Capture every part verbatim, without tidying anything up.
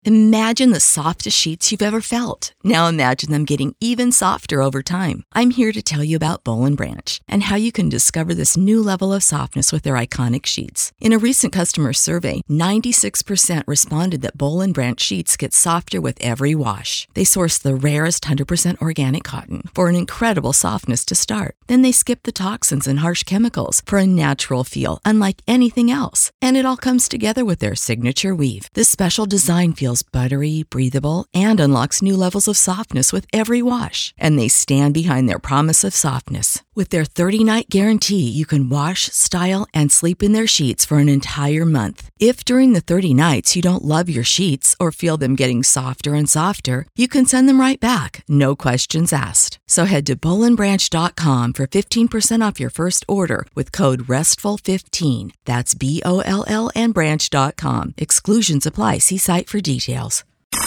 Imagine the softest sheets you've ever felt. Now imagine them getting even softer over time. I'm here to tell you about Boll and Branch and how you can discover this new level of softness with their iconic sheets. In a recent customer survey, ninety-six percent responded that Boll and Branch sheets get softer with every wash. They source the rarest one hundred percent organic cotton for an incredible softness to start. Then they skip the toxins and harsh chemicals for a natural feel unlike anything else. And it all comes together with their signature weave. This special design feels buttery, breathable, and unlocks new levels of softness with every wash. And they stand behind their promise of softness. With their thirty-night guarantee, you can wash, style, and sleep in their sheets for an entire month. If during the thirty nights you don't love your sheets or feel them getting softer and softer, you can send them right back, no questions asked. So head to boll and branch dot com for fifteen percent off your first order with code restful fifteen. That's B O L L and branch dot com. Exclusions apply. See site for details.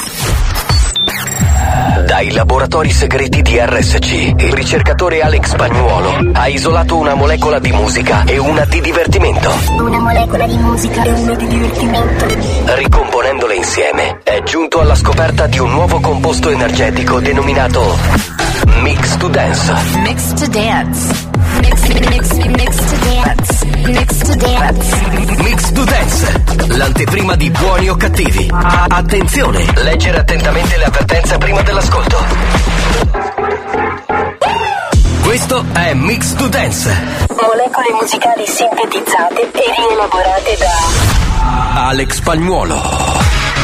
Dai laboratori segreti di R S C, il ricercatore Alex Spagnuolo ha isolato una molecola di musica e una di divertimento. Una molecola di musica e una di divertimento. Ricomponendole insieme, è giunto alla scoperta di un nuovo composto energetico denominato Mix to Dance. Mix to Dance. Mix, mix, mix to dance. Mix to dance. Mix to Dance, l'anteprima di Buoni o Cattivi. Attenzione, leggere attentamente le avvertenze prima dell'ascolto. Questo è Mix to Dance. Molecole musicali sintetizzate e rielaborate da Alex Spagnuolo.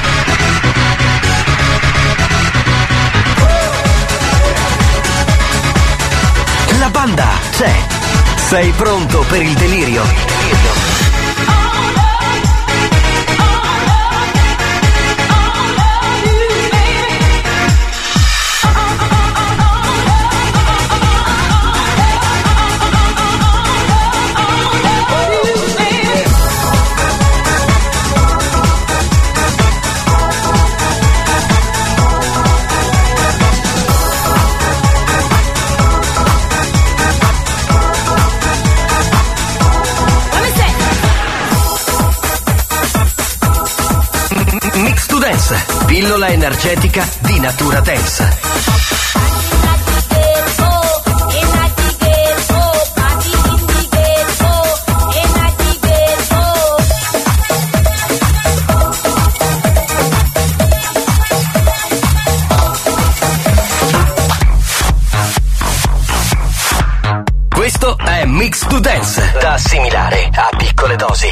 La banda c'è. Sei pronto per il delirio? Pillola energetica di Natura Dance. Questo è Mix to Dance, da assimilare a piccole dosi.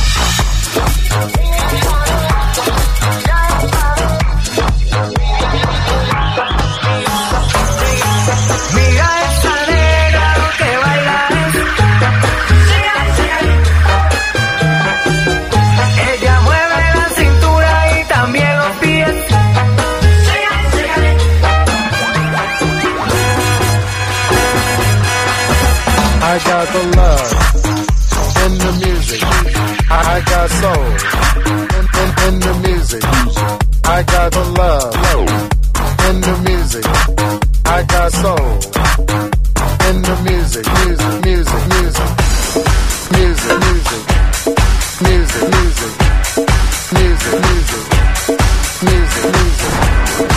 I got the love in the music. I got soul in, in, in the music. I got the love in the music. I got soul in the music. Music, music, music. Music, music. Music, music. Music, music. Music, music.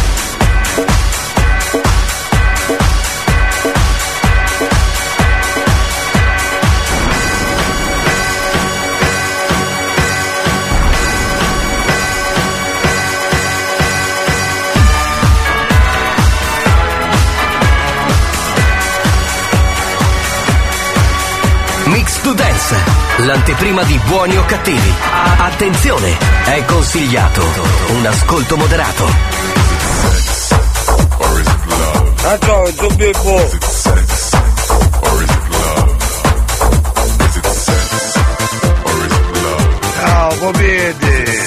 Mix to Dance, l'anteprima di Buoni o Cattivi. Attenzione, è consigliato un ascolto moderato. I thought it was beautiful. Oh, go vedi.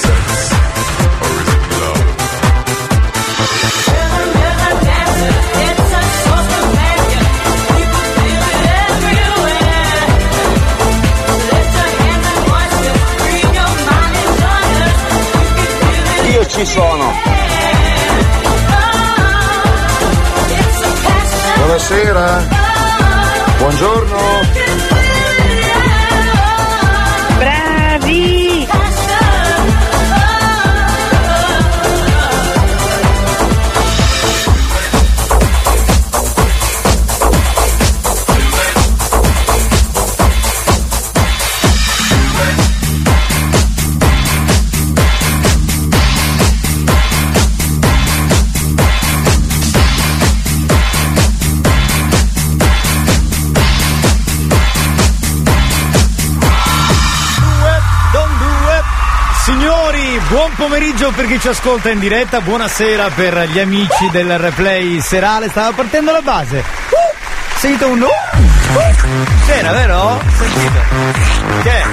Io ci sono. Buonasera. Buongiorno. Bravi. pomeriggio per chi ci ascolta in diretta, buonasera per gli amici del replay serale. Stava partendo la base. Uh, sentite un no? Uh, c'era, vero? Sentite. Che?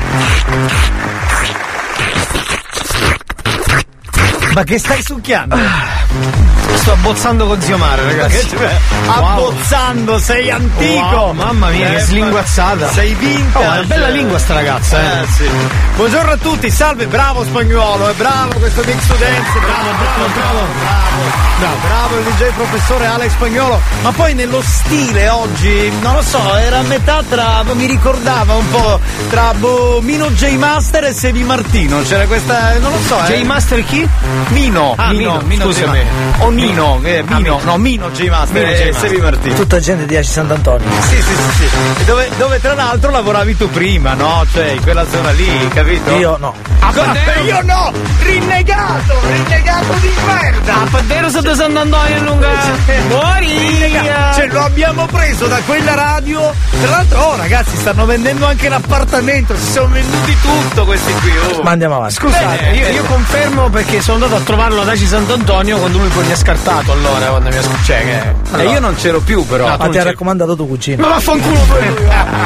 Ma che stai succhiando? Sto abbozzando con zio Mario, ragazzi. Cioè, wow. Abbozzando, sei antico. Wow, mamma mia, eh, che slinguazzata. Sei vinta. Oh, è una bella lingua sta ragazza, eh. eh sì. Buongiorno a tutti, salve, bravo Spagnuolo, è bravo questo Mix to Dance, bravo, bravo, bravo, bravo. Bravo, bravo il D J professore Alex Spagnuolo. Ma poi nello stile oggi, non lo so, era a metà tra, mi ricordava un po' tra boh, Mino J Master e Sevi Martino. C'era questa, non lo so. J eh. Master chi? Mino, ah, Mino, Mino, Mino scusami. O Nino, eh, Mino, no, Mino J Master Mino e J Sevi Martino. Tutta gente di Aci Sant'Antonio. Sì, sì, sì, sì. E dove, dove tra l'altro lavoravi tu prima, no? Cioè, in quella zona lì, capito? Io no. Ah, io no! Rinnegato! Rinnegato di merda! A Paddero sotto Sant'Antonio lunga. Fuori! Cioè, lo abbiamo preso da quella radio. Tra l'altro, oh ragazzi, stanno vendendo anche l'appartamento. Si sono venduti tutto questi qui. Oh. Ma andiamo avanti. Scusate, io, io confermo perché sono andato a trovarlo ad Aci Sant'Antonio quando lui poi mi ha scartato allora, quando mi ha scartato. Cioè, che. Allora. E io non c'ero più, però. No, ma ti ha raccomandato tuo cugino. Ma vaffanculo tu!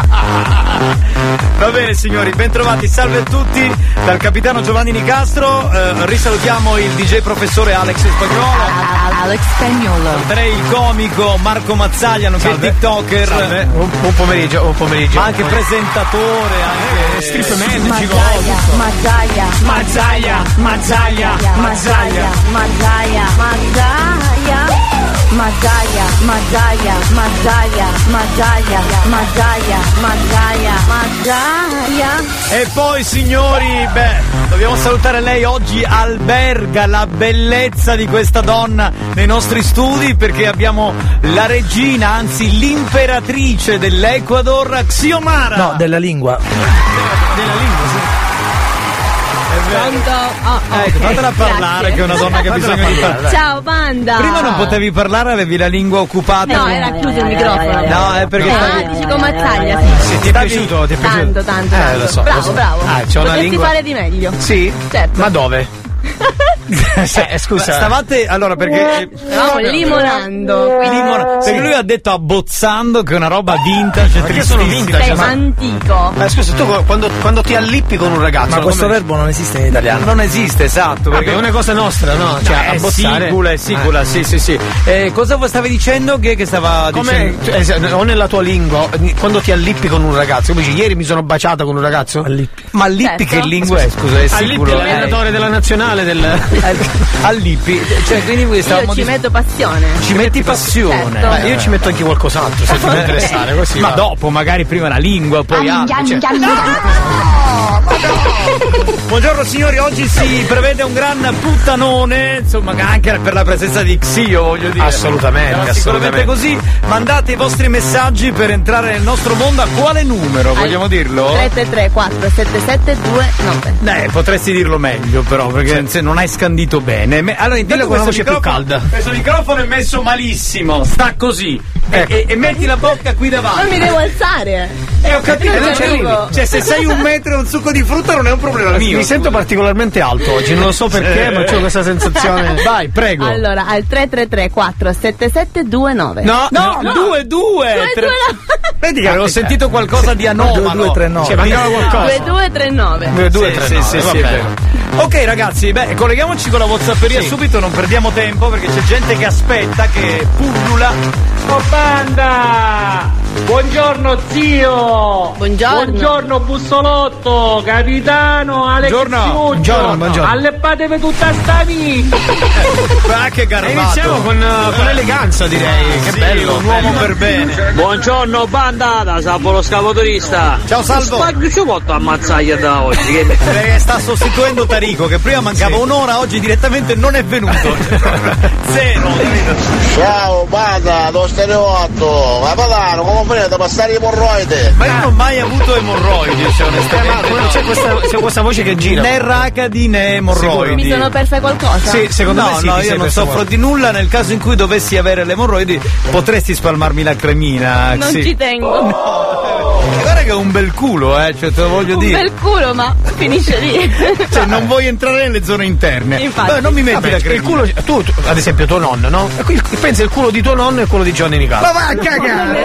Va bene signori, bentrovati, salve a tutti dal capitano Giovanni Nicastro, eh, risalutiamo il D J professore Alex Spagnuolo, Alex Spagnuolo, il comico Marco Mazzaglia, nonché il tiktoker, Salve. Un, un pomeriggio, un pomeriggio. ma anche presentatore, anche eh, strip man, Mazzaia, Mazzaia, Mazzaia, Mazzaia, Mazzaia, Mazzaia, Mazzaia. Mazzaia, Mazzaia, Mazzaia, Mazzaia, Mazzaia, Mazzaia, Mazzaia. E poi signori, beh, dobbiamo salutare lei oggi, alberga la bellezza di questa donna nei nostri studi perché abbiamo la regina, anzi l'imperatrice dell'Ecuador, Xiomara. No, della lingua. Della lingua, sì. Pronto? Oh, oh, ecco, okay. fatela parlare. Grazie. Che è una donna che ha bisogno di parlare. Ciao banda. Prima non potevi parlare, avevi la lingua occupata. No, era chiuso il microfono. No, è perché Ah, stavi... dici con Mazzaglia, sì. Sì, ti è piaciuto? Ti è piaciuto? Tanto, tanto, Eh, tanto. lo so. Bravo, lo so. bravo. Ah, c'è una Potresti lingua. fare di meglio. Sì? Certo. Ma dove? eh, scusa. Stavate, allora perché... Stavamo limonando. Limona, perché lui ha detto abbozzando che è una roba vintage, Perché sono tristissima. vintage? Sei ma- antico. Eh, scusa, tu quando, quando ti allippi con un ragazzo. Ma questo come- verbo non esiste in italiano. Non esiste, esatto. Perché Perché è una cosa nostra, no? Cioè, è abbozzare. sicula, è sicula, sì, sì, sì. Eh, cosa stavi dicendo? Che, che stava Come, dicendo? eh, o nella tua lingua, quando ti allippi con un ragazzo, come dici, ieri mi sono baciata con un ragazzo? Allippi. Ma allippi Certo. che lingua è? Scusa, è Allippi sicuro. è l'allenatore della nazionale del. Eh, allippi, cioè quindi voi Io stavamo ci dis- metto passione. ci metti passione. Certo. Beh, io ci metto anche qualcos'altro se ti può interessare, così. Ma va. dopo, magari prima la lingua, poi altro. Cioè... Buongiorno signori, oggi si prevede un gran puttanone, insomma anche per la presenza di Xio, voglio dire. Assolutamente, Sarà sicuramente assolutamente. così. Mandate i vostri messaggi per entrare nel nostro mondo. A quale numero? Vogliamo dirlo? tre tre tre quattro sette sette due nove. Eh, potresti dirlo meglio però, perché se non hai scandito bene. Me- Allora, intanto Dillo con una questo voce più microfono- calda. Questo microfono è messo malissimo, sta così. E, Ecco. e- e metti la bocca qui davanti. Non mi devo alzare. Eh, ho capito, Non non ci c'è arrivo. limite. Cioè, se sei un metro e un succo di frutta non è un problema mio. Mi sento particolarmente alto oggi, non lo so perché, ma ho questa sensazione. Vai, prego. Allora, al tre tre tre quattro sette sette due nove. No, no, no. due, due. Due, tre- due, no. Vedi che avevo sentito qualcosa di anomalo. due, due, tre, nove. Cioè, mancava qualcosa. due due tre nove. due, due, Sì, tre, sì, nove, sì, va sì, è bene. vero. Ok ragazzi, beh, colleghiamoci con la WhatsApperia Sì. subito, non perdiamo tempo perché c'è gente che aspetta, che pullula. Oh banda! Buongiorno zio! Buongiorno. Buongiorno bussolotto, capitano, Alex Buongiorno. Ciuccio. Buongiorno, buongiorno. Alleppatevi tutta sta vita! Ma che E garbato. iniziamo con, uh, con eleganza, direi. Che Sì, bello. un uomo per bene. Buongiorno bandata, Salvo lo scavotorista! Ciao Salvo. Spaghi ci porto ammazzaglia da oggi, che Perché sta sostituendo Tarico che prima mancava un'ora, oggi direttamente non è venuto. Zero. Ciao, banda, lo stereotto. Ma padano, come fai a passare i morroide? Ma io non ho mai avuto emorroidi, cioè onestamente. Ma no. c'è questa, c'è questa voce che gira. Né racadi né emorroidi. Mi sono persa qualcosa? Sì, secondo no, me sì. no, ti io sei non perso soffro qualcosa. di nulla. Nel caso in cui dovessi avere le emorroidi, potresti spalmarmi la cremina. Non sì. ci tengo. guarda che è un bel culo, eh, cioè te lo voglio Un dire. bel culo, ma finisce lì. Cioè, non vuoi entrare nelle zone interne. Infatti. Beh, non mi metti Vabbè, la il cremina. culo, tu, tu, ad esempio tuo nonno, no? E qui pensa il culo di tuo nonno e quello di Johnny Nicastro. Ma va a cagare!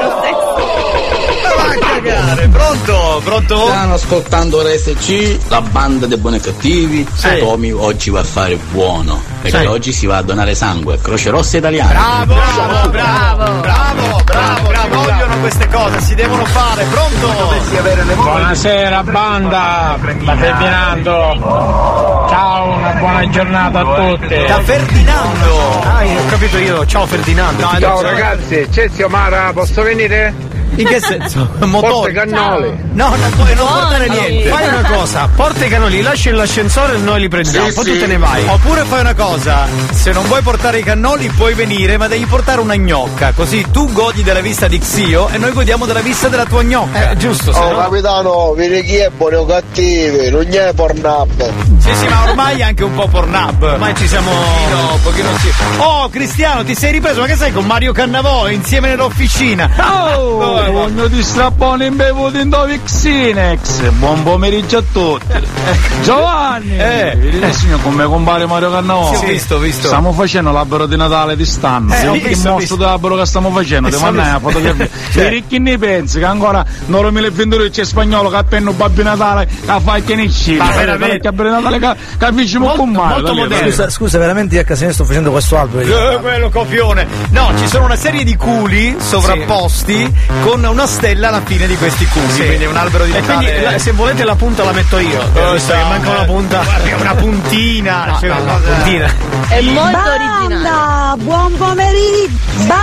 Ma va a cagare! Pronto? Pronto? Stanno ascoltando R S C, la banda dei buoni e cattivi. Sì. Tommy oggi va a fare buono, perché Sì. oggi si va a donare sangue a Croce Rossa Italiana. Bravo, bravo, bravo, bravo, bravo, bravo, ci vogliono queste cose, si devono fare, pronto? Dovessi avere le Buonasera banda, sta Ferdinando. Ciao, una buona giornata a tutti. Da Ferdinando! Ah, ho capito io, ciao Ferdinando. No, Ciao no, ragazzi, c'è zio Mara, posso venire? In che senso? Motore? cannoli. No, non puoi non portare niente. Fai una cosa, porta i cannoli, lascia l'ascensore e noi li prendiamo, Sì, poi sì. tu te ne vai. Oppure fai una cosa, se non vuoi portare i cannoli puoi venire, ma devi portare una gnocca, così tu godi della vista di Xio e noi godiamo della vista della tua gnocca. Eh, giusto, se Oh no. capitano, vedi chi è buoni o cattivi, non è Pornhub. Sì, sì, ma ormai anche un po' Pornhub. Ormai ci siamo. No, un pochino sì. Oh, Cristiano, ti sei ripreso? Ma che sei con Mario Cannavò insieme nell'officina? Oh, voglio di strappone imbevuto in dove Xinex. Buon pomeriggio a tutti. Giovanni, Eh. vedi il signor come compare Mario Cannavò? Sì, ho visto, ho visto. Stiamo facendo l'albero di Natale di stanno. Eh, ho Vedi che visto, ho mostro visto. dell'albero che stiamo facendo, Eh, ti so, mandai ho la visto. fotografia. Cioè. Vedi chi ne pensi che ancora non lo mi le vendere c'è spagnolo che appena Babbo Natale che fa il teniscino. Ma veramente? Che Babbo Natale che capisci molto male. molto da lì, moderno. Scusa, scusa, veramente io a casa mia sto facendo questo albero. Eh, quello copione. No, ci sono una serie di culi sovrapposti con una stella alla fine di questi culi. Sì. Quindi è un albero di E Natale. quindi la- se volete la punta la metto io. Oh, visto che no, manca una eh, punta. guarda, una puntina. No, cioè, no, una no, cosa- puntina. È molto originale. Banda, buon pomeriggio.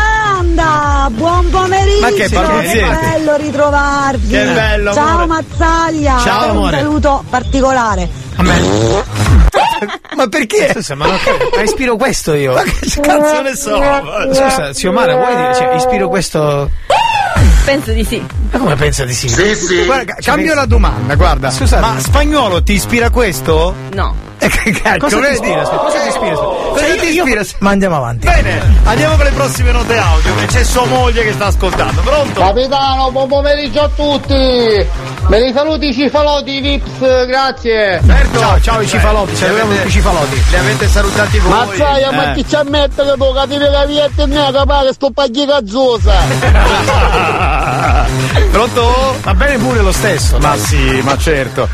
Banda, buon pomeriggio. Ma che balbuziente. Che bello ritrovarvi. Che bello, Ciao amore. Mazzaglia. Ciao, un amore. saluto particolare. A me. Ma perché? Scusa, ma, non, ma ispiro questo io. Ma che cazzo ne so? Scusa, zio Mara, vuoi dire? Cioè, ispiro questo. Penso di sì. Ma come pensa di sì? Sì, sì. Guarda, cambio la domanda, guarda. Scusate. Ma Spagnolo ti ispira questo? No. Eh, che cacchio, Cosa ti vedi? ispira? Aspetta, cosa ti ispira? Cosa Cioè, ti io- ispira? Ma andiamo avanti. Bene, andiamo con le prossime note audio, che c'è sua moglie che sta ascoltando. Pronto? Capitano, buon pomeriggio a tutti. Me li saluti i cifalotti Vips, grazie. Certo. Ciao, ciao i cifalotti, salutiamo tutti i cifalotti. Li avete salutati voi. Mazzaia, ma Eh. chi ci ammette che può capire che viette e ne capace sto paghi cazzosa. Pronto? Va bene pure lo stesso. Ma sì, ma certo.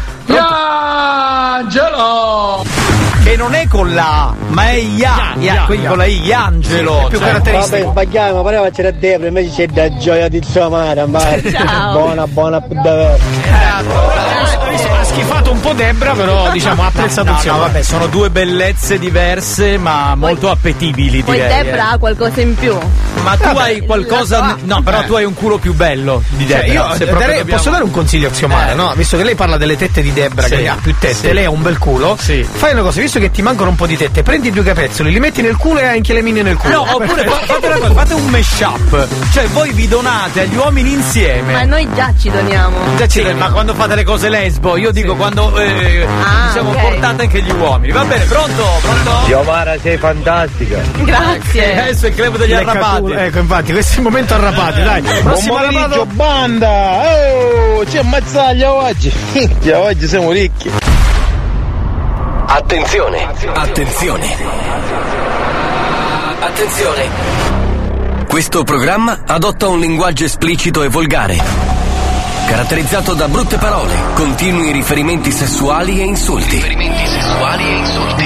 Angelo! Che non è con la A, ma è Ia, Ia, Ia, quindi Ia. con la I, Angelo. È più Cioè, caratteristico. sbagliamo, pareva c'era Debra, invece c'è da gioia di sua madre, ma Ciao. buona, buona davvero. Ha schifato un po' Debra, però diciamo ha apprezzato No, il no, vabbè, sono due bellezze diverse, ma molto appetibili, Poi direi. Debra eh. ha qualcosa in più. Ma tu hai la qualcosa. sua- No, però tu hai un culo più bello di Cioè, Debra. io se proprio darei- dobbiamo- posso dare un consiglio a zio Mara, Eh. no? Visto che lei parla delle tette di Debra, Sì. che ha più tette, Sì. lei ha un bel culo. Sì. Fai una cosa, visto che ti mancano un po' di tette, prendi due capezzoli, li metti nel culo e hai anche le mine nel culo. No, oppure fa- fate una cosa, fate un mash-up. Cioè, voi vi donate agli uomini insieme. Ma noi già ci doniamo. Già ci- ma quando fate le cose lesbo, io dico quando eh, Ah, diciamo ok. portate anche gli uomini. Va bene, pronto? Pronto? Giomara, sei fantastica. Grazie. Adesso è il club degli Lecca arrabati. culo. Ecco, infatti, questo è il momento arrabati, dai. Prossimo arrabato. banda! Oh, c'è Mazzaglia oggi. Minchia, oggi siamo ricchi. Attenzione, attenzione. Attenzione. Questo programma adotta un linguaggio esplicito e volgare, caratterizzato da brutte parole, continui riferimenti sessuali e insulti. Riferimenti sessuali e insulti.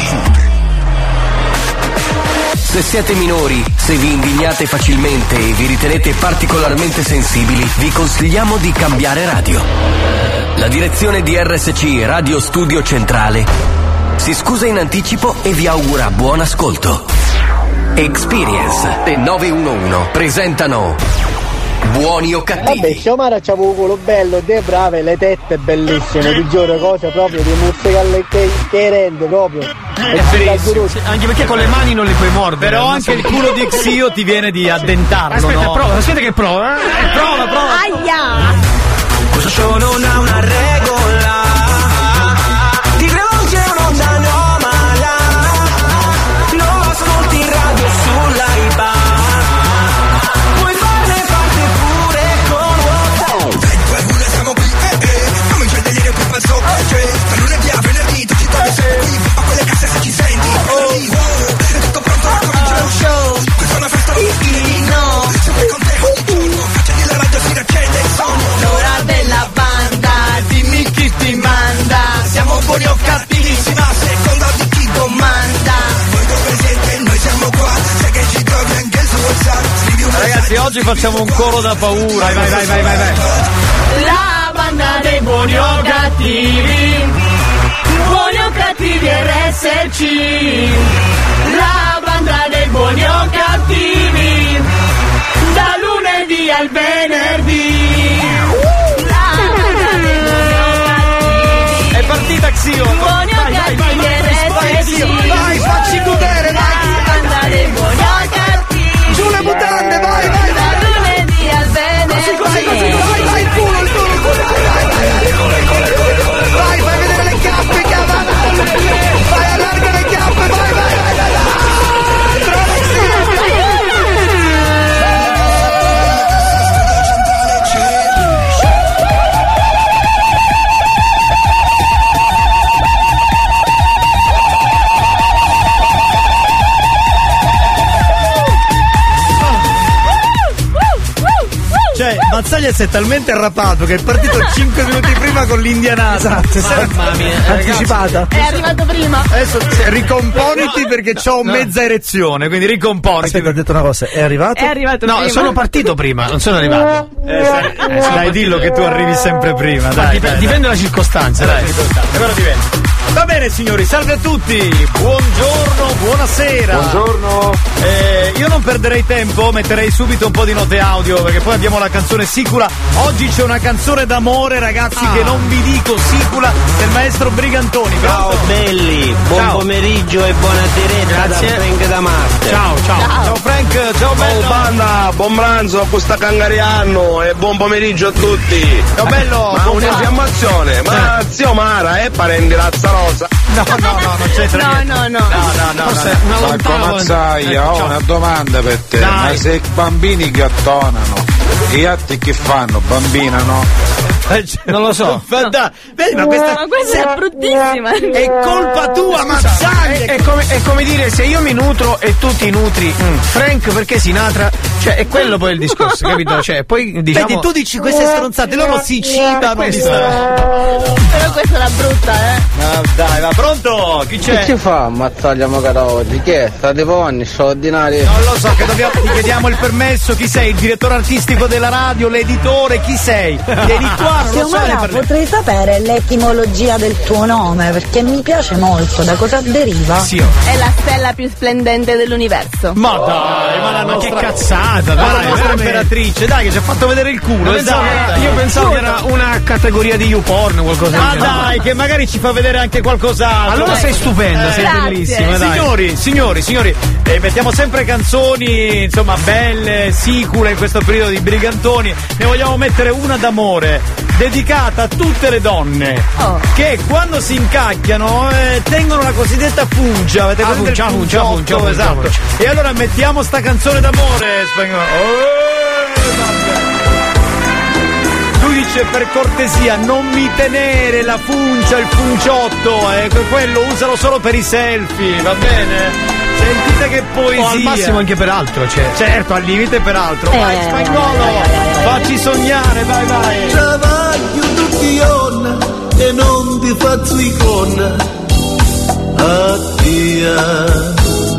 Se siete minori, se vi indignate facilmente e vi ritenete particolarmente sensibili, vi consigliamo di cambiare radio. La direzione di R S C Radio Studio Centrale si scusa in anticipo e vi augura buon ascolto. Experience e nove uno uno presentano Buoni o Cattivi. Vabbè, Giomara c'ha un culo bello, te brave, le tette bellissime, ti giuro, cose proprio di muzzicalle che, che rende proprio. È verissimo. Anche perché con le mani non li puoi mordere. Però non anche so- il culo di Xio ti viene di addentarlo, Aspetta, no? prova, aspetta che prova. Eh, prova, prova. Aia! Questo show non ha una regola, ti rivolge un'onda anomala, non lo ascolti in radio e sull'iPad, puoi farne parte pure con WhatsApp. ragazzi, oggi facciamo un coro da paura. Vai, vai, vai, vai, vai, vai. La banda dei buoni o cattivi, buoni o cattivi R S C. La banda dei buoni o cattivi, da lunedì al venerdì. La banda dei buoni o cattivi, è partita Xio. buoni o cattivi R S C. Vai, facci godere, vai. La banda dei buoni o cattivi, Giù le mutande, vai, vai, da vai. lunedì al venerdì. Così, così, così, vai, vai, il culo, il culo, il culo, vai, vai, vai. Vai, fai vedere le chiappe, cavolo. Vai, allarga le chiappe, vai, vai, vai, vai, vai. Cioè, Mazzaglia si è talmente arrapato che è partito cinque minuti prima con l'indianata. Esatto, mamma mia, anticipata. È arrivato prima. Adesso ricomponiti perché c'ho mezza erezione, quindi ricomponiti. Aspetta, ho detto una cosa, è arrivato? È arrivato No, prima. sono partito prima, non sono arrivato. Eh, sì. Eh, dai, dillo che tu arrivi sempre prima. Ma Dai, dip- dai, dipende dai. dalle circostanze, Dai, dai. però diventa. Va bene signori, salve a tutti, buongiorno, buonasera. Buongiorno. Eh, io non perderei tempo, metterei subito un po' di note audio perché poi abbiamo la canzone Sicula. Oggi c'è una canzone d'amore ragazzi Ah. che non vi dico, Sicula del maestro Brigantoni. Ciao Pronto? belli, buon Ciao. pomeriggio e buona diretta Grazie. da Frank da Marte. Ciao, ciao. Ciao, ciao Frank, ciao bello. Ciao banda, buon pranzo a questa cangariano e buon pomeriggio a tutti. Ciao bello. Ma buon un'infiammazione, ma zio Mara è parente Lazzarosa? No, no, no, non c'entra No, niente. no, no. No, no, no, Forse no, no. una Marco lontana. Mazzaia, Ecco, ho ciao. una domanda per te, Dai. ma se i bambini gattonano, gli altri che fanno? Bambinano? Non lo so. Ma dai, vedi, ma questa, Ma questa è bruttissima. è colpa tua, Mazzaglia. È, è come, è come dire se io mi nutro e tu ti nutri, mm, Frank perché si natra? Cioè è quello poi il discorso, capito? Cioè poi diciamo. Vedi, tu dici queste stronzate, loro si citano di sta- Però questa è la brutta, eh. Ah, dai, va pronto? Chi Che c'è? ci fa Mazzaglia magari oggi? Che è? State buoni, straordinari? Non lo so, che dobbiamo, ti chiediamo il permesso, chi sei? Il direttore artistico della radio, l'editore, chi sei? Vieni qua, non lo so. ne Xiomara, parliamo. potrei sapere l'etimologia del tuo nome perché mi piace molto, da cosa deriva? Sì, È la stella più splendente dell'universo. ma dai, ma la Ma che nostra cazzata, ma la dai, nostra veramente. imperatrice, dai, che ci ha fatto vedere il culo. Io pensavo, che esatto. era, io pensavo che era una categoria di YouPorn o qualcosa Ma del genere. dai, che magari ci fa vedere anche qualcos'altro. Allora Dai. sei stupenda, sei Grazie. bellissima, dai. Signori, signori, signori, eh, mettiamo sempre canzoni, insomma, belle, sicure in questo periodo di Brigantoni. Ne vogliamo mettere una d'amore, dedicata a tutte le donne Oh. che quando si incacchiano eh, tengono la cosiddetta puncia. Avete Ah, presente il puncia, puncia, punciotto? puncia, puncia, esatto. puncia. E allora mettiamo sta canzone d'amore spagnolo. Oh, lui dice per cortesia non mi tenere la puncia, il punciotto, eh, quello usalo solo per i selfie, va bene? Sentite che poesia. O al massimo anche per altro, cioè. Certo, al limite per altro. Vai Eh, spagnolo, facci sognare, vai vai. Travaglio tutti giorni e non ti faccio icona. Addio.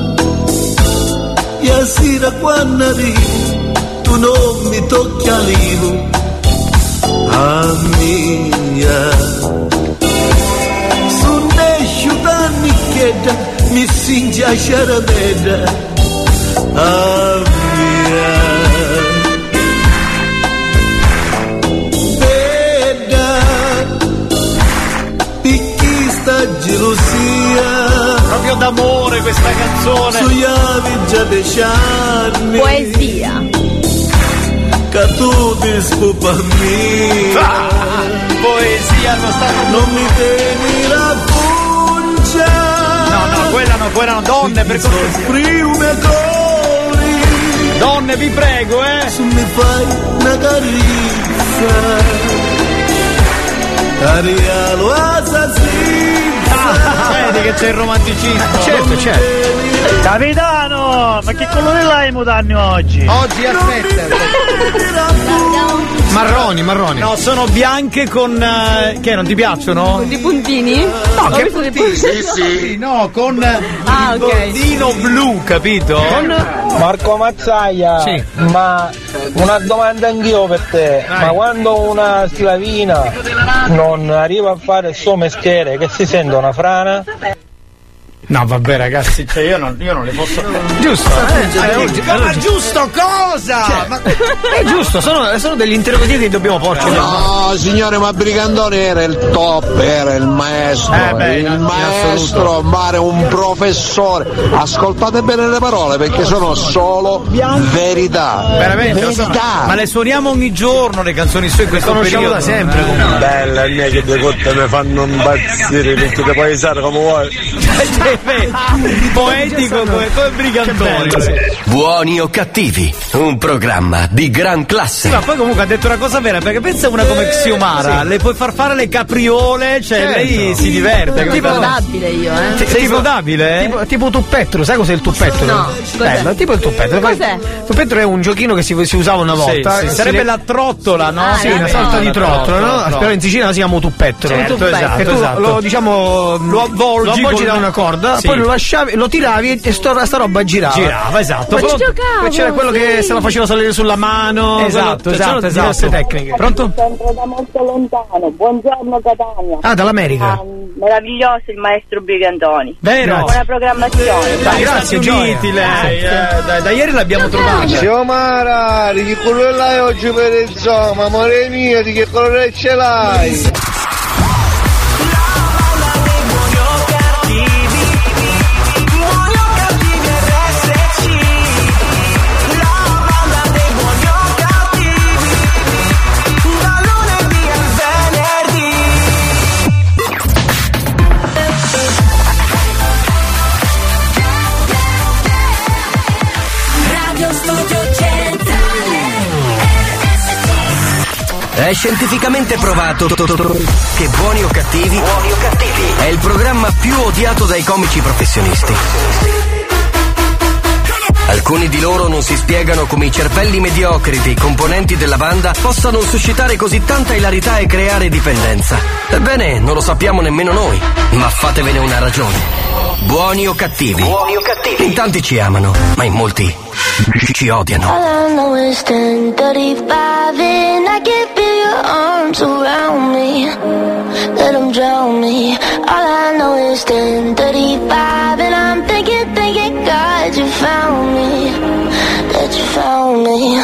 E sera quando arrivi tu non mi tocchi all'ivo. A mia. Su nesciuta nicchietta mi singe a sciarameda. A mia. Gelosia proprio d'amore questa canzone. Sugli avi già deixarmi Poesia. Che tu ti spupami ah, poesia non sta non mi teni la puncia no no quella no quella no donne per cortesia prime cori donne vi prego eh se mi fai una carezza Arialo assassino ah, vedi che c'è il romanticismo certo certo Capitano, ma che colore l'hai mutanni oggi? oggi aspetta marroni marroni no sono bianche con uh, che non ti piacciono? Di puntini? No, Ho che visto dei puntini? puntini. Sì, sì. No, con Ah, il ok. bordino blu, capito? con Marco Mazzaia, sì. Ma una domanda anch'io per te, Dai. ma quando una slavina non arriva a fare il suo mestiere, che si sente una frana? No vabbè ragazzi, cioè io non, io non le posso. Giusto, eh, eh, ma, ma giusto cosa? Cioè, ma... È giusto, sono, sono degli interrogativi che dobbiamo porci. No, signore, ma Brigantoni era il top, era il maestro, eh beh, il in, maestro, mare, un professore. Ascoltate bene le parole perché sono solo verità. Veramente, verità. So, ma le suoniamo ogni giorno le canzoni sue in questo conosciamo periodo. da sempre comunque. Bella mia che le cotte mi fanno impazzire perché te puoi usare come vuoi. Poetico come, come Brigantoni. Buoni o cattivi, un programma di gran classe. Sì, ma poi comunque ha detto una cosa vera, perché pensa a una come Xiomara, sì. Le puoi far fare le capriole, cioè certo. Lei si diverte. Tipo modabile io, eh. Sei tipo modabile? Tipo, tipo tuppettro, sai cos'è il tuppettro? No. Bello, tipo il tuppettro. Cos'è? Il tuppettro è un giochino che si, si usava una volta. Sì, sì. Sarebbe le... la trottola, no? Ah, sì, una sorta di trottola, no? Però in Sicilia si chiama tupettro. Certo, tupettro. esatto, e tu esatto. lo diciamo lo avvolgi, lo avvolgi da una... una corda, sì. Poi lo lasciavi, lo tiravi e sto, sta roba girava. Girava, esatto. Ma ci giocavo, c'era quello sì. che se la faceva salire sulla mano. Esatto, quello, esatto, cioè, esatto. diverse tecniche. Pronto? Sempre da molto lontano. Buongiorno Catania. Ah, dall'America. Ah, meraviglioso il maestro Brigantoni. Vero? Buona programmazione. Dai, grazie Uniti lei. Eh, da, da ieri l'abbiamo trovata. Xiomara, di che colore l'hai oggi per il zoma? Amore mio, di che colore ce l'hai? È scientificamente provato che Buoni o Cattivi, Buoni o Cattivi è il programma più odiato dai comici professionisti. Alcuni di loro non si spiegano come i cervelli mediocri dei componenti della banda possano suscitare così tanta ilarità e creare dipendenza. Ebbene, non lo sappiamo nemmeno noi, ma fatevene una ragione. Buoni o Cattivi, Buoni o Cattivi. In tanti ci amano, ma in molti ci odiano. All I know is ten thirty-five and I can feel your arms around me. Let them drown me. All I know is ten thirty-five and I'm thinking, thinking, God, you found me. That you found me.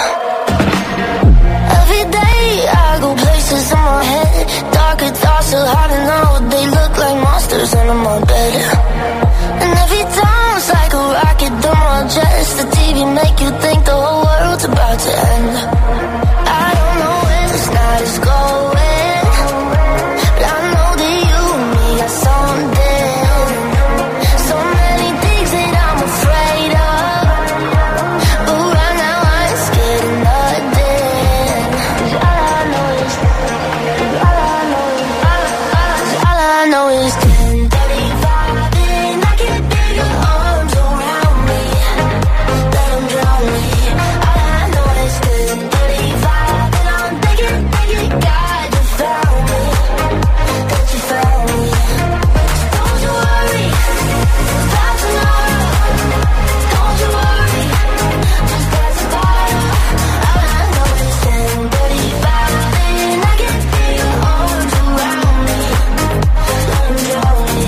Every day I go places in my head. Darker thoughts so hard to know. They look like monsters under my bed. And every time it's like a rocket through my chest. The T V make you think the whole world's about to end. I don't know where this night is going, but I know that you and me got something. So many things that I'm afraid of, but right now I ain't scared of nothing. 'Cause all I know is, all I know is, all, all, all I know is ten thirty-five and I can feel your arms around me. Let them drown me. All I know is ten thirty-five and I'm thinking, thinking, God, you found me. That you found me. Don't you worry about tomorrow. Don't you worry, just pass the bottle. All I know is ten thirty-five and I can feel your arms around me. Let them drown me.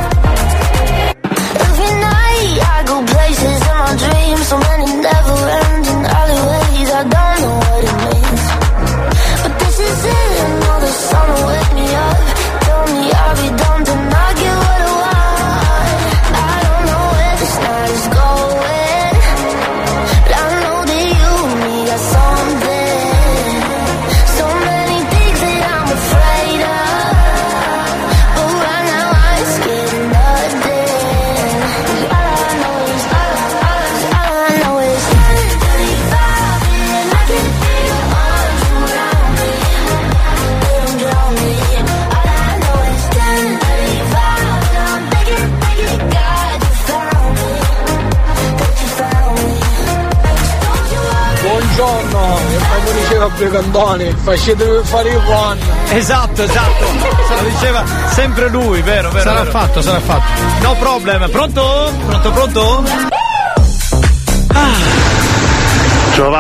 Every night I go places in my dreams, so many never-ending alleyways. I don't know what it means, but this is it. I know the sun will wake me up. Tell me I'll be dumb to not get what I want. I don't know where this night is going, but I know that you and me got something. So many things that I'm afraid of, but right now I ain't scared of nothing. 'Cause all I know is, all, all, all I know is ten thirty-five and I can feel your arms around me. Let them drown me. All I know is ten thirty-five and I'm thinking, thinking, God, you found me. That you found me. Don't you worry. Buongiorno, e come diceva Brigantoni, facetevi per fare il run. Esatto, esatto. Se lo diceva sempre lui, vero, vero. Sarà vero. fatto, sarà fatto. No problem. Pronto? Pronto, pronto? Ah.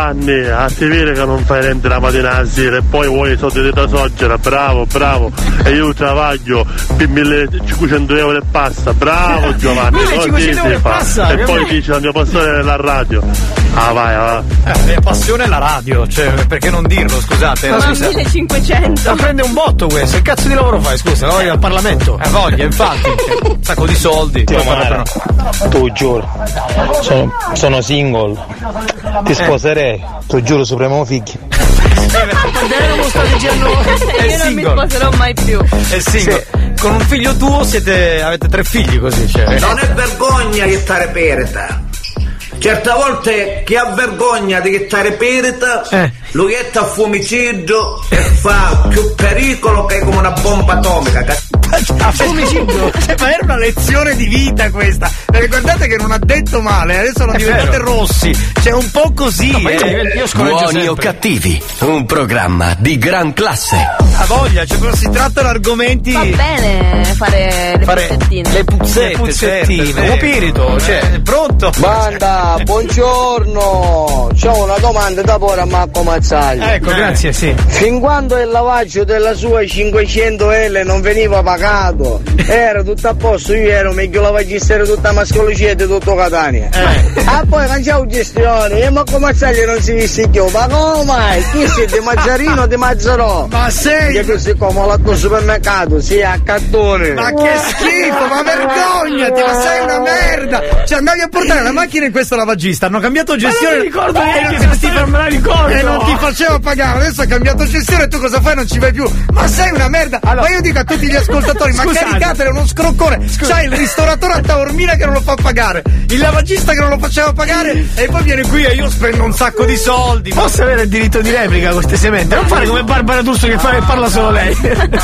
Giovanni, a te dire che non fai niente la mattina alla sera e poi vuoi i soldi di tua suocera, bravo, bravo, e io travaglio per millecinquecento euro e passa, bravo Giovanni, così si fa, e poi dice la mia passione nella radio. Ah vai, va. Eh, la mia passione è la radio, cioè perché non dirlo, scusate. Ma scusa, millecinquecento. Ma prende un botto questo, che cazzo di lavoro fai, scusa, lavori al Parlamento? Eh voglia, infatti, un sacco di soldi. Sì, ma tu giuro, sono, sono single, ti sposerei, tu giuro, supremo figli. Non sto dicendo è io non mi sposerò mai più. È single. Sì. Con un figlio tuo siete, avete tre figli così, cioè. Non è vergogna che stare pereta. Certe volte chi ha vergogna di che stare pereta, eh. lo chietta a fumicidio e fa più pericolo che è come una bomba atomica. A fumicidio? Cioè, ma era una lezione di vita questa. Perché guardate che non ha detto male, adesso sono diventate rossi. Cioè un po' così. No, eh. io, io Buoni o cattivi, un programma di gran classe. A voglia, cioè però si trattano argomenti. Va bene fare le fare puzzettine. Le puzzette, le puzzettine. Certo, uomo pirito, cioè, pronto? Banda, buongiorno. C'ho una domanda da porre a Marco Mazzaglia. Ecco, eh. grazie, sì. Fin quando il lavaggio della sua cinquecento L non veniva pagato, era tutto a posto, io ero meglio lavagista, era tutta mascolocetta e tutto Catania. Eh. Ah, poi cangiavo gestione e Marco Mazzaglia non si visse più. Ma come mai? Chi sei di Mazzarino o di Mazzarò? Ma sei? Che così come l'atto al supermercato, sì, a cartone. Ma che schifo, ma vergognati, ma sei una merda! Cioè andavi a portare la macchina in questo lavagista, hanno cambiato gestione. Ma non ricordo e neanche non, se non me la ricordo. E non ti faceva pagare, adesso ha cambiato gestione e tu cosa fai? Non ci vai più. Ma sei una merda! Allora, ma io dico a tutti gli ascoltatori, ma caricatele uno scroccone! C'hai il ristoratore a Taormina che non lo fa pagare, il lavagista che non lo faceva pagare e poi viene qui e io spendo un sacco di soldi. Posso avere il diritto di replica con queste semente? Non fare come Barbara D'Urso che fa, parla solo lei.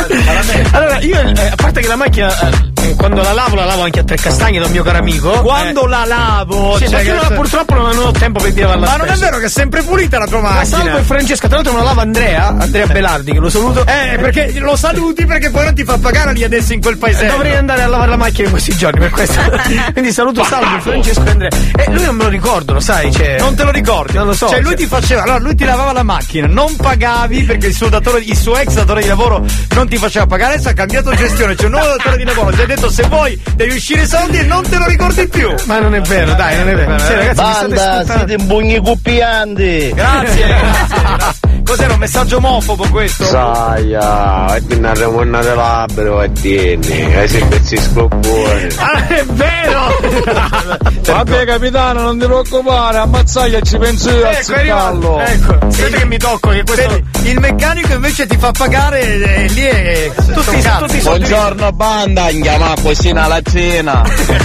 Allora io eh, a parte che la macchina eh, quando la lavo la lavo anche a tre castagne dal mio caro amico. Quando eh, la lavo sì, cioè io adesso... purtroppo non ho tempo per dire la ma non è vero che è sempre pulita la tua macchina. Ma stavo per Francesca, tra l'altro me la lava Andrea Andrea Belardi che lo saluto. Eh perché lo saluti perché poi non ti fa pagare lì adesso in quel paese. Dovrei andare a lavare la macchina in questi giorni per questo. Quindi saluto salve Francesco e Andrea. E lui non me lo ricordo, lo sai, cioè... Non te lo ricordi? Non lo so. Cioè lui ti faceva, allora lui ti lavava la macchina, non pagavi perché il suo datore, il suo ex datore di lavoro non ti faceva pagare, adesso ha cambiato gestione, c'è un nuovo datore di lavoro, ti ha detto se vuoi devi uscire i soldi e non te lo ricordi più. Ma non è vero, dai, non è vero. Sì, ragazzi, banda, siete impugni cuppianti. Grazie, grazie, grazie. Cos'era un messaggio omofobo questo? Saia, e ti narremo una delle labbra e tieni, hai sempre si scroccone. Ah, è vero! Vabbè capitano, non ti preoccupare, ammazzaglia ci penso io ecco, a ziccarlo. Ecco, aspetta che mi tocco che questo vedi, il meccanico invece ti fa pagare e, e lì è tutti, tutti buongiorno banda, andiamo a cucina la cena.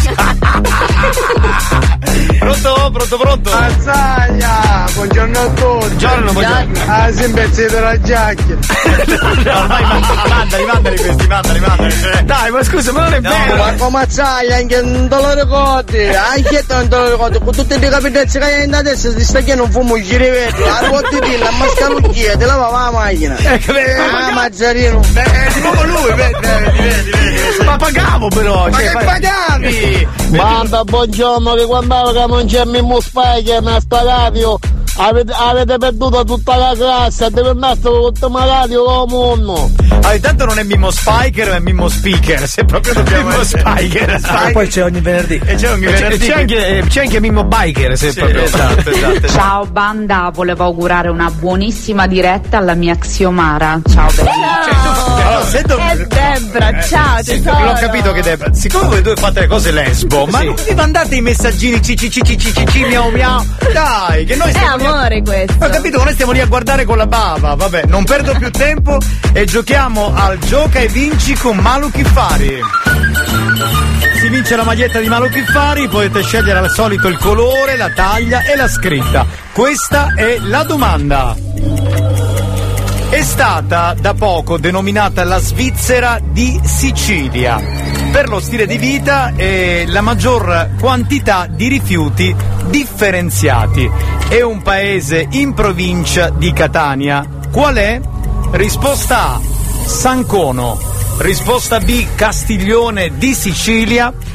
Pronto, pronto, pronto? Mazzaglia, buongiorno a tutti. Buongiorno, buongiorno. Ah, si impezzito la giacchia. Ormai mandali, mandali questi, mandali, mandali. Dai, ma scusa, ma non è no, vero. Ma come Mazzaglia, anche non te lo ricordi. Anche non te lo ricordi. Con tutte le capitezze che hai in adesso ti sta chiedendo un fumo girivetto. La ruota di la mascarucchia, ti lavava la macchina. Ah, Mazzarino. Beh, di nuovo lui, vedi, vedi, vedi, vedi. Ma pagavo però. Ma cioè, che pagavi? Banda, buongiorno, ricordavo che non c'è Mimmo Spike, mi ha spagato. Avete, avete perduto tutta la classe, deve andare con tutta la radio comunno. Ah, intanto non è Mimmo Spiker, è Mimmo Speaker. Se proprio dobbiamo Mimmo Spiker. Ah, poi c'è ogni venerdì. E c'è ogni venerdì. C'è anche, c'è anche Mimmo Biker. Se sì, proprio. Esatto, esatto. Ciao banda, volevo augurare una buonissima diretta alla mia Xiomara. Ciao bella. Ciao. Sento... È Debra, ciao sì, tesoro. L'ho capito che Debra. Siccome voi due fate le cose lesbo, ma sì. non vi mandate i messaggini ci ci ci ci ci ci ci miau miau. Dai, che noi stiamo È amore lì a... questo. Ho capito, noi stiamo lì a guardare con la bava. Vabbè, non perdo più tempo e giochiamo al gioca e vinci con Malu Kiffari. Si vince la maglietta di Malu Kiffari, potete scegliere al solito il colore, la taglia e la scritta. Questa è la domanda. È stata da poco denominata la Svizzera di Sicilia per lo stile di vita e la maggior quantità di rifiuti differenziati. È un paese in provincia di Catania. Qual è? Risposta A, Sancono. Risposta B, Castiglione di Sicilia.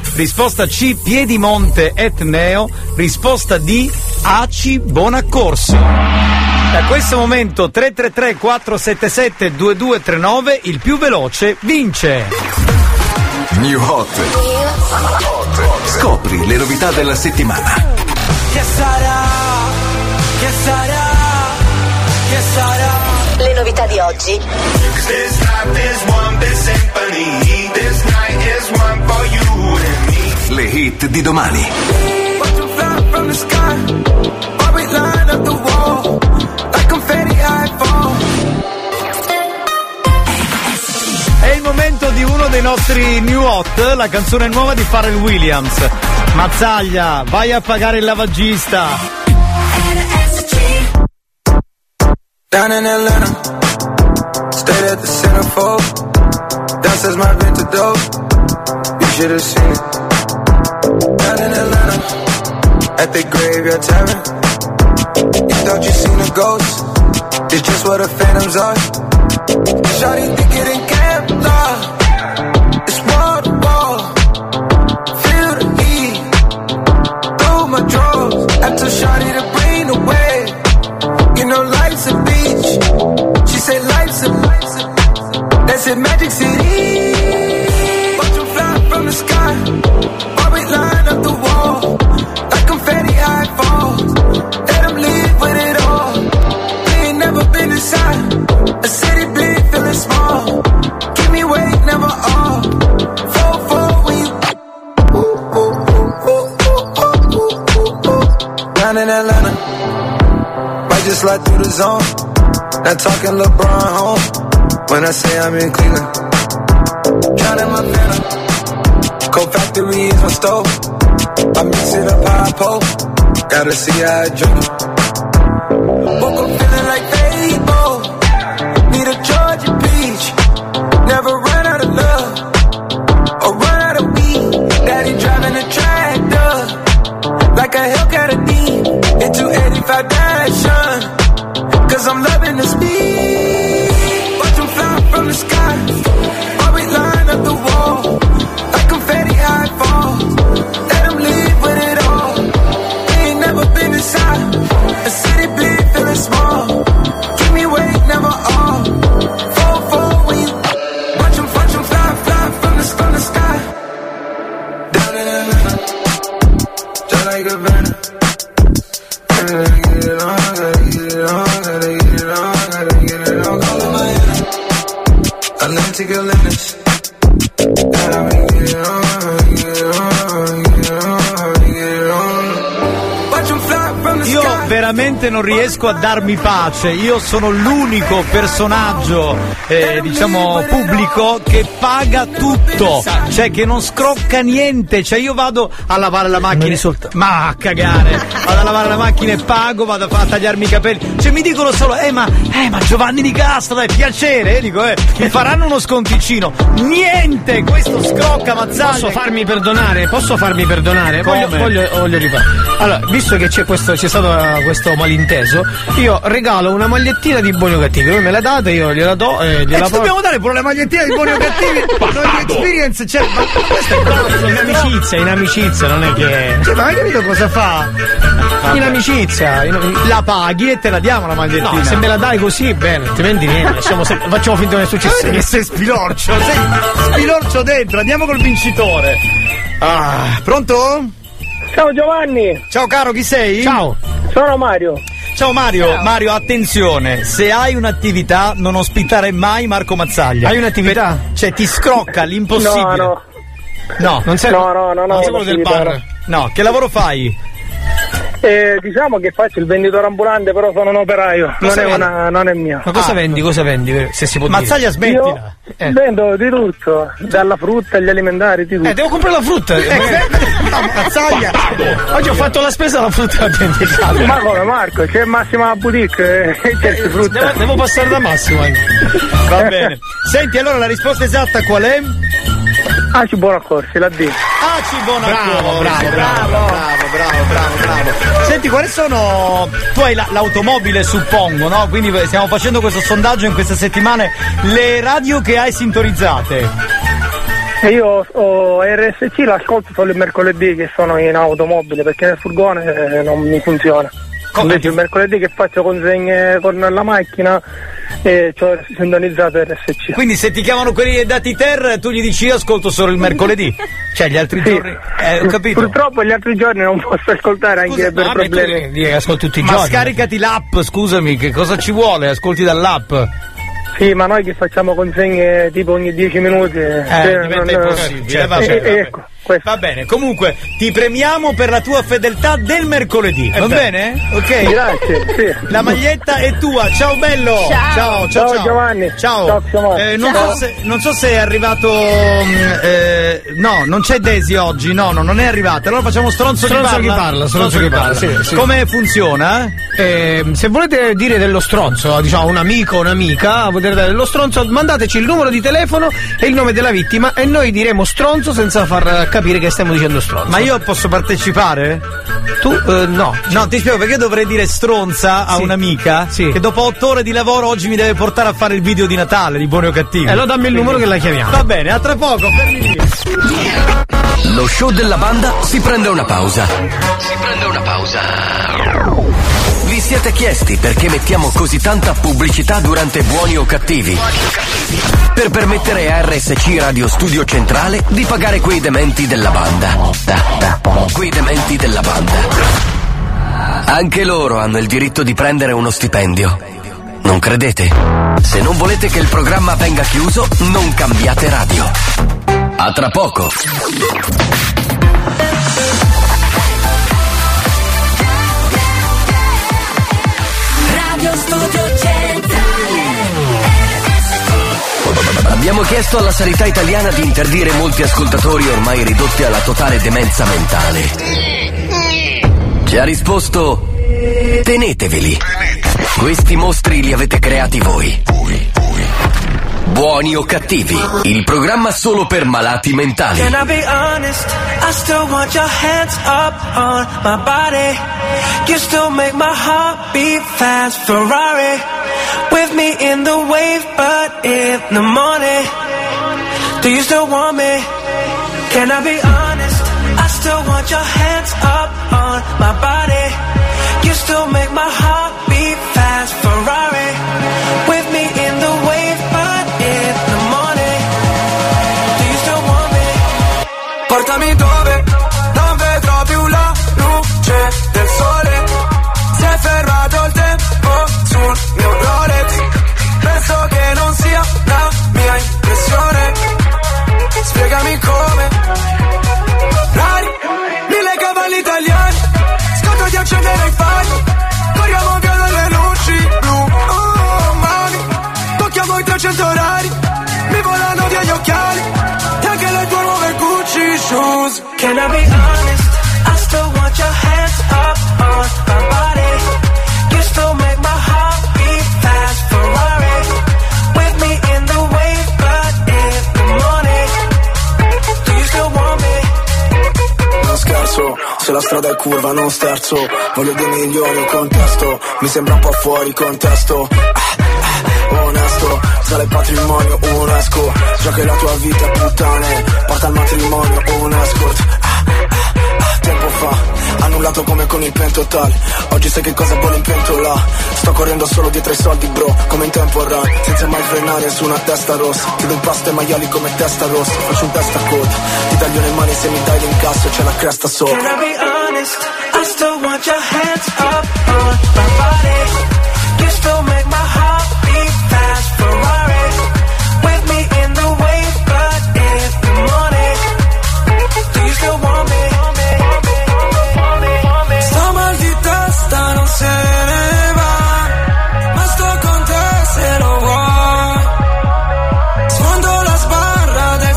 risposta C, Piedimonte Etneo, risposta D, Aci Bonaccorso. Da questo momento tre tre tre quattro sette sette due due tre nove, il più veloce vince. New Hot. Scopri le novità della settimana. Che sarà? Che sarà? Che sarà? Le novità di oggi. Le hit di domani. È il momento di uno dei nostri New Hot, la canzone nuova di Pharrell Williams. Mazzaglia, vai a pagare il lavagista. Down in Atlanta, stayed at the centerfold. Downstairs my vintage dope, you should have seen it. Down in Atlanta, at the Graveyard Tavern. You thought you seen a ghost, it's just what the phantoms are. Shawty think it in camp, nah. It's wall to wall, feel the heat through my drawers. I told Shawty to bring the wave. You know life's a beach. She said life's a, life's a that's in Magic City. Watch them fly from the sky. While we line up the wall like confetti high falls. Let them live with it all. We ain't never been inside a city big, feeling small. Give me weight, never all. Four, four, when you ooh, ooh, ooh, ooh, ooh, ooh, ooh, ooh. Down in Atlanta, might just slide through the zone. Not talking LeBron home. When I say I'm in Cleveland, drowning my phantom. Cold Factory is my stove. I mix it up how I post. Gotta see how I drink it. Woke up feeling like Fable. Need a Georgia peach. Never run out of love or run out of weed. Daddy driving a tractor like a Hellcat a D into eighty-five Dashin'. Cause I'm loving the speed. Watch them fly from the sky. While we line up the wall like confetti high falls. Let them live with it all. We ain't never been inside a city big, feeling small. Give me weight, never all. Four, four, when you watch them, watch them fly, fly from the, from the sky. Down in Atlanta, just like a banner. Gotta get it on, gotta get it on, gotta get it on, gotta get it on. All of Miami, Atlantic Atlantis. Gotta get it on, get it on, get it on, get it on. Watch them fly from the Io sky. veramente non riesco a darmi pace. Io sono l'unico personaggio, eh, diciamo, pubblico che paga tutto, cioè che non scrocca niente. Cioè io vado a lavare la macchina, ma a cagare, vado a lavare la macchina e pago, vado a, a tagliarmi i capelli. Cioè mi dicono solo, eh ma, eh ma Giovanni Di Castro, dai, piacere. Io dico, eh, mi faranno uno sconticino. Niente, questo scrocca, Mazzaglia. Posso farmi perdonare? Posso farmi perdonare? Come? Voglio, voglio, voglio rifare. Allora, visto che c'è questo, c'è stato questo malinteso, io regalo una magliettina di Buoni o Cattivi. Voi me la date, io gliela do e gliela eh, ci dobbiamo dare pure le magliettine di Buoni o Cattivi. Noi experience c'è, ma questo è cazzo, in amicizia, in amicizia, non è che. Cioè, ma hai capito cosa fa? In amicizia, in... la paghi e te la diamo la magliettina. No, se me la dai così, bene, altrimenti niente, lasciamo se... facciamo finta che non è successo. Che sei spilorcio, sei spilorcio dentro, andiamo col vincitore. Ah, pronto? Ciao Giovanni. Ciao caro, chi sei? Ciao. Sono Mario. Ciao Mario, Ciao. Mario, attenzione, se hai un'attività non ospitare mai Marco Mazzaglia. Hai un'attività? Per... Cioè ti scrocca l'impossibile. No, no. No, non sei No, no, no, no. Non sei quello del bar. No, che lavoro fai? Eh, diciamo che faccio il venditore ambulante, però sono un operaio, non è, una, non è mia. Ma cosa ah, vendi? Cosa vendi? Se si può Mazzaglia, dire. smettila. Io eh. vendo di tutto, dalla frutta agli alimentari, di tutto. Eh, devo comprare la frutta. Eh, no, Mazzaglia. Oggi ho fatto la spesa alla frutta da vendicata. Ma come Marco? C'è Massimo alla boutique e c'è eh, frutta. Devo, devo passare da Massimo anche. Va bene. Senti, allora la risposta esatta qual è? Aci Bonaccorsi, la D. Aci Bonaccorsi. Bravo, bravo, bravo, bravo, bravo, bravo, bravo. Senti, quali sono. Tu hai la, l'automobile, suppongo, no? Quindi stiamo facendo questo sondaggio in queste settimane. Le radio che hai sintonizzate. Io ho R S C, l'ascolto solo il mercoledì che sono in automobile, perché nel furgone eh, non mi funziona. Come? Invece il mercoledì che faccio consegne con la macchina e ho sintonizzato R S C. Quindi se ti chiamano quelli dati ter, tu gli dici io ascolto solo il mercoledì. Cioè gli altri sì. giorni. Eh, ho capito. Purtroppo gli altri giorni non posso ascoltare. Scusa, anche per no, problemi. Tu ascolti tutti i Ma giorni. Ma scaricati l'app, scusami, che cosa ci vuole? Ascolti dall'app. Sì, ma noi che facciamo consegne tipo ogni dieci minuti eh, cioè, diventa non, impossibile. Cioè, vabbè, eh, vabbè. Ecco, va bene, comunque ti premiamo per la tua fedeltà del mercoledì, va bene? Ok. Grazie, sì. La maglietta è tua, ciao bello. Ciao, ciao, ciao, ciao, ciao. Giovanni. Ciao. Ciao, Giovanni. Eh, non, ciao. So se, non so se è arrivato. Eh, no, non c'è Daisy oggi, no, no, non è arrivata. Allora facciamo stronzo, stronzo chi parla. Chi parla stronzo chi parla, chi parla. Sì, sì. Come funziona? Eh, se volete dire dello stronzo, diciamo un amico o un'amica, potete dare dello stronzo, mandateci il numero di telefono e il nome della vittima e noi diremo stronzo senza far capire che stiamo dicendo stronzo. Ma io posso partecipare? Tu eh, no. No, ti spiego perché dovrei dire stronza a sì. un'amica sì. che dopo otto ore di lavoro oggi mi deve portare a fare il video di Natale di Buoni o Cattivi. E eh, allora dammi il numero che la chiamiamo. Va bene, a tra poco, fermi lì. Lo show della banda si prende una pausa. Si prende una pausa. Vi siete chiesti perché mettiamo così tanta pubblicità durante Buoni o Cattivi? Per permettere a R S C Radio Studio Centrale di pagare quei dementi della banda. Da, da, quei dementi della banda. Anche loro hanno il diritto di prendere uno stipendio. Non credete? Se non volete che il programma venga chiuso, non cambiate radio. A tra poco. Radio Studio Centrale. Abbiamo chiesto alla sanità italiana di interdire molti ascoltatori ormai ridotti alla totale demenza mentale. Ci ha risposto: teneteveli. Questi mostri li avete creati voi. Buoni o Cattivi, il programma solo per malati mentali. Can I be honest? I still want your hands up on my body. You still make my heart beat fast. Ferrari with me in the wave, but in the morning. Do you still want me? Can I be honest? I still want your hands up on my body. You still make my heart beat fast. Ferrari with me in the wave, but in the morning. Do you still want me? Portami dove non vedrò più la luce del sole. Si è fermato il tempo sul mio Rolex. Penso che non sia la mia impressione. Spiegami come. Rari, mille cavalli italiani. Scotto di accendere i fari. Corriamo via dalle luci blu. Oh, mani, tocchiamo i trecento orari. Mi volano via gli occhiali. E anche le tue nuove Gucci shoes. Can I be honest? I still want your hands up on my body. You still make my heart beat fast. Ferrari with me in the wave, but in the morning. Do you still want me? Non scherzo, se la strada è curva non sterzo. Voglio dei milioni un contesto. Mi sembra un po' fuori contesto. ah, ah, Onesto, sale il patrimonio UNESCO. Già che la tua vita è puttane. Porta al matrimonio un escort. ah, ah, ah, Tempo fa, annullato come con il pentotale. Oggi sai che cosa vuole in pentola. Sto correndo solo dietro ai soldi bro, come in tempo run. Senza mai frenare su una testa rossa. Chiudo in pasta e maiali come testa rossa. Faccio un testa a coda, ti taglio le mani se mi dai l'incasso e c'è la cresta sopra. Can I be honest? I still want your hands up on my body. You still make my heart beat fast. Ferrari with me in the wave, but in the morning. Do you still want me? Sto mal di testa non se ne va, ma sto con te se lo vuoi. Sfondo la sbarra del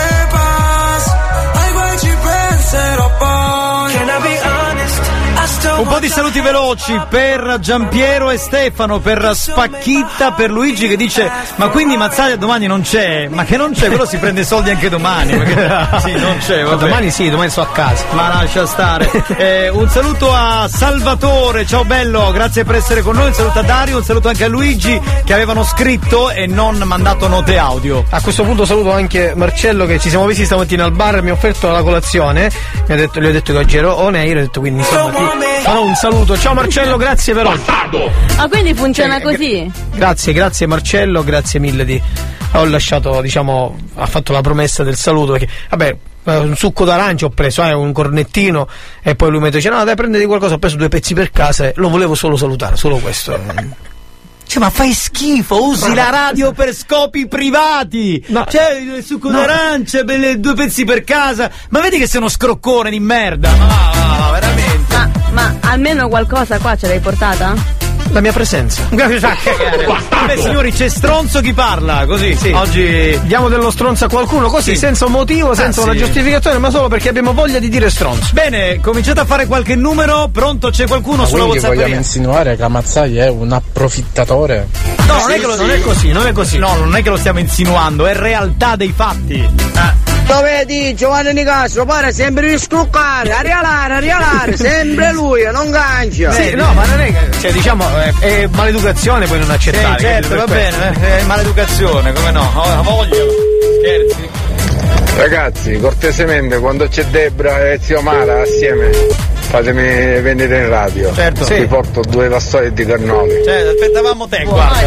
telepass, ai guai ci penserò poi. Can I be honest? I still Un po' di saluti veloci per Giampiero e Stefano, per Spacchitta, per Luigi che dice ma quindi Mazzaglia domani non c'è? Ma che non c'è? Quello si prende soldi anche domani. Perché... Sì, non c'è, vabbè. Domani sì, domani sto a casa. Ma lascia stare. Eh, un saluto a Salvatore, ciao bello, grazie per essere con noi. Un saluto a Dario, un saluto anche a Luigi che avevano scritto e non mandato note audio. A questo punto saluto anche Marcello che ci siamo visti stamattina al bar, mi ha offerto la colazione, mi ha detto, gli ho detto che oggi ero on air, ho detto quindi insomma ti farò un saluto. Ciao Marcello, grazie per oggi. Ah, quindi funziona cioè, così? Grazie, grazie Marcello, grazie mille di... Ho lasciato, diciamo, ha fatto la promessa del saluto perché, vabbè, un succo d'arancia ho preso, eh, un cornettino e poi lui mi dice no dai prenditi qualcosa, ho preso due pezzi per casa e lo volevo solo salutare, solo questo. Cioè, ma fai schifo, usi la radio per scopi privati. No. Cioè, il succo no. d'arancia, due pezzi per casa. Ma vedi che sei uno scroccone di merda. Ma, ma, ma veramente. Ma, ma almeno qualcosa qua ce l'hai portata? La mia presenza. Beh signori, c'è stronzo chi parla, così sì. Oggi diamo dello stronzo a qualcuno, così sì. senza un motivo, senza ah, una sì. giustificazione, ma solo perché abbiamo voglia di dire stronzo. Bene, cominciate a fare qualche numero. Pronto, c'è qualcuno ma sulla WhatsApp? Vogliamo insinuare che Amazzai è un approfittatore? No, non, sì, è che lo, sì. non è così, non è così. No, non è che lo stiamo insinuando, è realtà dei fatti. Eh. Lo vedi, Giovanni Nicastro pare sempre di scroccare, a rialare, a rialare, sempre lui, non gancia. Sì, no, ma non è che, cioè diciamo, è, è maleducazione poi non accettare. Sì, certo, va bene, è maleducazione, come no, ho voglia, scherzi. Ragazzi, cortesemente, quando c'è Debra e zio Mara assieme, fatemi venire in radio. Certo, sì. Vi porto due vassoi di cannoli. Cioè, aspettavamo te, Buoni. guarda.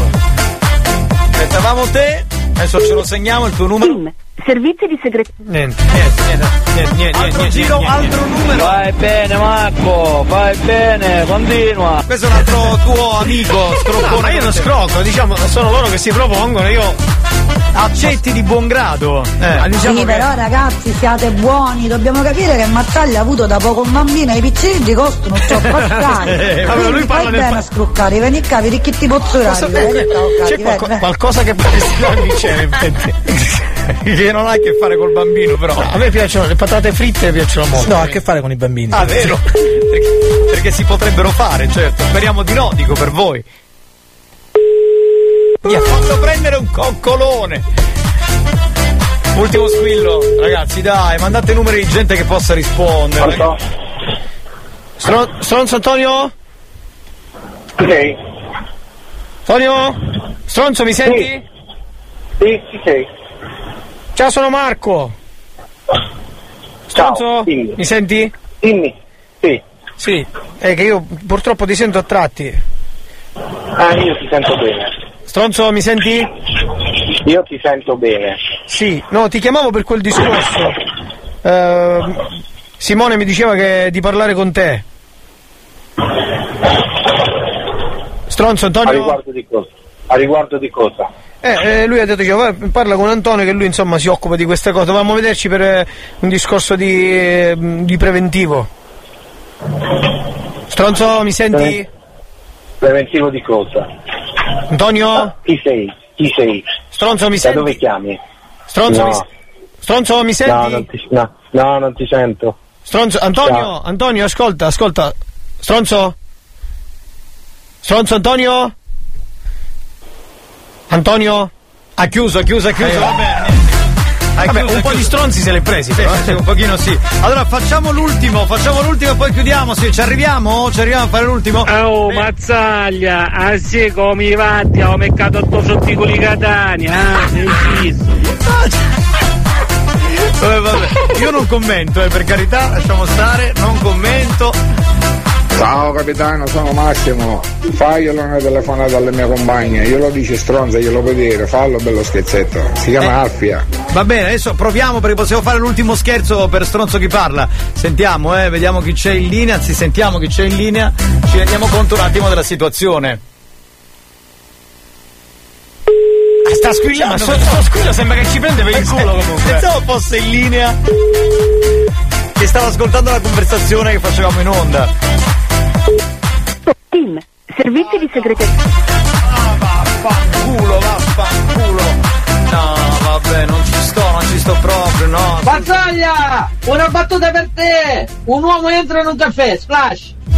Aspettavamo te, adesso ce lo segniamo il tuo numero. Team. Servizi di segreteria. Niente, niente, niente, niente, niente, altro niente, giro, niente, altro niente. numero. Vai bene Marco, vai bene, continua. Questo è un altro tuo amico scroccone. No, ma io non scrocco, diciamo, sono loro che si propongono, io accetti di buon grado. Eh, diciamo sì, che... però ragazzi siate buoni, dobbiamo capire che Mazzaglia ha avuto da poco un bambino e i piccini costano troppo assai. eh, allora lui parla fai del bene pa- a scroccare, vieni qua, vedi che ti posso Cosa, dare. C'è qualco, qualcosa che potresti darmi c'è che non ha a che fare col bambino, però. No, a me piacciono le patate fritte, piacciono molto. No, ha a che fare con i bambini. Ah, vero? perché, perché si potrebbero fare, certo. Speriamo di no, dico per voi. Mi ha fatto prendere un coccolone. Ultimo squillo, ragazzi, dai, mandate numeri di gente che possa rispondere. Stron- Stronzo Antonio? Sì. Antonio? Stronzo, mi senti? Sì, sì, sì. sì. Ciao, sono Marco. Stronzo? Ciao, dimmi. Mi senti? Dimmi, sì. Sì, è che io purtroppo ti sento a tratti. Ah, io ti sento bene. Stronzo, mi senti? Io ti sento bene. Sì, no, ti chiamavo per quel discorso. Uh, Simone mi diceva che di parlare con te. Stronzo, Antonio? A riguardo di cosa? A riguardo di cosa? Eh, eh, lui ha detto che vai, parla con Antonio che lui insomma si occupa di queste cose. Dovevamo vederci per eh, un discorso di, eh, di preventivo. Stronzo, mi senti? Preventivo di cosa? Antonio? Ah, chi sei? Chi sei? Stronzo, mi da senti? Da dove chiami? Stronzo, no. mi, Stronzo, mi senti? No, non ti, no, no, non ti sento. Stronzo, Antonio, Ciao. Antonio, ascolta, ascolta. Stronzo? Stronzo, Antonio? Antonio? Ha chiuso, ha chiuso, ha chiuso, eh, va bene. Vabbè, chiuso, un po' chiuso. Di stronzi se l'è presi, sì, però. Sì, sì, un pochino sì. Allora facciamo l'ultimo, facciamo l'ultimo e poi chiudiamo. Sì, ci arriviamo? Ci arriviamo a fare l'ultimo? Oh, Beh. Mazzaglia, ah sì, come i vatti, ho beccato otto sotticoli Catania, ah, sei scisso. Vabbè, vabbè. Io non commento, eh, per carità, lasciamo stare, non commento. Ciao capitano, sono Massimo. Faglielo una telefonata alle mie compagne. Io lo dice stronza, glielo puoi dire, fallo bello scherzetto. Si chiama eh. Alfia. Va bene, adesso proviamo perché possiamo fare l'ultimo scherzo per Stronzo chi parla. Sentiamo, eh, vediamo chi c'è in linea, anzi sentiamo chi c'è in linea, ci rendiamo conto un attimo della situazione. Ah, sta squillando, ma sto, sto squillo sembra che ci prende per il culo comunque. Pensavo fosse in linea che stava ascoltando la conversazione che facevamo in onda. Team, servizi di segreteria. Ah, vaffanculo, vaffanculo. No, vabbè, non ci sto, non ci sto proprio, no. Mazzaglia, una battuta per te. Un uomo entra in un caffè, splash.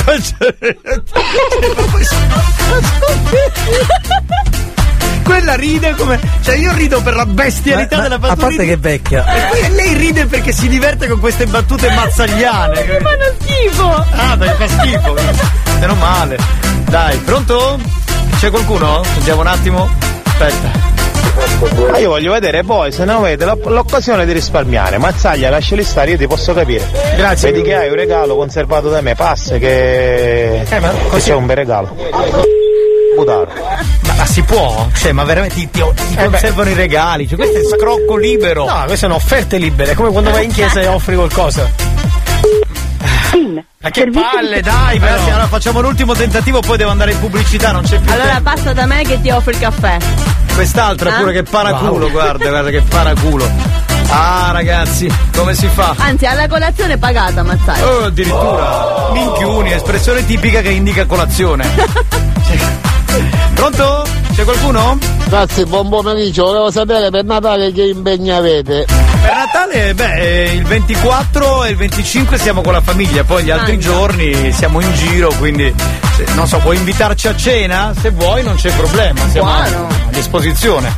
Quella ride come. Cioè io rido per la bestialità ma, della ma, battuta. a parte che è vecchia. E poi lei ride perché si diverte con queste battute mazzagliane. Mi fanno schifo. Ah, beh, fa schifo. Meno male. Dai, pronto? C'è qualcuno? Sentiamo un attimo. Aspetta. Ma io voglio vedere poi se non avete l'occasione di risparmiare. Mazzaglia, lasciali stare, io ti posso capire. Grazie. Vedi che hai un regalo conservato da me, passa che, eh, ma che c'è un bel regalo. Butaro. Ma, ma si può? Cioè, ma veramente ti, ti, ti eh conservano beh. i regali? Cioè, questo è scrocco libero. No, queste sono offerte libere, è come quando vai in chiesa e offri qualcosa. Ma che palle, dai, però. Allora facciamo l'ultimo tentativo, poi devo andare in pubblicità, non c'è più allora tempo. passa da me che ti offro il caffè. Quest'altra ah? pure che paraculo, wow. guarda, guarda che paraculo. Ah, ragazzi, come si fa? Anzi, alla colazione pagata, Mazzai. Oh, addirittura. Minchiuni, espressione tipica che indica colazione. Pronto? C'è qualcuno? Grazie, buon pomeriggio. Volevo sapere per Natale che impegni avete. Per Natale, beh, il ventiquattro e il venticinque siamo con la famiglia, poi gli altri Mangia. giorni siamo in giro, quindi se, non so, puoi invitarci a cena? Se vuoi non c'è problema, siamo Buono. a disposizione.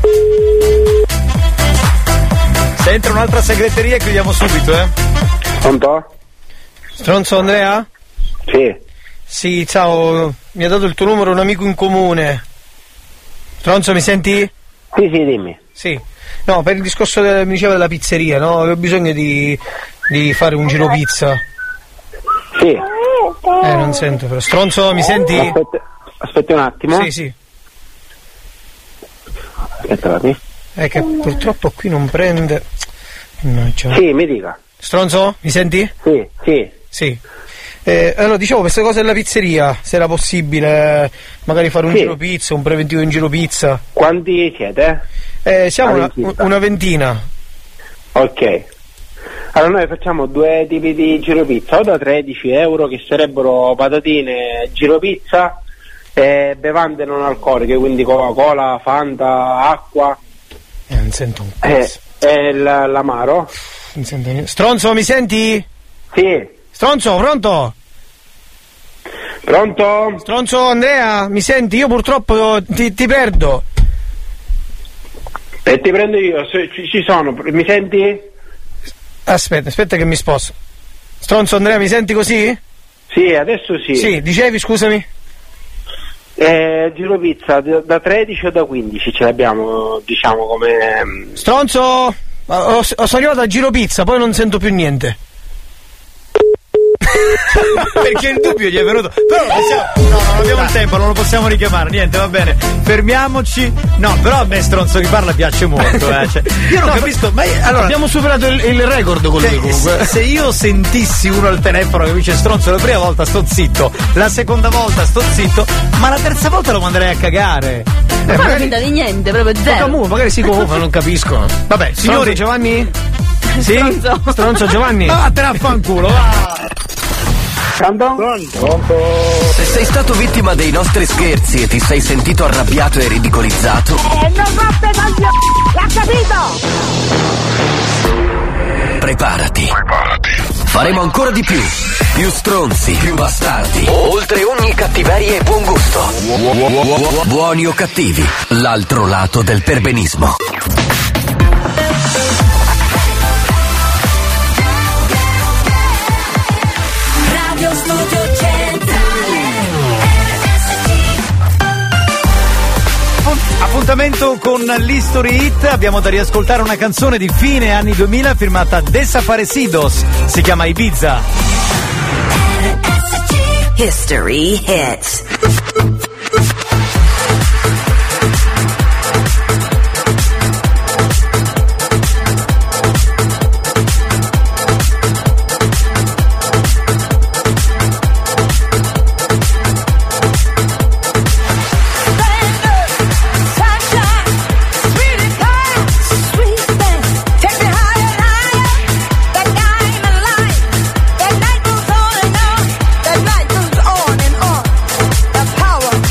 Se entra un'altra segreteria chiudiamo subito, eh. Pronto? Stronzo Andrea? Sì. Sì, ciao, mi ha dato il tuo numero un amico in comune. Stronzo, mi senti? Sì, sì, dimmi. Sì. No, per il discorso che mi diceva della pizzeria, no? Avevo bisogno di, di fare un giro pizza. Sì. Eh, non sento però. Stronzo, mi senti? Aspetta, aspetta un attimo. Sì, sì. Aspetta un attimo. È che purtroppo qui non prende. No, cioè... Sì, mi dica. Stronzo, mi senti? Sì, sì. Sì. Eh, allora dicevo queste cose della pizzeria, se era possibile magari fare un sì. giro pizza, un preventivo in giro pizza. Quanti siete? Eh, siamo una, una ventina. Ok. Allora noi facciamo due tipi di giro pizza, o da tredici euro che sarebbero patatine, giro pizza e bevande non alcoliche, quindi Coca-Cola, Fanta, acqua. Eh, non sento un cazzo. E, e l'amaro. Non sento niente. Stronzo, mi senti? Sì. Stronzo, pronto? Pronto? Stronzo Andrea, mi senti? Io purtroppo ti, ti perdo. E ti prendo io, ci, ci sono, mi senti? Aspetta, aspetta che mi sposto. Stronzo Andrea, mi senti così? Sì, adesso sì. Sì, dicevi, scusami? Eh, giro pizza da tredici o da quindici ce l'abbiamo, diciamo, come... Stronzo, ho, ho, sono arrivato a giro pizza, poi non sento più niente. Perché il dubbio gli è venuto. Però non possiamo, no, non abbiamo il tempo, non lo possiamo richiamare. Niente, va bene, fermiamoci. No, però a me Stronzo che parla piace molto. Eh. Cioè, io non no, capisco. Ma io, allora, abbiamo superato il, il record con lui comunque. Se, se io sentissi uno al telefono che mi dice Stronzo la prima volta sto zitto, la seconda volta sto zitto, ma la terza volta lo manderei a cagare. Ma eh, non magari... finta di niente, proprio zero. Comunque, magari si confondono, non capiscono. Vabbè, signori, Giovanni? Sì? Stronzo, Stronzo Giovanni? Ah, te ne affanculo, va! Pronto? Se sei stato vittima dei nostri scherzi e ti sei sentito arrabbiato e ridicolizzato, Eh, non rotte coglioni! L'ha capito! preparati. Preparati. Faremo ancora di più. Più stronzi, più bastardi. Oltre ogni cattiveria e buon gusto. Buoni o cattivi, l'altro lato del perbenismo. Radio Studio Centrale. Appuntamento con l'History Hit, abbiamo da riascoltare una canzone di fine anni duemila firmata Desaparecidos, si chiama Ibiza. History Hits. Power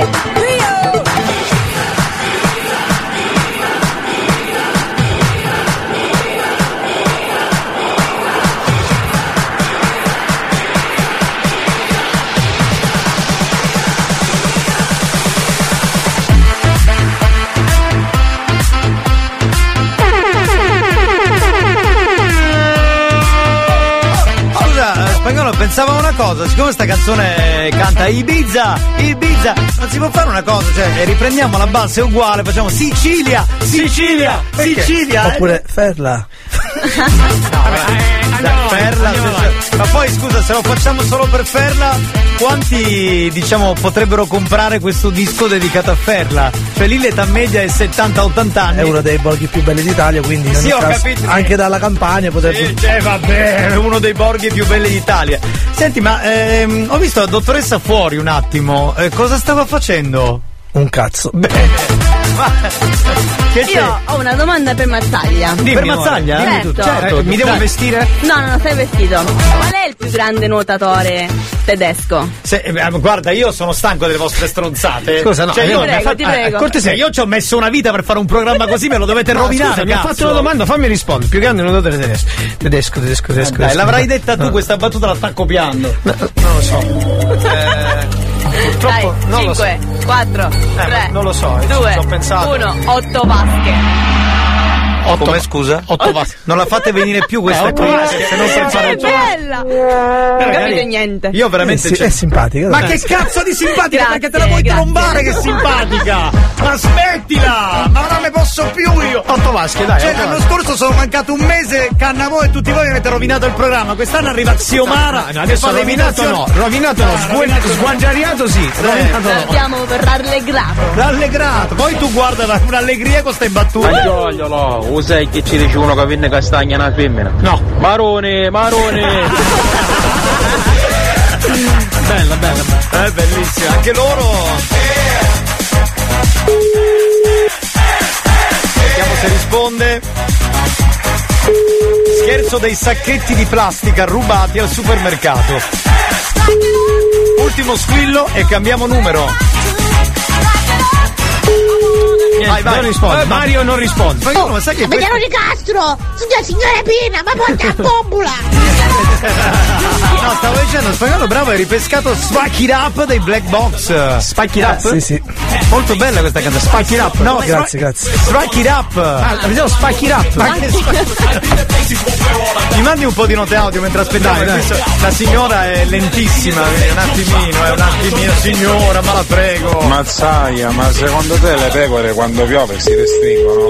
Pensavo una cosa, siccome sta canzone canta Ibiza, Ibiza, non si può fare una cosa, cioè riprendiamo la base uguale, facciamo Sicilia, Sicilia, Sicilia, Sicilia oppure Ferla. Andiamo, Ferla, andiamo se, ma poi scusa, se lo facciamo solo per Ferla, quanti diciamo potrebbero comprare questo disco dedicato a Ferla? Cioè lì l'età media è settanta ottanta anni. È uno dei borghi più belli d'Italia, quindi in sì, ogni ho caso, capito, anche dalla Campania potrebbe. Sì, cioè, vabbè, è uno dei borghi più belli d'Italia. Senti, ma ehm, ho visto la dottoressa fuori un attimo, eh, cosa stava facendo? Un cazzo. Bene. Ma, che Io c'è? ho una domanda per Mazzaglia. Dimmi, per Mazzaglia? Certo. Dimmi tutto. Certo. Eh, mi devo Dai. vestire? No, no, non stai vestito. Qual è il più grande nuotatore tedesco? Se, eh, guarda, io sono stanco delle vostre stronzate. Scusa, no, cioè, ti io prego, fa- ti prego. Eh, cortesia, io ci ho messo una vita per fare un programma così, me lo dovete No, rovinare. scusa, mi ha cazzo. fatto una domanda, fammi rispondere. Più grande nuotatore tedesco. Tedesco, tedesco, tedesco. Eh, dai, tedesco. l'avrai detta tu, No. questa battuta la sta copiando. No, non lo so. Eh, purtroppo Dai, non lo so. cinque, quattro, tre, non lo so, eh, due, ci ho pensato. uno, otto vasche. Otto, come scusa? Otto vasche. Non la fate venire più questa Eh, otto qui. vasche. Se non È per fare bella! Non Magari- capite niente. Io veramente Eh sì, cioè- è simpatica. Ma dai. che cazzo di simpatica? Grazie, Perché te la vuoi grazie. trombare che è simpatica? Ma smettila! Ma non ne posso più io! Otto vasche, dai. Cioè, otto l'anno vasche. scorso sono mancato un mese, Cannavò e tutti voi mi avete rovinato il programma. Quest'anno arriva Xiomara. No, adesso fa le rovinato no, imitazioni- rovinato no, Eh, sgu- rovinato no. sguangiariato sì, rovinato no. Abbiamo rallegrato. Rallegrato. Poi tu guarda la- un'allegria con ste battute. Fagiolo, lo sai che ci dice uno che viene castagna una femmina? No. Marone, marone! Bella, bella, bella. È bellissima. Anche loro. Vediamo se risponde. Scherzo dei sacchetti di plastica rubati al supermercato. Ultimo squillo e cambiamo numero. Vai, vai, non risponde. Eh, Mario non risponde. Ma, ma sai che questo- Mediano di Castro! Signora signora Pina, ma porta a bombola! No, stavo dicendo, spagnolo bravo, hai ripescato Spike It Up dei Black Box. Spike It Up? Sì, sì. Molto bella questa canzone. Spike It Up. No, Grazie, grazie. Strike It Up. Ah, vediamo Spike It Up. Ma che Mi mandi un po' di note audio mentre aspettiamo. Dai, dai. Questo- La signora è lentissima, quindi un attimino, è un attimino, signora, ma la prego. Mazzaia, ma secondo te le pecore quando piove si restringono?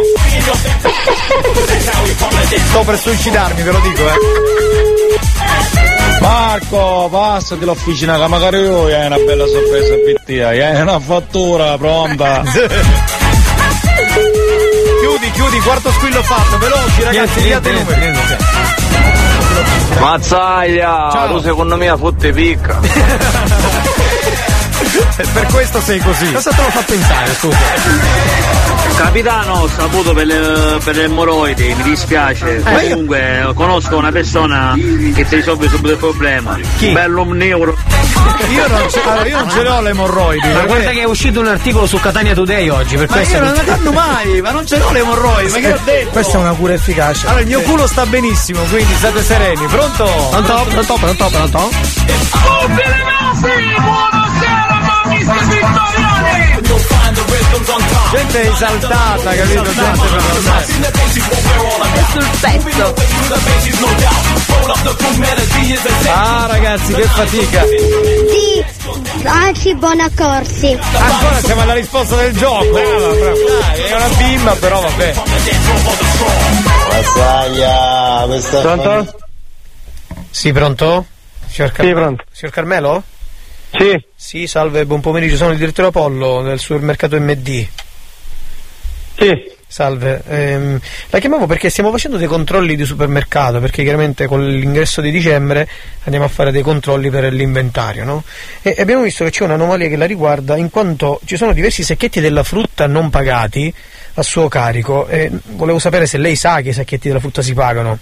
Sto per suicidarmi, ve lo dico, eh. Marco, passati l'officina che magari io hai una bella sorpresa per te, hai una fattura pronta. Chiudi, chiudi, quarto squillo fatto, veloci ragazzi, diate i numeri. Mazzaia, Ciao. tu secondo me fotte picca. Per questo sei così. Cosa te lo fa pensare, scusa? Capitano, ho saputo per le, per le emorroidi, mi dispiace. Eh, Comunque conosco una persona che ti risolve subito il problema. Chi? Bello un neuro. Io non ce, allora, io non ce l'ho le emorroidi. Ma perché- guarda che è uscito un articolo su Catania Today oggi, per Ma questo. io non la danno mai, ma non ce l'ho le emorroidi, ma che ho detto? Questa è una cura efficace. Allora il mio culo sta benissimo, quindi state sereni. Pronto? Pronto? Pronto? Pronto? Pronto? Gente esaltata, capito? Gente Sul pezzo. Ah ragazzi, che fatica. Sì, Alci Bonacorsi. Ancora siamo alla risposta del gioco. Brava, brava. Dai, è una bimba, però vabbè. Mazzaia, questa Pronto? Sì, pronto? Signor Car- Sì, pronto. Signor Carmelo? Sì. Sì, salve, buon pomeriggio, sono il direttore Apollo del supermercato M D. Sì. Salve, ehm, la chiamavo perché stiamo facendo dei controlli di supermercato, perché chiaramente con l'ingresso di dicembre andiamo a fare dei controlli per l'inventario, no? E abbiamo visto che c'è un'anomalia che la riguarda, in quanto ci sono diversi sacchetti della frutta non pagati a suo carico, e volevo sapere se lei sa che i sacchetti della frutta si pagano.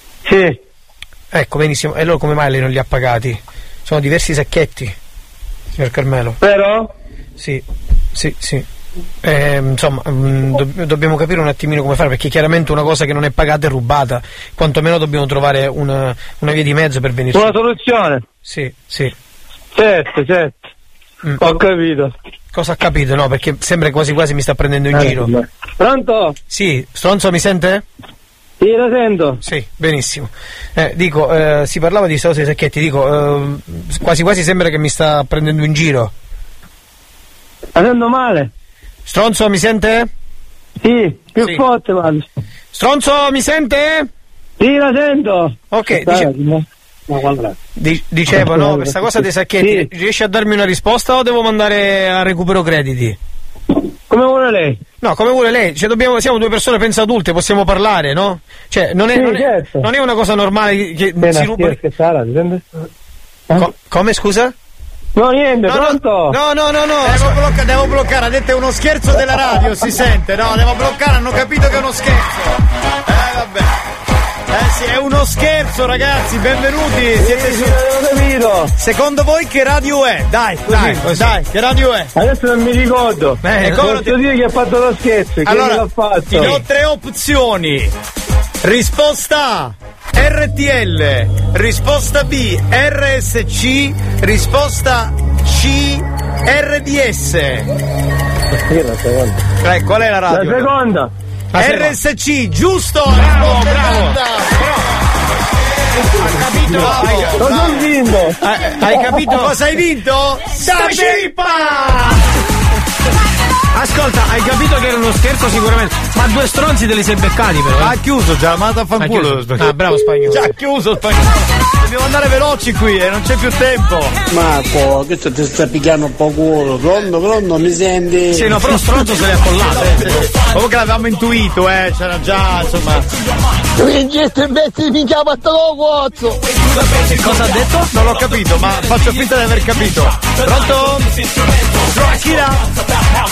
Sì. Ecco, benissimo, e allora come mai lei non li ha pagati? Sono diversi sacchetti. signor Carmelo. Vero? Sì, sì, sì. Eh, insomma, mh, do- dobbiamo capire un attimino come fare, perché chiaramente una cosa che non è pagata è rubata. Quantomeno dobbiamo trovare una, una via di mezzo per venire. Una soluzione? Sì, sì. Certo, certo. Mm. Ho capito. Cosa ha capito? No, perché sembra quasi quasi mi sta prendendo in eh, giro. Beh. Pronto? Sì, Stronzo mi sente? Sì, lo sento. Sì, benissimo. Eh, dico, eh, si parlava di Stosi Sacchetti, dico, eh, quasi quasi sembra che mi sta prendendo in giro. La sento male. Stronzo mi sente? Sì, più sì. Forte, vale. Stronzo mi sente? Sì, la sento. Ok, dice... no, Di- dicevo, no, questa cosa dei sacchetti, sì. Riesci a darmi una risposta o devo mandare a recupero crediti? Come vuole lei? No, come vuole lei, cioè, dobbiamo, siamo due persone penso adulte, possiamo parlare, no? Cioè, non è, sì, non è, certo. non è una cosa normale che Bene, si ruba... Che sarà, eh? Co- come, scusa? No, niente, no, pronto? No, no, no, no. Devo, blocca- devo bloccare, ha detto è uno scherzo della radio, si sente, no? Devo bloccare, hanno capito che è uno scherzo. Eh, vabbè. Eh sì, è uno scherzo, ragazzi, benvenuti. Siete su. Capito. Secondo voi che radio è? Dai, così, dai, così. Dai, che radio è? Adesso non mi ricordo. Eh, posso ti... dire che ha fatto lo scherzo. Allora, l'ha fatto? Ti do tre opzioni. Risposta A, R T L. Risposta B, R S C. Risposta C, R D S. La seconda. Eh, qual è la radio? La seconda. R S C, giusto! Bravo, bravo! Hai capito? Bravo. Cosa hai vinto? Hai, hai capito cosa hai vinto? Sta cippa! Ascolta, hai capito che era uno scherzo sicuramente, ma due stronzi te li sei beccati però. Ha chiuso già, ma da fanculo. Ah, bravo Spagnolo. Già chiuso Spagnolo. Dobbiamo andare veloci qui e eh, non c'è più tempo. Marco, questo ti sta picchiando un po' culo. Pronto, pronto, mi senti? Sì, no, però lo stronzo se l'è affollato. Eh. Comunque l'avevamo intuito, eh, c'era già, insomma. Vincete invece di picchiare patto cozzo. Cosa ha detto? Non l'ho capito, ma faccio finta di aver capito. Pronto? Akira.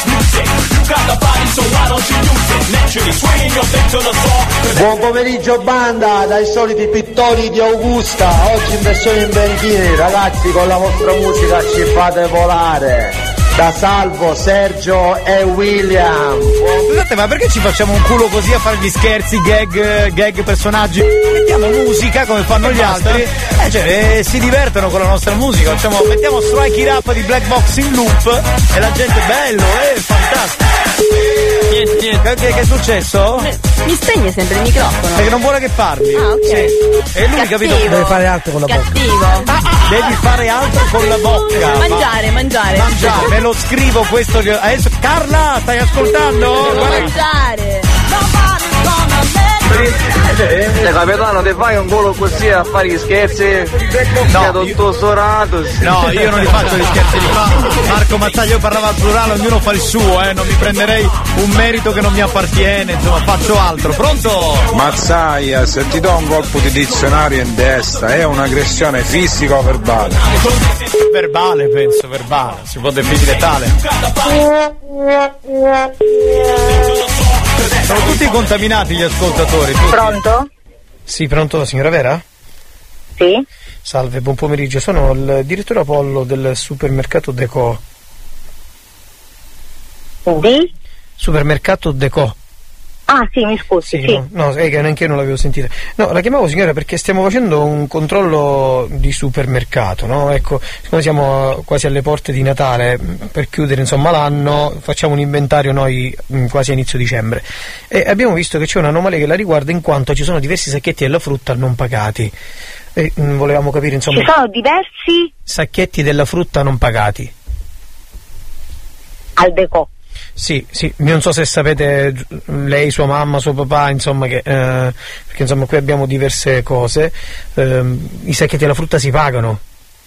Buon pomeriggio banda, dai soliti pittori di Augusta. Oggi in versione in bianchini, ragazzi, con la vostra musica ci fate volare. Da Salvo, Sergio e William. Scusate, ma perché ci facciamo un culo così a fare gli scherzi, gag, gag personaggi? Mettiamo musica come fanno gli altri. Eh, cioè, eh, si divertono con la nostra musica. Facciamo, mettiamo Strike It Up di Black Box in loop e la gente bello, eh, fantastico. Niente, niente. Che, che è successo? Mi spegne sempre il microfono. Perché non vuole che parli. Ah, ok. Sì. E lui, Cattivo. capito? Deve fare altro con la bocca. Cattivo. Ah, ah, devi fare altro con la bocca. Mangiare, mangiare. Mangiare, me lo scrivo questo. Adesso, Carla, stai ascoltando? Devo mangiare. Eh, capitano, ti fai un volo così a fare gli scherzi? No, tutto sorato. No, io non li faccio gli scherzi, li fa Marco Mazzaglia, io parlavo al plurale, ognuno fa il suo, eh, non mi prenderei un merito che non mi appartiene, insomma, faccio altro. Pronto? Mazzaia, se ti do un colpo di dizionario in testa, è un'aggressione fisica o verbale? Verbale, penso, verbale, si può definire tale. Sono tutti contaminati gli ascoltatori. Tutti. Pronto? Sì, pronto, signora Vera? Sì. Salve, buon pomeriggio, sono il direttore Apollo del supermercato Deco. Di? Supermercato Deco. Ah, sì, mi scusi, Sì, sì. no, no, è che neanche io non l'avevo sentita. No, la chiamavo signora perché stiamo facendo un controllo di supermercato, no? Ecco, siccome siamo quasi alle porte di Natale, per chiudere insomma l'anno, facciamo un inventario noi quasi a inizio dicembre. E abbiamo visto che c'è un'anomalia che la riguarda in quanto ci sono diversi sacchetti della frutta non pagati. E mh, volevamo capire insomma. Ci sono diversi Sacchetti della frutta non pagati. al Deco. Sì, sì, non so se sapete lei, sua mamma, suo papà, insomma che eh, perché insomma qui abbiamo diverse cose. Eh, i sacchetti della frutta si pagano.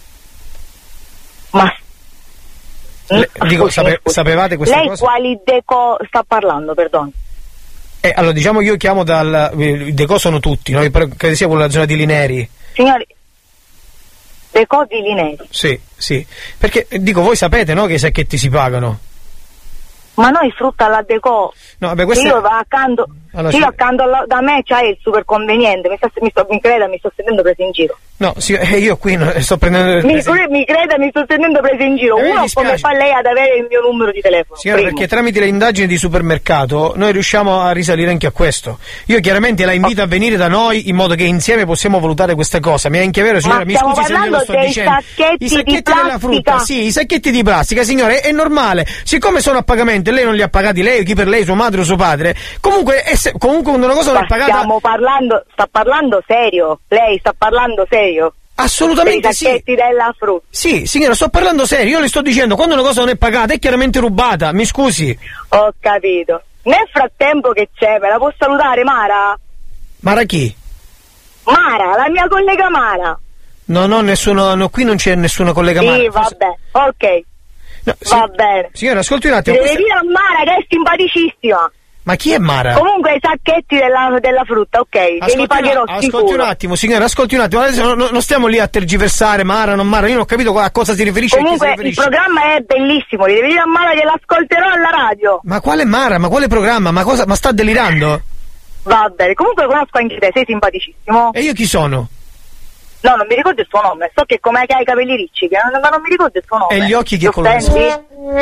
Ma Le, dico, scusi, sape, scusi. sapevate questa Lei cosa? quali Deco sta parlando, perdoni? Eh, allora diciamo io chiamo dal i Deco sono tutti, no? Credo sia quello della zona di Lineri. Signori, Deco di Lineri. Sì, sì. Perché dico, voi sapete, no, che i sacchetti si pagano? Ma noi frutta alla Deco, No, vabbè, questa io è... va accanto, Allora, io sì. accanto alla- da me c'hai il super conveniente, mi, sta, mi, sto, mi creda, mi sto sentendo preso in giro. No, sì, eh, io qui no, sto prendendo. Mi, mi creda, mi sto sentendo preso in giro. Eh, mi Uno, dispiace. come fa lei ad avere il mio numero di telefono? Signora, Primo. perché tramite le indagini di supermercato noi riusciamo a risalire anche a questo. Io chiaramente la invito a venire da noi in modo che insieme possiamo valutare questa cosa. Mi è anche vero, signora, Ma mi stiamo scusi se glielo parlando sto dei dicendo. sacchetti I sacchetti di della plastica. frutta, sì, i sacchetti di plastica, signore, è, è normale. Siccome sono a pagamento e lei non li ha pagati lei, chi per lei, sua madre o suo padre, comunque, è se, comunque una cosa non Ma è pagata. stiamo parlando, sta parlando serio. Lei sta parlando serio. Assolutamente Per i sacchetti sì. della frutta. Sì, signora, sto parlando serio, io le sto dicendo, quando una cosa non è pagata è chiaramente rubata, mi scusi. Ho capito. Nel frattempo che c'è, me la può salutare Mara? Mara chi? Mara, la mia collega Mara. No, no, nessuno, no, qui non c'è nessuna collega Sì, Mara. vabbè, ok. No, si- Va bene. Signora, ascolti un attimo. Deve questa- dire a Mara che è simpaticissima. Ma chi è Mara? Comunque i sacchetti della, della frutta, ok, che li Ascolti, pagherò un, ascolti sicuro. un attimo, signora, ascolti un attimo. Adesso non, non stiamo lì a tergiversare Mara, non Mara, io non ho capito a cosa si riferisce e a chi si Comunque il riferisce. programma è bellissimo, gli devi dire a Mara che l'ascolterò alla radio. Ma quale Mara? Ma quale programma? Ma cosa? Ma sta delirando? Va bene, comunque conosco anche te, sei simpaticissimo. E io chi sono? No, non mi ricordo il suo nome, so che come che ha i capelli ricci, che non- ma non mi ricordo il suo nome. E gli occhi che Ti colore sono? offendi?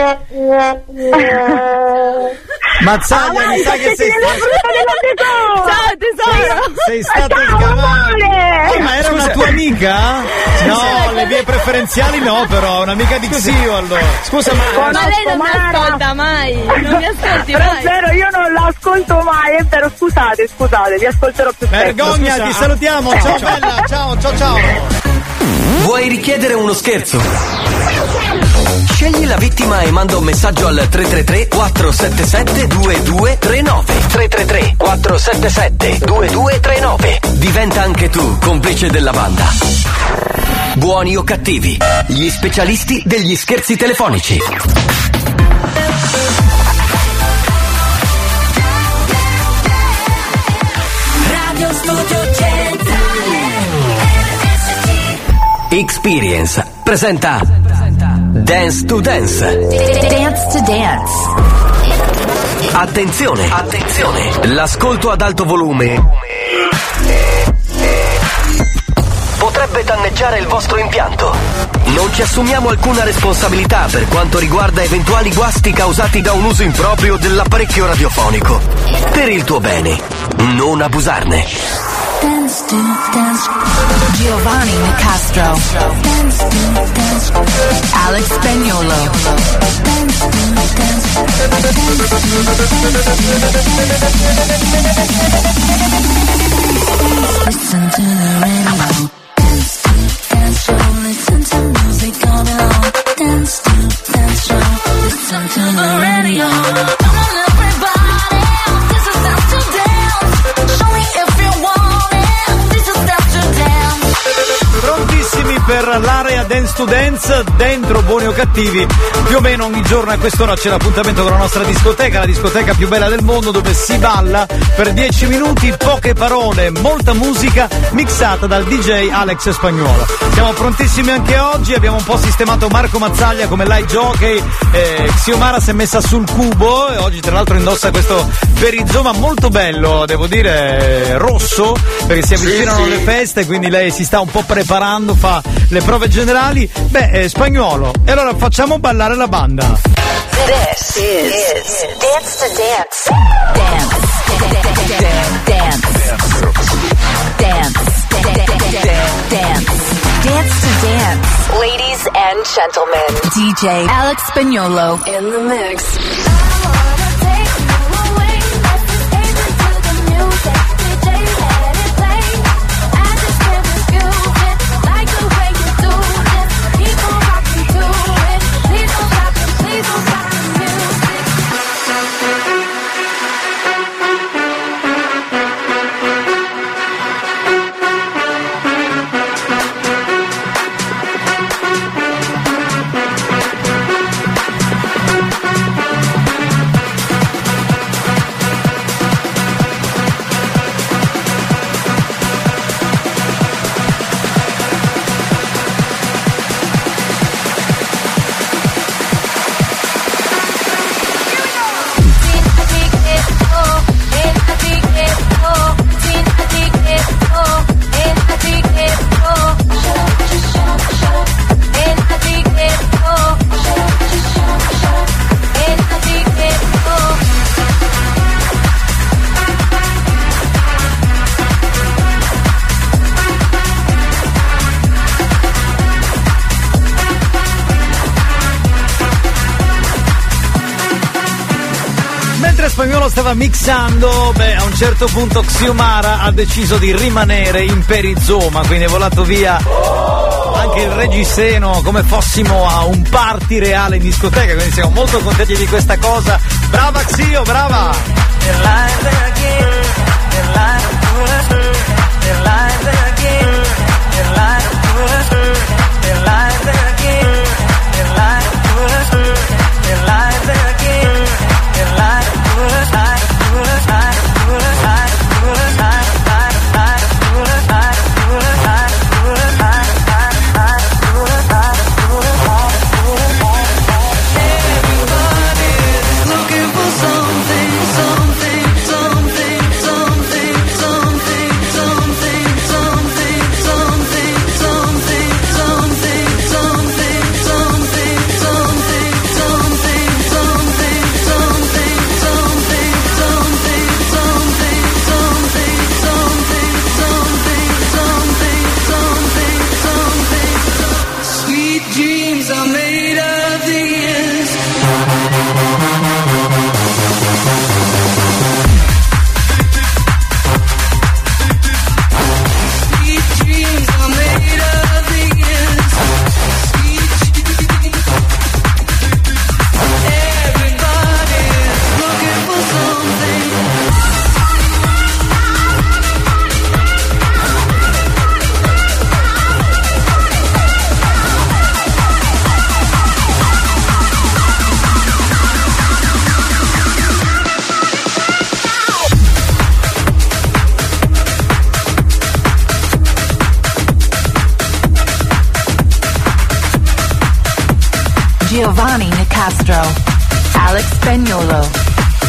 Mazzaglia, Ah, mi sa vai, che sei della frutta della tesoro! Ciao tesoro! Sei stata Ciao, sgamata. amore! Eh, ma era una tua amica? No, le vie preferenziali no, però, un'amica di Xio allora. Scusa, ma. Ma lei non mi Mara. ascolta mai, non mi ascolti Però è mai. vero, io non l'ascolto mai, è vero, scusate, scusate, vi ascolterò più spesso. Vergogna, ti salutiamo. Ciao bella, ciao, ciao, ciao. Vuoi richiedere uno scherzo? Scegli la vittima e manda un messaggio al tre tre tre quattro sette sette due due tre nove. tre tre tre quattro sette sette due due tre nove. Diventa anche tu complice della banda. Buoni o cattivi, gli specialisti degli scherzi telefonici. Radio Studio Centrale. Experience presenta Dance to Dance. Dance to Dance. Attenzione, attenzione, l'ascolto ad alto volume potrebbe danneggiare il vostro impianto. Non ci assumiamo alcuna responsabilità per quanto riguarda eventuali guasti causati da un uso improprio dell'apparecchio radiofonico. Per il tuo bene, non abusarne. Dance to Dance. Giovanni Nicastro. Dance to Dance. Alex Spagnolo. Dance to Dance. Listen to the radio. Dance to Dance show. Listen to music all day long. Dance to Dance show. Listen to the radio. Come on everybody, this is Dance to Dance. Show me if you want it. This is Dance to Dance. Prontissimi per l'area Dance to Dance, dentro Buoni o Cattivi. Più o meno ogni giorno a quest'ora c'è l'appuntamento con la nostra discoteca, la discoteca più bella del mondo, dove si balla per dieci minuti, poche parole, molta musica mixata dal D J Alex Spagnuolo. Siamo prontissimi anche oggi, abbiamo un po' sistemato Marco Mazzaglia come live jockey, eh, Xiomara si è messa sul cubo e oggi tra l'altro indossa questo perizoma molto bello, devo dire rosso, perché si avvicinano sì. le feste, quindi lei si sta un po' preparando, fa le prove generali. Beh, eh, Spagnuolo, e allora facciamo ballare la banda. This is Dance to Dance. Dance. Dance. Dance. Dance. Dance to Dance. Ladies and gentlemen, D J Alex Spagnolo in the mix. Spagnuolo stava mixando, beh, a un certo punto Xiomara ha deciso di rimanere in perizoma, quindi è volato via anche il reggiseno come fossimo a un party reale in discoteca, quindi siamo molto contenti di questa cosa. Brava Xio, brava! Giovanni Nicastro, Alex Spagnuolo.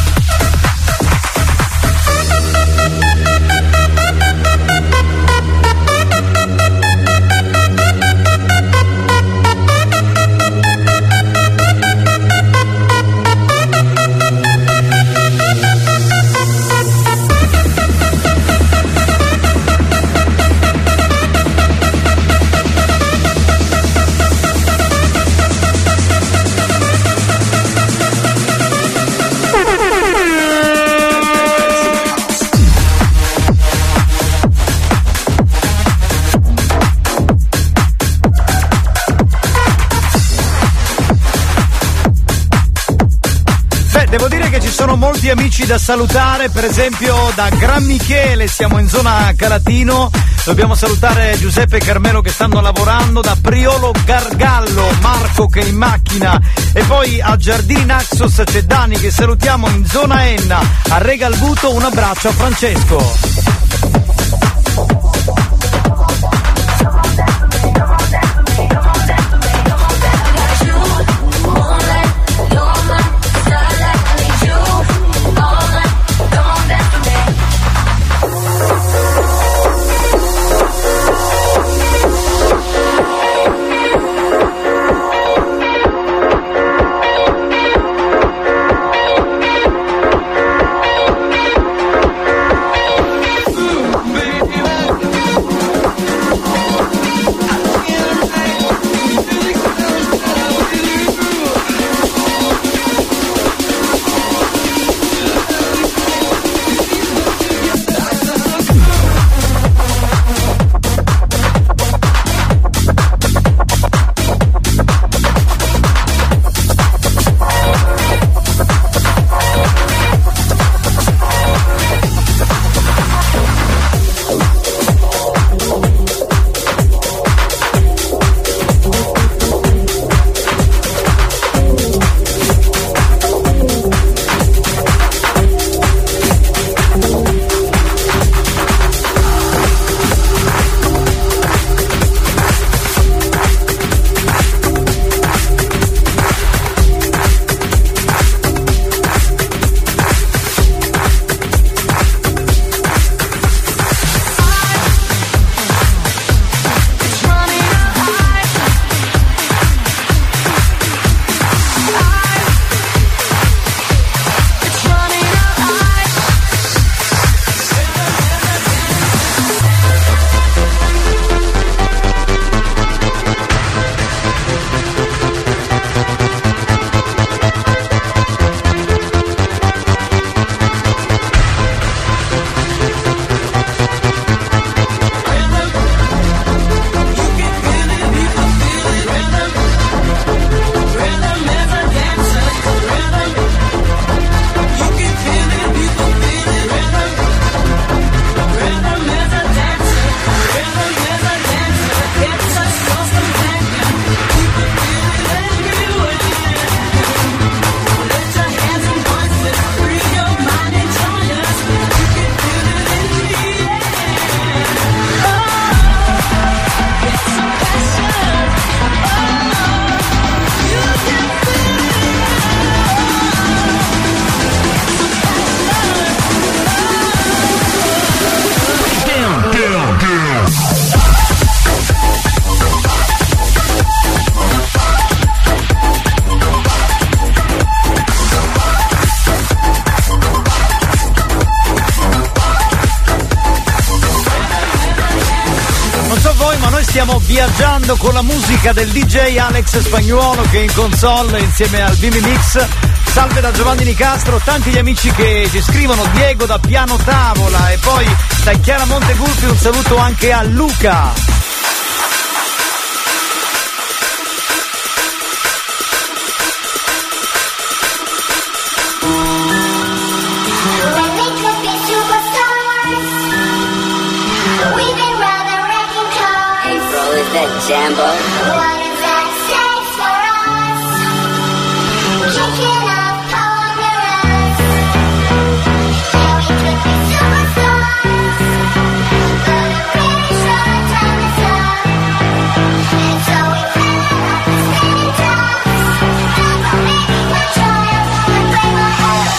Molti amici da salutare, per esempio da Gran Michele, siamo in zona Calatino, dobbiamo salutare Giuseppe e Carmelo che stanno lavorando, da Priolo Gargallo, Marco che è in macchina, e poi a Giardini Naxos c'è Dani che salutiamo in zona Enna, a Regalbuto un abbraccio a Francesco. stiamo viaggiando con la musica del D J Alex Spagnuolo che è in console insieme al Vimi Mix. Salve da Giovanni Nicastro, tanti gli amici che ci scrivono, Diego da Piano Tavola e poi da Chiara Montegulfi un saluto anche a Luca. Jambo. What does that say for us? Kicking up under us. Yeah, we could be superstars, but a really short time is up. And so we plan up the spinning tops. And for maybe one child would break my heart.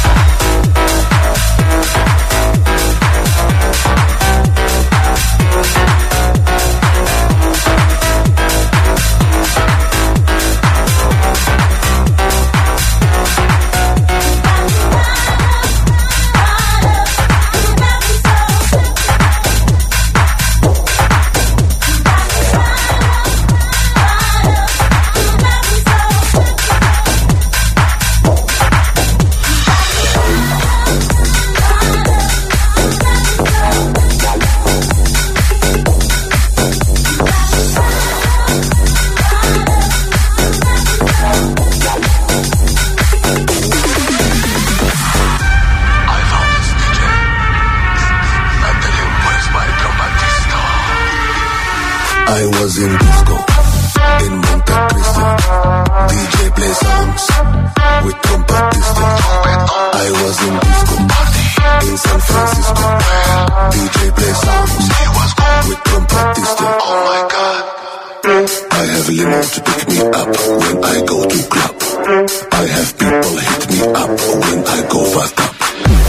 I was in disco in Monte Cristo. D J play songs with trompetista. I was in disco in San Francisco. D J play songs with trompetista. Oh my God. I have limo to pick me up when I go to club. I have people hit me up when I go fast up.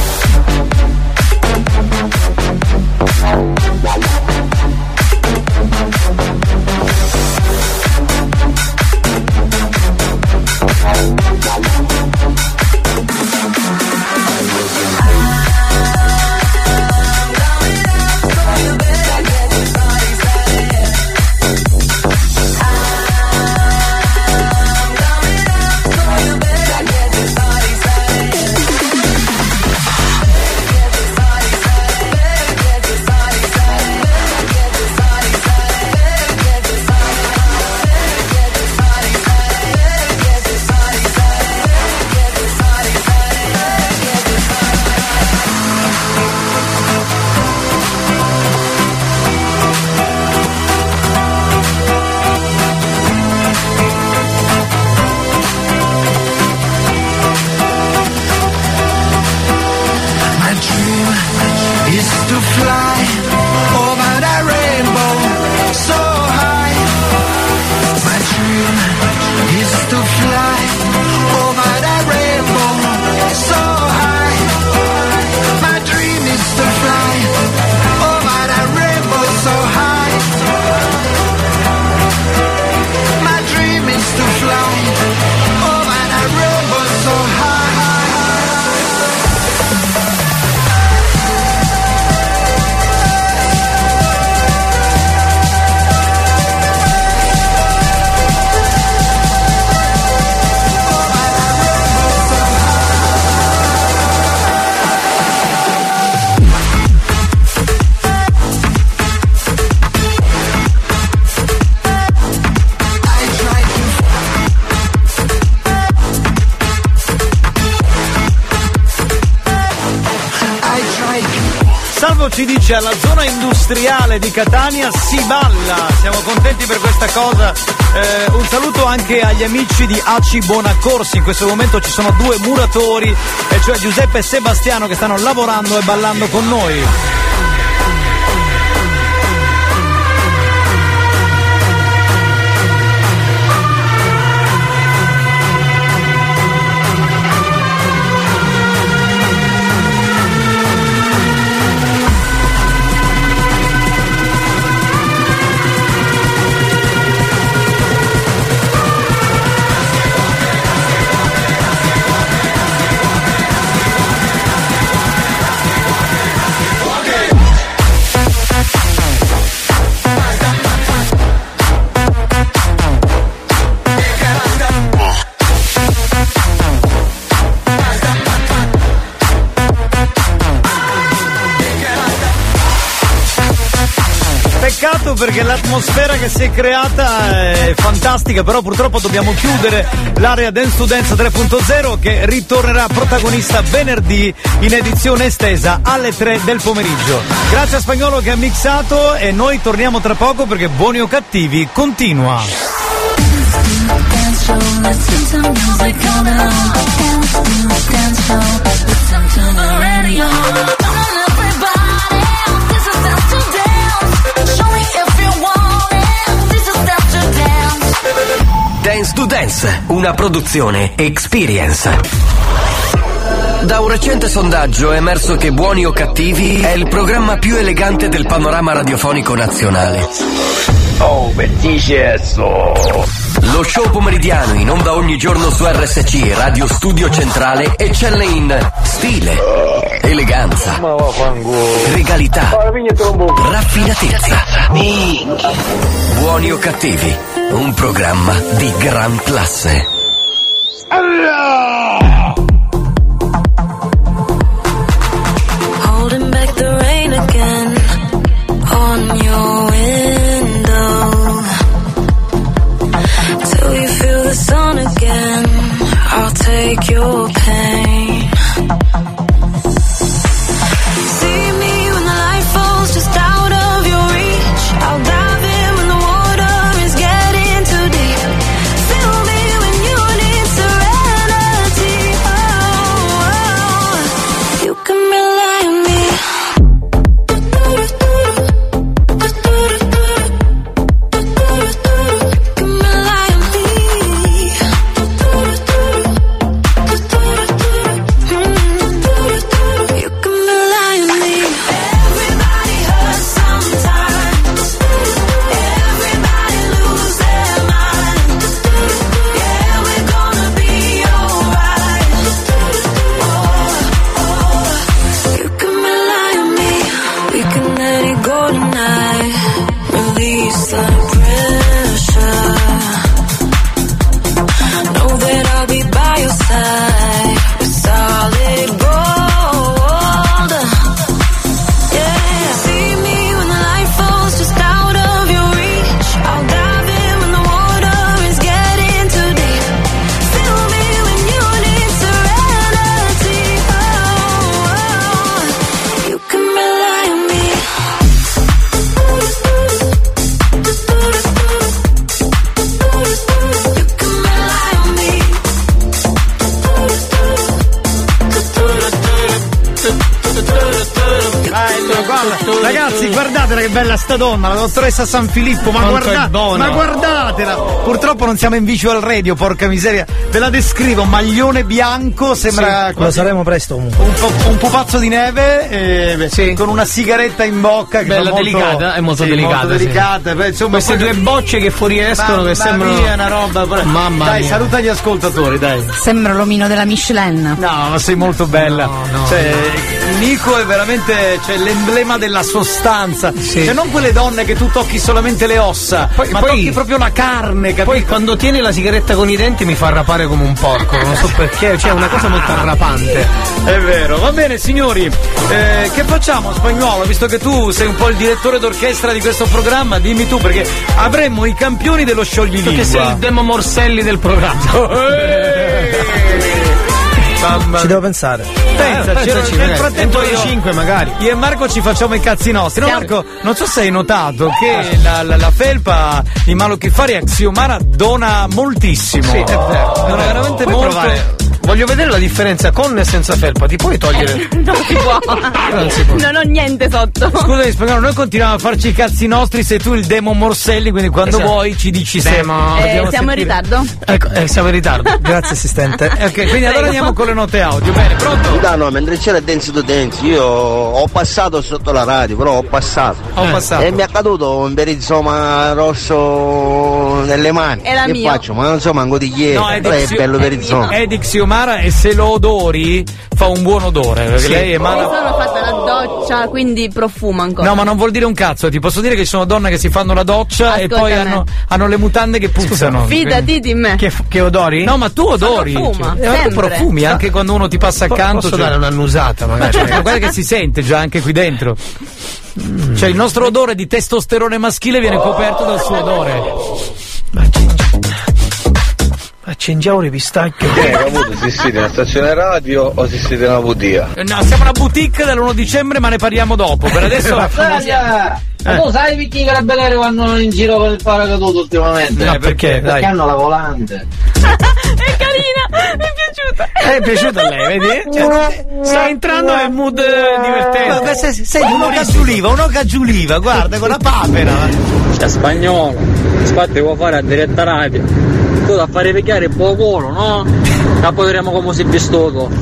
Ci dice alla zona industriale di Catania si balla, siamo contenti per questa cosa. Eh, un saluto anche agli amici di A C I Bonaccorsi, in questo momento ci sono due muratori, e cioè Giuseppe e Sebastiano, che stanno lavorando e ballando con noi. Okay. peccato perché l'atmosfera che si è creata è fantastica, però purtroppo dobbiamo chiudere l'area Dance to Dance tre punto zero che ritornerà protagonista venerdì in edizione estesa alle tre del pomeriggio. Grazie a Spagnolo che ha mixato e noi torniamo tra poco perché Buoni o Cattivi continua. Dance show, listen to music all day long. Dance to dance show, listen to the radio. Come on everybody, this is dance to dance. Show me if you want it, this is dance to dance. Dance to Dance, una produzione Experience. Da un recente sondaggio è emerso che Buoni o Cattivi è il programma più elegante del panorama radiofonico nazionale. Oh, bellissimo! Lo show pomeridiano in onda ogni giorno su R S C Radio Studio Centrale eccelle in stile, eleganza, regalità, raffinatezza. Buoni o Cattivi, un programma di gran classe. Holding back the rain again on your window till you feel the sun again. I'll take your pain. See me when the light falls just out of your reach. I'll dive in when the water is getting too deep. Feel me when you need serenity. Oh, oh. You can rely on me. Ragazzi, guardatela che bella sta donna, la dottoressa San Filippo, ma, guarda- ma guardatela! Purtroppo non siamo in visual radio, porca miseria. Ve la descrivo, maglione bianco, sembra Sì, lo saremo presto comunque. un, po- un pupazzo di neve, eh, sì, con una sigaretta in bocca che bella fa molto, delicata, è molto sì, delicata. molto sì. delicata. Beh, insomma, queste poi- due bocce che fuoriescono Mamma che sembrano mia, una roba. Mamma dai, mia. saluta gli ascoltatori, dai. Sembra l'omino della Michelin. No, ma sei molto bella. No, no. Cioè, Nico è veramente cioè, l'emblema della sostanza. Sì. Cioè, non quelle donne che tu tocchi solamente le ossa, Poi- ma poi- tocchi proprio la carne, capito? Poi quando tiene la sigaretta con i denti mi fa rapare come un porco, non so perché, cioè è una cosa molto arrapante. È vero, va bene signori, eh, che facciamo Spagnolo? Visto che tu sei un po' il direttore d'orchestra di questo programma, dimmi tu perché avremmo i campioni dello scioglilingua. Perché sei il Demo Morselli del programma. Mamma. Ci devo pensare. Pensa, Eh, pensaci, nel magari. frattempo Entro le io- cinque magari. Io e Marco ci facciamo i cazzi nostri. No, Siamo- Marco, non so se hai notato che la, la- la felpa di Malo Chiffari a Xiomara dona moltissimo. Sì, è vero. È Dona vero. veramente Puoi molto. provare? Voglio vedere la differenza con e senza felpa. Ti puoi togliere? Non si può. Non si può. Non ho niente sotto. Scusami, Spagnolo, noi continuiamo a farci i cazzi nostri, sei tu il Demo Morselli, quindi quando Esatto. vuoi ci dici se. Demo. Eh, dobbiamo siamo in sentire- ritardo? Ecco, eh, siamo in ritardo. Grazie assistente. Ok, quindi allora Prego. andiamo con le note audio. Bene, pronto? No, no, mentre c'era Dance to Dance io ho passato sotto la radio, però ho passato. Ho passato. E mi è caduto un perizoma rosso nelle mani. Era che mio. faccio? Ma non so manco di chi è, No, è però è di- bello è perizoma. È di Xiomara e se lo odori fa un buon odore. Perché Sì. lei Mi emana. sono fatta la doccia, quindi profuma ancora. No, ma non vuol dire un cazzo, ti posso dire che ci sono donne che si fanno la doccia e Ascolta poi me. hanno, hanno le mutande che puzzano. Fidati di me. Che, che odori? No, ma tu odori. profuma, Eh, ma tu sempre. profumi anche quando uno ti passa Po- accanto. Posso cioè- dare un'annusata Ma magari? certo, guarda che si sente già anche qui dentro. Mm. Cioè il nostro odore di testosterone maschile viene coperto dal suo odore. Accendiamo le pistacche. Che hai avuto? Si siete in una stazione radio o si siete in una butia? No, siamo una boutique dall'uno dicembre, ma ne parliamo dopo. Per adesso la Dalia, ma tu sai perché i carabinieri vanno in giro con il paracadute ultimamente? No, perché? Perché Dai. hanno la volante. È carina, mi è piaciuta. È piaciuta a lei, vedi? Cioè, sta entrando nel mood divertente. Ma sei, sei un'oca giuliva, un'oca giuliva, guarda, con la papera. C'è spagnolo, infatti vuoi fare a diretta radio. Tu da fare picchiare il buon no? E poi vedremo come si è vestuto.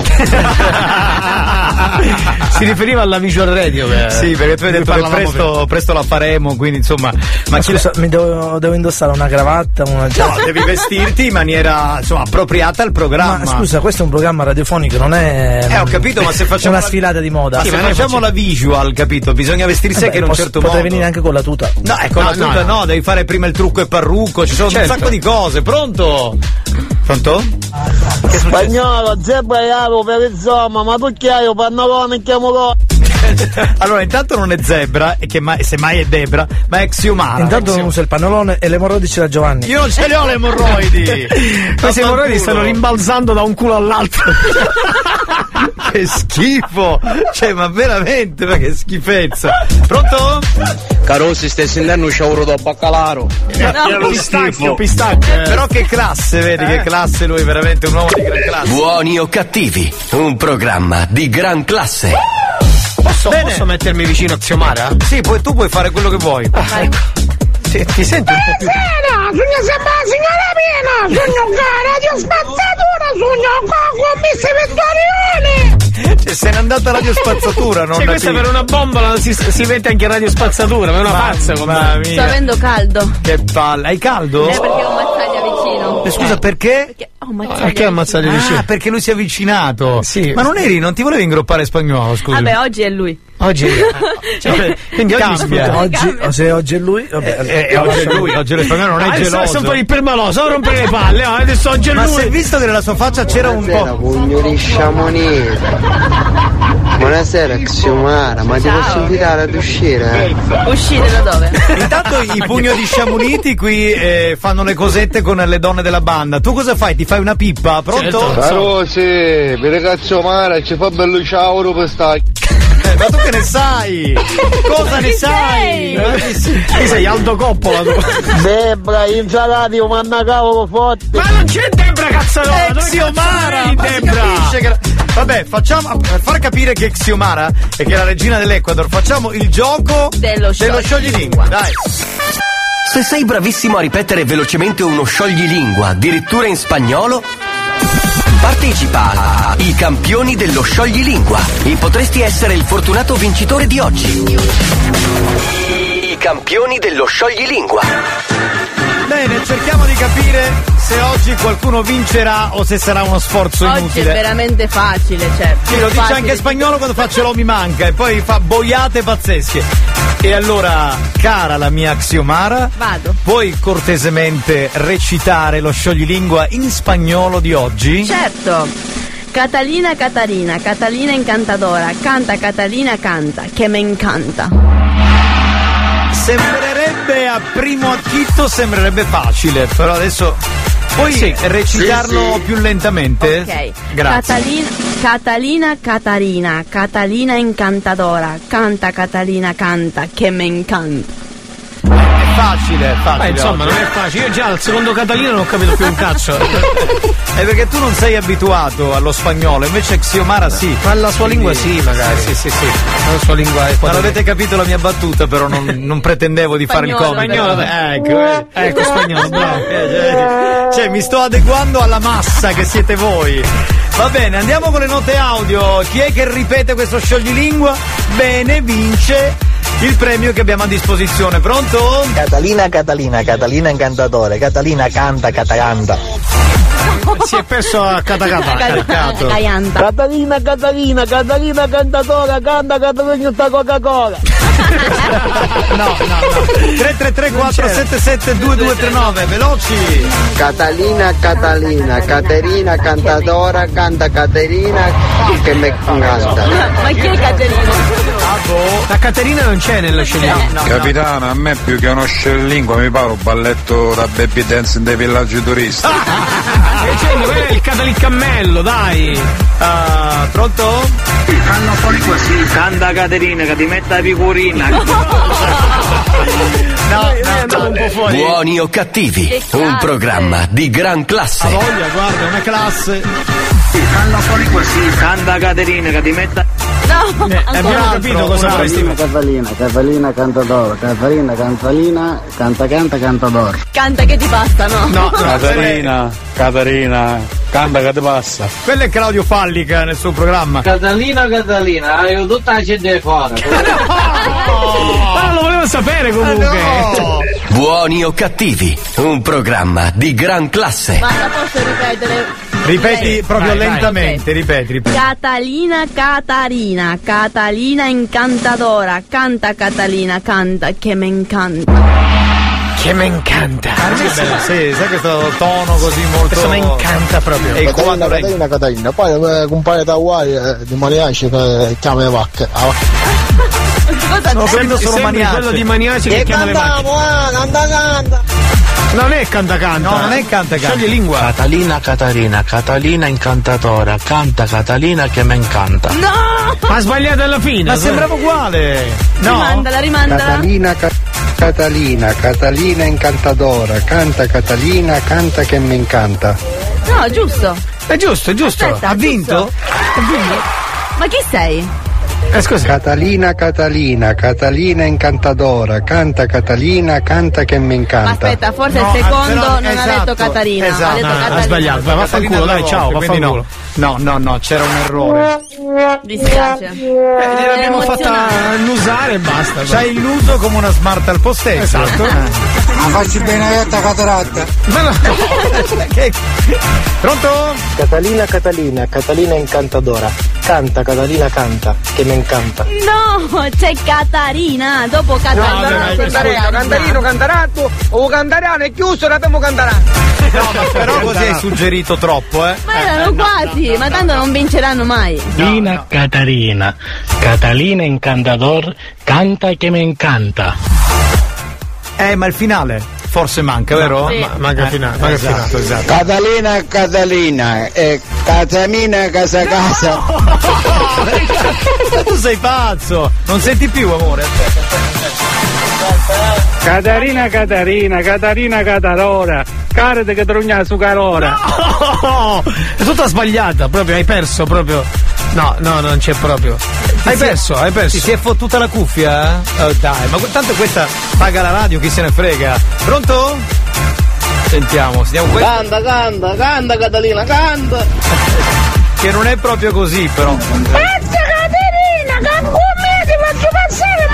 Si riferiva alla visual radio. Per... Sì, perché tu hai detto che presto, presto la faremo, quindi insomma. Ma, ma scusa, le... mi devo, devo indossare una cravatta, una giacca. No, devi vestirti in maniera insomma appropriata al programma. Ma scusa, questo è un programma radiofonico, non è. Eh, ho capito, ma se facciamo una sfilata di moda. Ma sì, se ma facciamo facciamo la visual, capito? Bisogna vestirsi anche in un certo modo. Potrei modo. venire anche con la tuta. No, è con no, la tuta no, no, devi fare prima il trucco e parrucco, ci sono certo. un sacco di cose. Pronto? Pronto? Spagnolo, zebra e avo per insomma, ma tu che hai un pannolone e chiamo lo. Allora, intanto non è zebra, e che mai, semmai è Debra, ma è Xiomara. Intanto non usa il pannolone e le emorroidi ce l'ha Giovanni. Io non ce le ho le emorroidi. Queste emorroidi stanno rimbalzando da un culo all'altro. Che schifo! Cioè, ma veramente, ma che schifezza! Pronto? Carosi, stai sentendo un sciauro da baccalaro? No, pistacchio, pistacchio. Eh. Però che classe, vedi, eh. che classe lui, veramente un uomo di gran classe. Buoni o cattivi, un programma di gran classe. Posso, posso mettermi vicino a Xiomara? Sì, poi tu puoi fare quello che vuoi. Ah, ecco. Ti, ti senti un po' più. Buonasera, sogno sembra la signora Pina, sogno che radio spazzatura, sogno con Mister Vittorione. Cioè, se n'è andata radio spazzatura, non cioè, questa per una bombola si, si mette anche radio spazzatura, ma è una ma, pazza come. Sto avendo caldo. Che palle, hai caldo? Eh, perché ho un mazzaglia vicino. Eh, scusa, perché? Perché ho un mazzaglia Perché ha ammazzato ah, vicino? perché lui si è avvicinato. Sì. Ma non eri, non ti volevi ingroppare Spagnolo, scusa. Vabbè, oggi è lui. Oggi cioè, quindi oggi cambia. Oggi, se oggi è lui, vabbè, eh, eh, oggi è lui, oggi lo spagnolo non è ah, geloso. Adesso un po' di permaloso, non rompere le palle, oh, adesso oggi è ma lui. Ma si è visto che nella sua faccia c'era un po'. Pugno di sciamoneta. Buonasera Xiomara, ma ti posso invitare ad uscire? Eh? Uscire da dove? Intanto i pugno di sciamoniti qui eh, fanno le cosette con le donne della banda. Tu cosa fai? Ti fai una pippa? Pronto? Certo. Carosi, per Xiomara ci fa bello ciao per stare. Eh, ma tu che ne sai? Cosa ne sai? Chi sei Aldo Coppola tu? Debra, in radio, manna cavolo forte. Ma non c'è Debra cazzarona! È Xiomara! Che... Vabbè, facciamo per far capire che Xiomara e che è la regina dell'Ecuador, facciamo il gioco dello, dello scioglilingua. Dai. Se sei bravissimo a ripetere velocemente uno scioglilingua, addirittura in spagnolo, partecipa ai campioni dello scioglilingua e potresti essere il fortunato vincitore di oggi. I campioni dello scioglilingua. Bene, cerchiamo di capire se oggi qualcuno vincerà o se sarà uno sforzo oggi inutile. Oggi è veramente facile, certo. Sì, lo dice anche in spagnolo quando fa ce l'ho mi manca e poi fa boiate pazzesche. E allora, cara la mia Xiomara, vado. Puoi cortesemente recitare lo scioglilingua in spagnolo di oggi? Certo. Catalina Catarina, Catalina incantadora, canta Catalina canta, che me incanta. Sembrerebbe a primo acchitto sembrerebbe facile, però adesso puoi sì. recitarlo sì, sì. più lentamente? Ok. Grazie. Catalina, Catalina Catarina, Catalina incantadora, canta Catalina canta, che me incanta. È facile, è facile. Ma insomma, oggi. non è facile. Io già al secondo Catalina non ho capito più un cazzo. È perché tu non sei abituato allo spagnolo, invece Xiomara sì. Ma la sua lingua sì, magari. Sì, sì, sì. La sua lingua è Ma avete capito la mia battuta, però non, non pretendevo di spagnolo, fare il comico. Spagnolo, eh, ecco, eh. ecco spagnolo, bravo. Cioè, cioè, mi sto adeguando alla massa che siete voi. Va bene, andiamo con le note audio. Chi è che ripete questo scioglilingua? Bene, vince il premio che abbiamo a disposizione. Pronto? Catalina, Catalina, Catalina incantatore, Catalina canta, catacanta. si è perso a Catacata. Caianta. Catalina, Catalina, Catalina cantatora, canta Catalina sta Coca-Cola. No, no, no. tre tre tre quattro sette sette due due tre nove, veloci. Catalina, Catalina, Caterina cantatora, canta Caterina che me canta. Ma chi è Caterina? La Caterina non c'è nella scegliamo. No, no, Capitano, a me più che uno scellingua mi pare un balletto da baby dance dei villaggi turisti. Ah, è il cataliccammello, dai. Uh, pronto? Fanno fuori così. Canta Caterina che ti mette la picurina. No, no, un po' fuori. Buoni o cattivi, un programma di gran classe. A voglia, guarda, una classe. Fanno fuori così. Canta Caterina che ti mette. No, eh, abbiamo capito cosa vorresti. Catalina, Catalina cantatora, Catalina, Catalina, canta canta cantador. Canta che ti passa, no? No, Caterina, Caterina, canta che ti passa. Quello è Claudio Fallica nel suo programma. Catalina, Catalina, hai tutta la gente fuori. Ma non lo volevo sapere comunque. No. Buoni o cattivi, un programma di gran classe. Ma la posso ripetere? Ripeti Lei. proprio Vai, lentamente, vai. ripeti, ripeti. Catalina Catarina, Catalina incantadora, canta Catalina, canta che me incanta. Che me incanta. Ah, che bello, sì, sai questo tono così molto. Questo me incanta proprio. E Catalina, Catalina, Catalina. Poi eh, compare da Hawaii eh, di Maniaci che chiama le vacche. Cosa no, c'è? Solo Maniaci. Quello di Maniaci che e chiama le vacche. cantiamo, eh, canta canta. Non è canta canta. No, non è canta canta. Scegli lingua. Catalina Catarina, Catalina incantatora, canta Catalina che me incanta. No! Ha sbagliato alla fine. Ma sembrava uguale. No. Rimandala, rimandala. Catalina, ca- Catalina, Catalina incantadora, canta Catalina, canta che mi incanta. No, giusto. È giusto, è giusto. Aspetta, ha vinto? Ha vinto. Ma chi sei? Eh, scusa. Catalina, Catalina, Catalina incantadora, canta Catalina, canta che mi incanta. Ma aspetta, forse No, il secondo però, non esatto, ha detto Catarina, esatto, ha detto no, Catalina. ha sbagliato, vai, vaffanculo, dai, ciao, vaffanculo. No, no, no, c'era un errore. Dispiace. Eh, gliel'abbiamo fatta annusare e basta. Ci hai illuso come una smart al posteggio. Esatto. Ma facci benedetta cataratta. Ma no. Che... Pronto? Catalina, Catalina, Catalina incantadora, canta Catalina, canta che mi incanta. No, c'è Catarina, dopo Catarina. Cantarino, Cantarino, Cantaratto, o Cantarano è chiuso, l'abbiamo Cantaratto. No, ma però così hai suggerito troppo, eh. Ma erano quasi, ma tanto non vinceranno mai. Catalina no, no. Catarina, Catalina incantador, canta che me incanta. Eh, ma il finale forse manca, vero? Sì. Ma, manca il finale, manca il esatto. finale, esatto. Catalina, Catalina, eh, Casamina, casa no! casa. Tu sei pazzo, non senti più, amore. Catarina, Catarina, Catarina Catarora, carne che trugna su carora. No! È tutta sbagliata, proprio, hai perso proprio. No, no, non c'è proprio. Hai si perso, è, hai perso. Ti si è fottuta la cuffia? Oh, dai, ma tanto questa paga la radio, chi se ne frega. Pronto? Sentiamo, sentiamo questo. Canta, canta, canta Catalina, canta. Che non è proprio così, però. Pazza Caterina, che con me ti faccio passare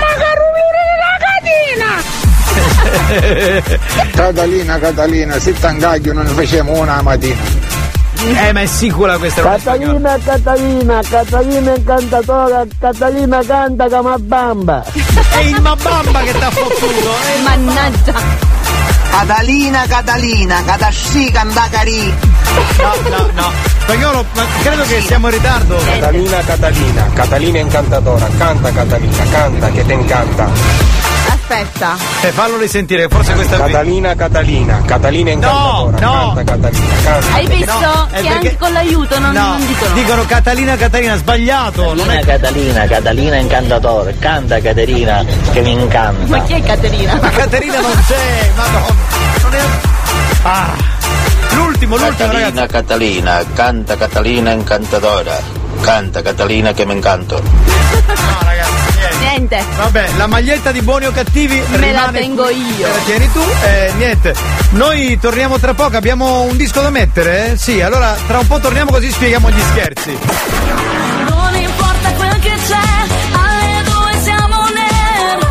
ma caruliure della Catina. Catalina, Catalina, se t'angaglio non ne facciamo una la mattina. Eh, ma è sicura questa Catalina, Catalina, Catalina incantatora, Catalina canta come bamba. È il Mabamba che t'ha fottuto. Eh. Mannaggia. Catalina, Catalina, Catasci canta carì. No, no, no. Spagnolo, ma credo che siamo in ritardo. Catalina, Catalina, Catalina incantatora, canta Catalina, canta che te incanta. Aspetta. Eh, fallo risentire, forse questa Catalina, Catalina, Catalina incantatora, no, no. canta Catalina, canta. Hai visto No, che perché... anche con l'aiuto non, no, non dicono. Dicono Catalina, Catalina, sbagliato. Catalina, non è... Catalina, Catalina incantatore, canta Caterina che mi incanta. Ma chi è Caterina? Ma Caterina non c'è, madonna. Non è... Ah. L'ultimo, l'ultimo, Catalina, ragazzi. Catalina, canta Catalina incantatora, canta Catalina che mi incanto. No, ragazzi, niente. Niente. Vabbè, la maglietta di buoni o cattivi Me rimane la tengo qui. io. Te la tieni tu? Eh, niente. Noi torniamo tra poco, abbiamo un disco da mettere? Eh? Sì, allora tra un po' torniamo così spieghiamo gli scherzi. Non importa quel che c'è, alle due siamo nero.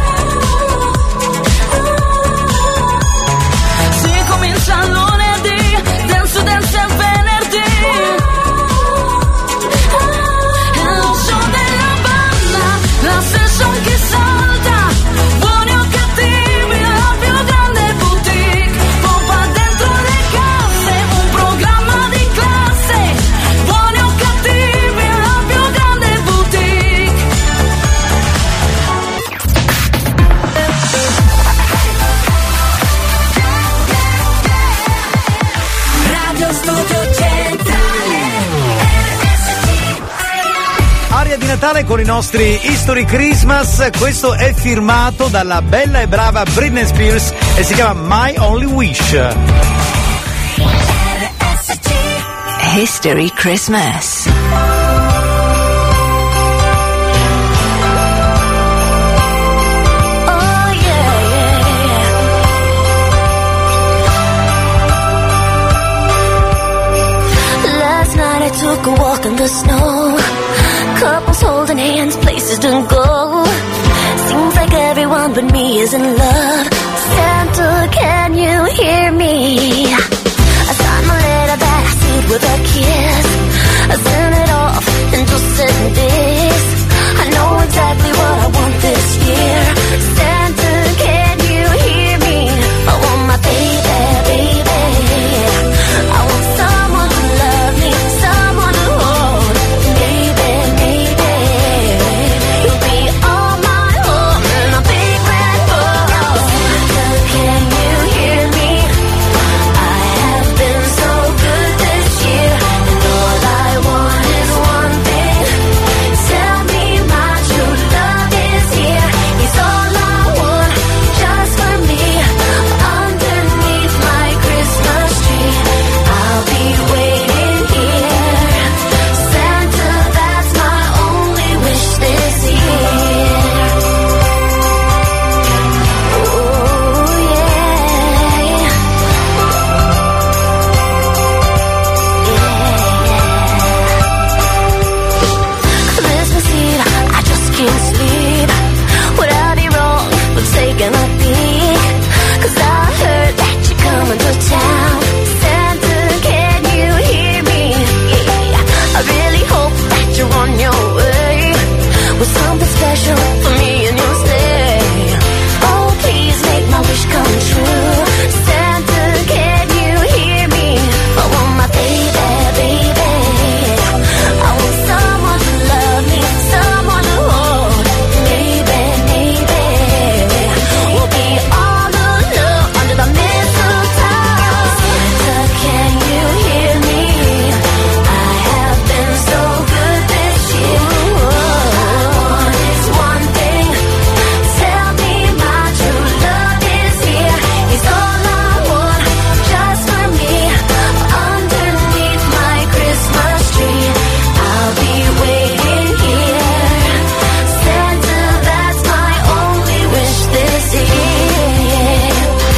Si comincia lunedì, dance dance è venerdì. di Natale con i nostri History Christmas. Questo è firmato dalla bella e brava Britney Spears e si chiama My Only Wish. History Christmas. I took a walk in the snow. Couples holding hands, places to go. Seems like everyone but me is in love. Santa, can you hear me? I signed my letter back, I sealed with a kiss. I sent it off in just seven days. I know exactly what I want this year. Santa, can you hear me? I want my baby, baby. I want someone to love me, someone to hold. Maybe, maybe you'll be all my home in a big red bowl. Santa, can you hear me? I have been so good this year, and all I want is one thing. Tell me my true love is here. He's all I want, just for me. Underneath my Christmas tree, I'll be waiting here. Santa, that's my only wish this year. Oh yeah, Christmas Eve, I just can't sleep. Would I be wrong for taking a peek? 'Cause I heard that you're coming to town. Santa, can you hear me? Yeah, I really hope that you're on your way with something special for me and you'll stay. Oh, please make my wish come true. Santa, can you hear me? I want my baby, baby. I want someone to love me, someone to hold. Maybe, maybe we'll be all alone under the mistletoe. Santa, can you hear me? I have been so good this year. All I want is one thing. Tell me my true love is here. He's all I want, just for me. Underneath my Christmas tree, I'll be waiting here. Santa, that's my only wish this year.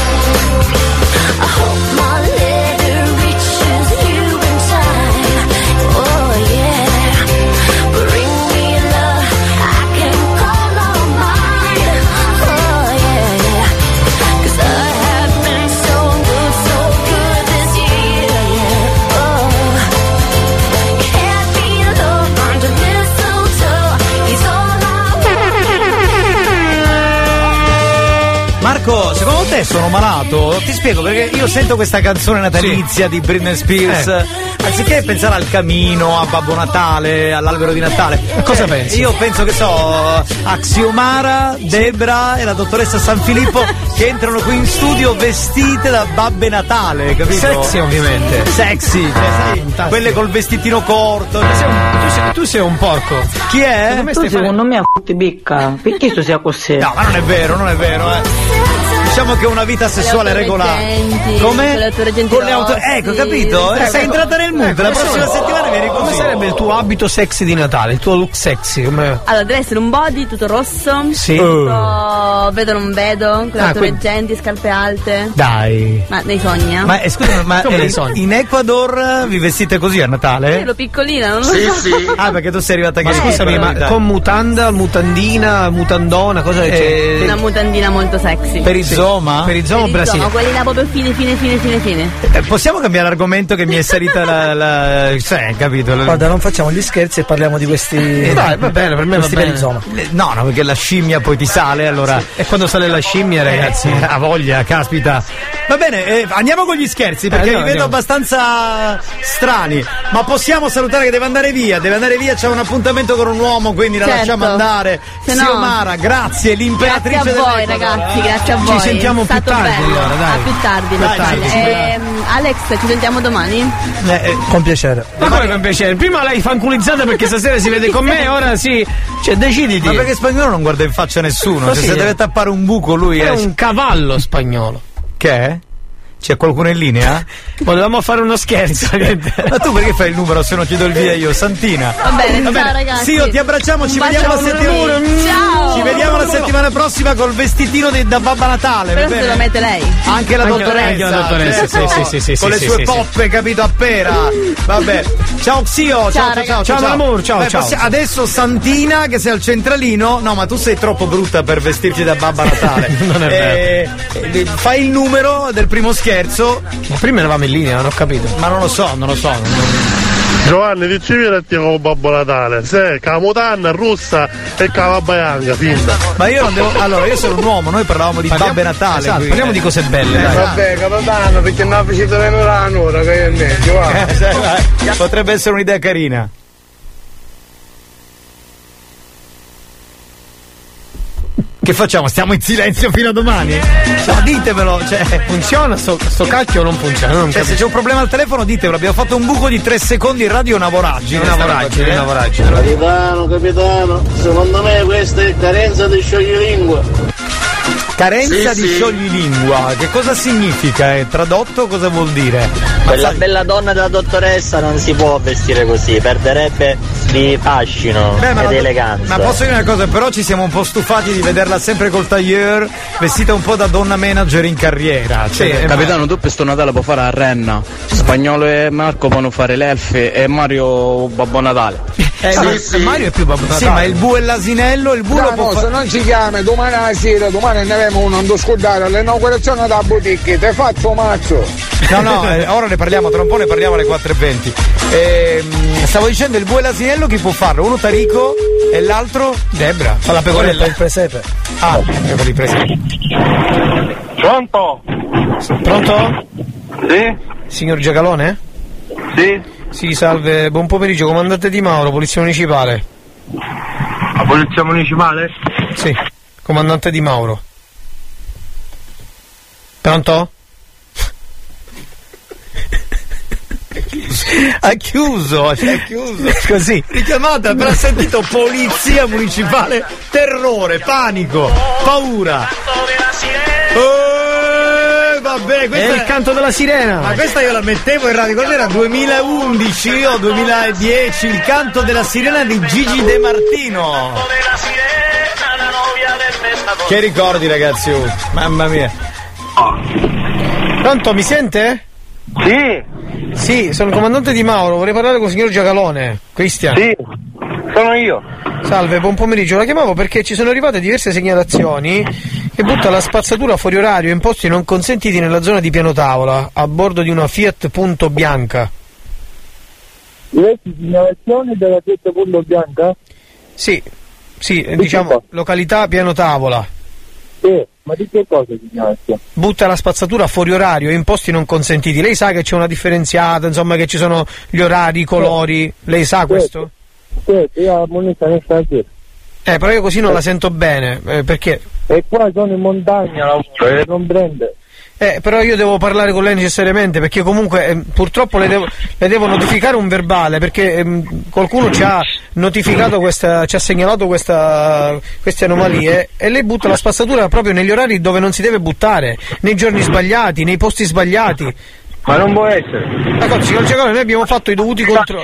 I hope my letter reaches you in time. Oh yeah, bring me love I can call on mine. Oh yeah, yeah, 'cause I have been so good, so good this year. Yeah. Oh, can't be alone under mistletoe. He's all I Marco, secondo te sono malato? Ti spiego perché io sento questa canzone natalizia di Britney Spears. Eh. Anziché pensare al camino, a Babbo Natale, all'albero di Natale. Cosa eh, pensi? Io penso che so, a Xiomara, Debra e la dottoressa San Filippo che entrano qui in studio vestite da Babbe Natale, capito? Sexy, ovviamente. Sexy, cioè, sai, Fantastico. quelle col vestitino corto. Tu sei, tu sei- tu sei un porco. Chi è? Tu secondo me a f***i bicca, perché tu sia così? No, ma non è vero, non è vero, eh. Diciamo che una vita sessuale regolare. Come? Con le autoregenti Con le auto- rossi. ecco, capito? Eh, Ecco. sei entrata nel mood. La Ecco, prossima sì. settimana vieni Come così. sarebbe il tuo abito sexy di Natale? Il tuo look sexy? Come... Allora, deve essere un body tutto rosso. Sì. Tutto vedo non vedo, con le Ah, autorreggenti, scarpe alte. Dai. Ma nei sogni, eh? Ma eh, scusa, ma Come eh, nei sogni? in Ecuador vi vestite così a Natale? Io ero piccolina, non lo Sì, so. sì. Ah, perché tu sei arrivata Ma che scusami, ma con mutanda, mutandina, mutandona, cosa c'è? Eh, Una mutandina molto sexy. Perizoma? Perizoma o Per il Brasile? giorno, quelli là proprio fine, fine, fine, fine, fine. Eh, possiamo cambiare argomento che mi è salita la. la cioè, capito? La- Guarda, non facciamo gli scherzi e parliamo di questi. Eh, dai, va bene, per me va questi bene. perizoma. Eh, No, no, perché la scimmia poi ti sale, allora. E quando sale la scimmia, ragazzi? Eh, ha voglia, caspita. Va bene, eh, andiamo con gli scherzi perché Eh, vi andiamo, vedo andiamo. abbastanza strani. Ma possiamo salutare che deve andare via, deve andare via, c'è un appuntamento con un uomo, quindi la Certo. lasciamo andare. Se no- Xiomara, grazie, l'imperatrice Grazie a dell'Ecuador. voi, ragazzi, grazie a voi. Ci sentiamo è più stato tardi, bello. allora, dai. A più tardi, Dai, dai, dai, sì, Ehm, Alex, ci sentiamo domani? Eh, eh, con piacere. Ma come con piacere? Prima lei fanculizzata perché stasera si vede con me, ora sì. Cioè, deciditi. Ma perché Spagnolo non guarda in faccia a nessuno? Ma Cioè, sì. se deve tappare un buco lui È è. un cavallo spagnolo. Che è? C'è qualcuno in linea? Volevamo fare uno scherzo. Ma tu perché fai il numero se non ti do il via io, Santina? Va bene, ciao ragazzi. Sì, io ti abbracciamo, ci Un vediamo la bacio, settimana. Ciao. Ci vediamo la settimana prossima col vestitino di, da Babba Natale. Però va se bene? lo mette lei. Anche la Anche- dottoressa. anche la dottoressa, certo. sì, sì, sì, sì, con sì, le sì, sue sì, poppe, capito, a pera. Vabbè. Ciao Xio, ciao ciao ragazzi. ciao. Ciao, Malamur, ciao, Beh, ciao. possi- Adesso Santina che sei al centralino. No, ma tu sei troppo brutta per vestirti da Babba Natale. Non è Eh, eh, Fai il numero del primo scherzo. Ma prima eravamo in linea, non ho capito. Ma non lo so, non lo so. non- Giovanni, dici vieni con Babbo Natale, se camutanna russa e cavabaianga, finta. Ma io non devo. Allora, io sono un uomo, noi parlavamo di Parliamo- Babbe Natale. esatto, qui. parliamo di cose belle, Eh, dai. Vabbè, capitano, perché non ha facito venire un'ora che è meglio, va. Eh, sai, vai. Potrebbe essere un'idea carina. Che facciamo? Stiamo in silenzio fino a domani? No, ditemelo, cioè. Funziona sto, sto cacchio o non funziona? Non Cioè, se capisco. c'è un problema al telefono ditemelo, abbiamo fatto un buco di tre secondi in radio, è una voragine. Una voragine, una voragine. Capitano, capitano, secondo me questa è carenza di scioglilingua. Carenza Sì, di sì. scioglilingua, che cosa significa? È tradotto cosa vuol dire? Quella bella donna della dottoressa non si può vestire così, perderebbe di fascino Beh, ma ed la- eleganza. Ma posso dire una cosa, però ci siamo un po' stufati di vederla sempre col tailleur, vestita un po' da donna manager in carriera. Cioè, Sì, Capitano, tu per sto Natale puoi fare a Renna. Spagnolo e Marco possono fare l'elfe e Mario Babbo Natale. Eh, Sì, ma- sì. Mario è più Babbo Sì, Natale. ma il bu e l'asinello, il bu lo No, può no, fa- se non ci chiami domani alla sera, domani ne avremo uno, non scordare all'inaugurazione della boutique, te faccio mazzo. No, no, eh, ora ne parliamo, tra un po' ne parliamo alle quattro e venti. Ehm, stavo dicendo il bu e l'asinello chi può farlo? Uno Tarico e l'altro Debra. Fa la pecorella. Per il presepe. Ah, per il presepe. Pronto? Pronto? Sì? Signor Giacalone? Sì? Sì, salve, buon pomeriggio, comandante Di Mauro, polizia municipale. La polizia municipale? Sì, comandante Di Mauro. Pronto? Ha chiuso, cioè, ha chiuso. Così. Richiamata, però ha sentito polizia municipale, terrore, panico, paura. Eh, vabbè, È questa il canto della sirena. Ma questa io la mettevo in radio, quando era duemilaundici o duemiladieci, il canto della sirena di Gigi De Martino. Che ricordi ragazzi, oh, mamma mia. Pronto, mi sente? Sì, Sì, sono il comandante Di Mauro, vorrei parlare con il signor Giacalone. Cristian. sì, sono io. Salve, buon pomeriggio. La chiamavo perché ci sono arrivate diverse segnalazioni che butta la spazzatura fuori orario in posti non consentiti nella zona di piano tavola, a bordo di una Fiat Punto Bianca. Diverse segnalazioni della Fiat Punto Bianca? Sì, sì, eh, diciamo, località piano tavola. Sì, ma di che cosa segnalazione? Butta la spazzatura fuori orario in posti non consentiti. Lei sa che c'è una differenziata, insomma, che ci sono gli orari, i colori. Lei sa questo? Sì, io la moneta non sta qui. Eh, però io così non la sento bene, eh, perché? E qua sono in montagna, lavoro, e non prende. Eh, però io devo parlare con lei necessariamente, perché comunque eh, purtroppo le devo, le devo notificare un verbale, perché ehm, qualcuno ci ha notificato questa, ci ha segnalato questa, queste anomalie e lei butta la spazzatura proprio negli orari dove non si deve buttare, nei giorni sbagliati, nei posti sbagliati. Ma non può essere. D'accordo, signor Giacalone, noi abbiamo fatto i dovuti controlli.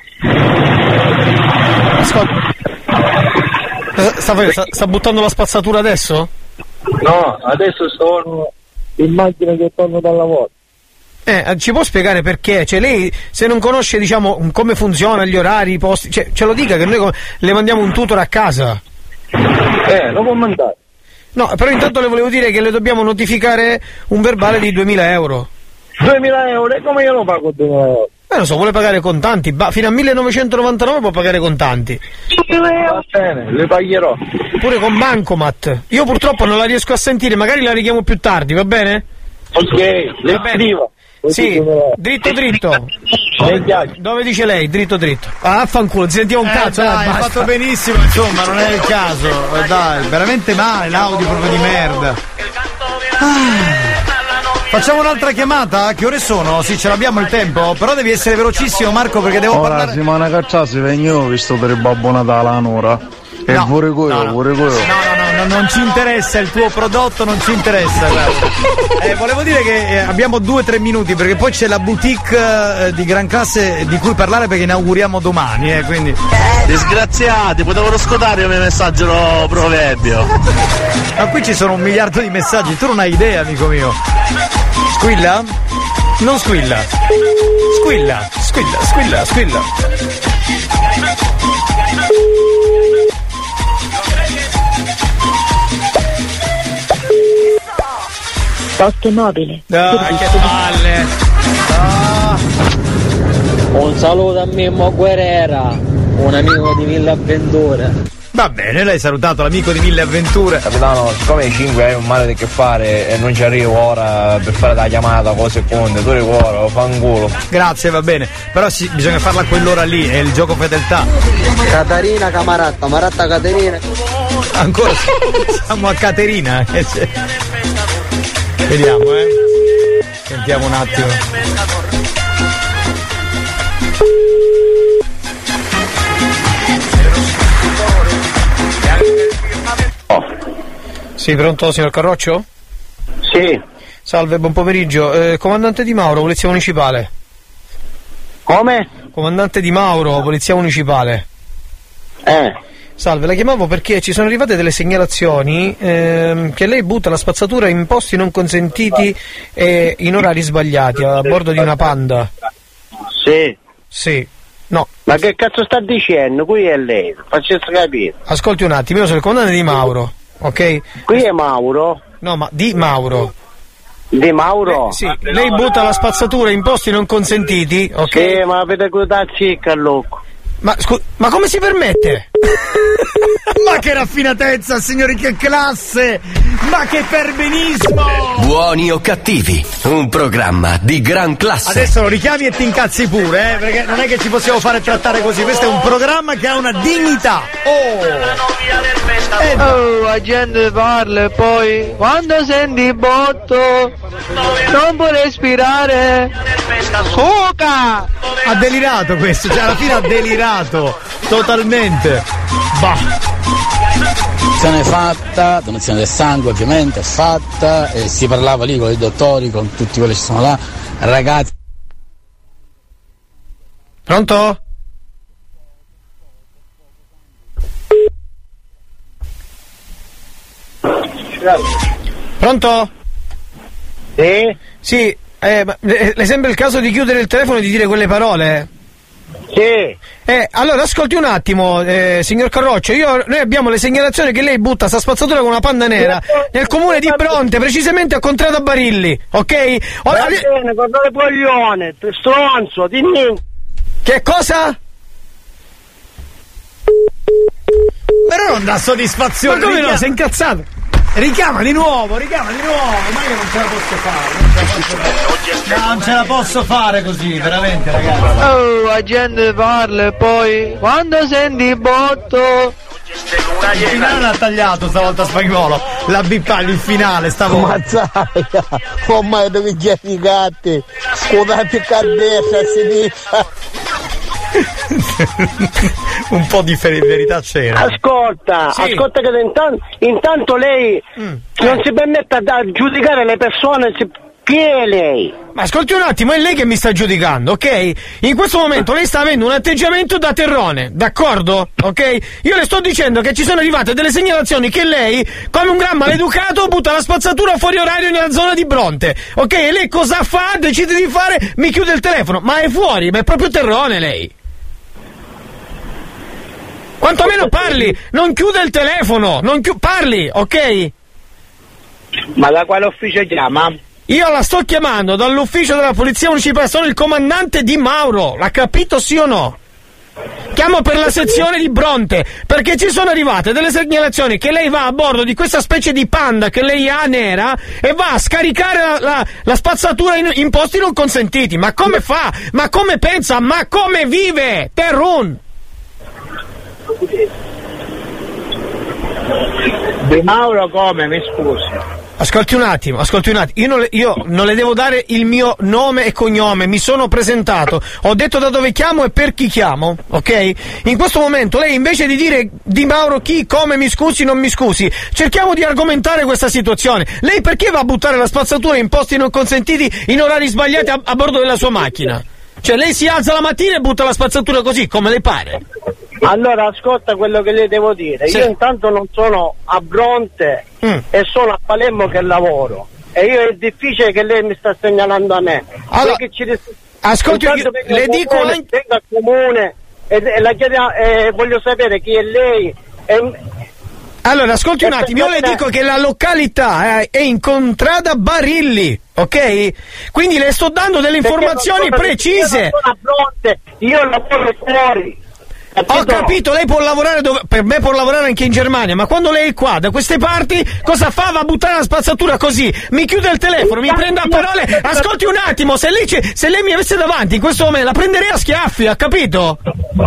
Ascolta. Sta, sta, sta buttando la spazzatura adesso? No, adesso sono in macchina che torno dal lavoro. Eh, ci può spiegare perché? Cioè lei, se non conosce, diciamo, come funziona gli orari, i posti, cioè, ce lo dica che noi co- le mandiamo un tutor a casa. Eh, lo può mandare. No, però intanto le volevo dire che le dobbiamo notificare un verbale di duemila euro. duemila euro, e come io lo pago duemila euro? Eh, non so, vuole pagare contanti, ba- fino a millenovecentonovantanove può pagare contanti. Va bene, le pagherò. Pure con Bancomat. Io purtroppo non la riesco a sentire, magari la richiamo più tardi, va bene? Ok, le Va bene. scrivo. Sì, dritto dritto. Dove dice lei? Dritto dritto. Ah, affanculo, ci sentiamo un Eh, cazzo, dai, eh, hai basta. fatto benissimo, insomma, non è il caso. Eh, Dai, veramente male, l'audio proprio di merda. Facciamo un'altra chiamata? Che ore sono? Sì, ce l'abbiamo il tempo, però devi essere velocissimo, Marco, perché devo Ora, parlare. Simona Cacciasi vengo visto per il Babbo Natale un'ora. E No, pure quello, no, no. pure quello. No, no, no, non ci interessa il tuo prodotto, non ci interessa, guarda. Eh, volevo dire che eh, abbiamo due o tre minuti perché poi c'è la boutique eh, di gran classe di cui parlare perché inauguriamo domani, eh, quindi. Disgraziati, potevano scotare il mio messaggio no, proverbio. Ma qui ci sono un miliardo di messaggi, tu non hai idea, amico mio. Squilla? Non squilla. Squilla, squilla, squilla, squilla. Posto mobile. Ah, che palle! Ah. Un saluto a Mimmo Guerrera, un amico di Villa Avventura. Va bene, l'hai salutato l'amico di Mille Avventure. Capitano, siccome ai cinque hai un male di che fare e non ci arrivo ora per fare la chiamata con seconde, tu ricuoro, fanculo. Grazie, va bene. Però sì, bisogna farla a quell'ora lì, è il gioco fedeltà. Caterina Camaratta, Maratta Caterina. Ancora siamo a Caterina. Vediamo, eh. Sentiamo un attimo. Sì, pronto, signor Carroccio? Sì. Salve, buon pomeriggio. Eh, comandante Di Mauro, Polizia Municipale. Come? Comandante Di Mauro, Polizia Municipale. Eh. Salve, la chiamavo perché ci sono arrivate delle segnalazioni ehm, che lei butta la spazzatura in posti non consentiti e in orari sbagliati a bordo di una Panda. Sì. Sì. No. Ma che cazzo sta dicendo? Qui è lei, faccia capire. Ascolti un attimo, io sono il comandante Di Mauro, ok? Qui è Mauro? No, ma Di Mauro. Di Mauro? Eh, sì, lei butta la spazzatura in posti non consentiti, ok? Sì, ma avete guardato zicca, loco. Ma scu- ma come si permette? Ma che raffinatezza, signori, che classe! Ma che perbenismo! Buoni o cattivi, un programma di gran classe. Adesso lo richiami e ti incazzi pure, eh, perché non è che ci possiamo fare trattare così. Questo è un programma che ha una dignità. Oh! Eh, oh, la gente parla e poi quando senti botto non puoi respirare. Suca! Ha delirato questo, cioè alla fine ha delirato totalmente. Bah. Donazione fatta, donazione del sangue ovviamente è fatta, e si parlava lì con i dottori, con tutti quelli che sono là, ragazzi. Pronto? Pronto? Sì? Sì, eh, ma le, le sembra il caso di chiudere il telefono e di dire quelle parole? Sì. Eh, allora ascolti un attimo, eh, signor Carroccio, io, noi abbiamo le segnalazioni che lei butta sta spazzatura con una Panda nera nel comune di Bronte, precisamente a Contrada Barilli, ok? Ora, Va bene, guarda le coglione, tu stronzo, dimmi. Che cosa? Però non dà soddisfazione. Ma come no? Sei incazzato? Richiama di nuovo, richiama di nuovo, ma io non ce la posso fare, non ce la posso fare. No, non ce la posso fare così, veramente, ragazzi. Oh, la gente parla e poi quando senti botto. Il finale l'ha tagliato stavolta Spagnolo, la bippaglia il finale stavolta. Mazzaia, ormai devi chiedere i gatti, scusate cardessa a sinistra. Un po' di verità c'era. Ascolta, sì. ascolta che intanto, intanto lei mm. non si permette a giudicare le persone. Chi è lei? Ma ascolti un attimo, è lei che mi sta giudicando, ok? In questo momento lei sta avendo un atteggiamento da terrone, d'accordo? Ok? Io le sto dicendo che ci sono arrivate delle segnalazioni che lei, come un gran maleducato, butta la spazzatura fuori orario nella zona di Bronte, ok? E lei cosa fa? Decide di fare? Mi chiude il telefono, ma è fuori, ma è proprio terrone lei. Quantomeno parli, non chiude il telefono, non chi- parli, ok? Ma da quale ufficio chiama? Io la sto chiamando dall'ufficio della polizia municipale, sono il comandante Di Mauro, l'ha capito sì o no? Chiamo per la sezione di Bronte, perché ci sono arrivate delle segnalazioni che lei va a bordo di questa specie di Panda che lei ha nera e va a scaricare la, la, la spazzatura in, in posti non consentiti. Ma come fa? Ma come pensa? Ma come vive? Terrun! Di Mauro come? Mi scusi. Ascolti un attimo, ascolti un attimo, io non, le, io non le devo dare il mio nome e cognome, mi sono presentato, ho detto da dove chiamo e per chi chiamo, ok? In questo momento lei invece di dire Di Mauro chi, come, mi scusi, non mi scusi, cerchiamo di argomentare questa situazione. Lei perché va a buttare la spazzatura in posti non consentiti in orari sbagliati a, a bordo della sua macchina? Cioè lei si alza la mattina e butta la spazzatura così, come le pare? Allora ascolta quello che le devo dire, sì. Io intanto non sono a Bronte mm. e sono a Palermo che lavoro e io è difficile che lei mi sta segnalando a me. Allora, ci ris- ascolti, io, le dico comune, anche... venga al comune e, e la chieda, e voglio sapere chi è lei. E, allora ascolti un attimo, io le dico che la località eh, è in contrada Barilli, ok? Quindi le sto dando delle informazioni precise. Io non sono a Bronte, io lavoro fuori. Ho capito, lei può lavorare dove, per me può lavorare anche in Germania, ma quando lei è qua, da queste parti, cosa fa? Va a buttare la spazzatura così, mi chiude il telefono, mi prende a parole, ascolti un attimo, se lei, se lei mi avesse davanti in questo momento la prenderei a schiaffi, ha capito?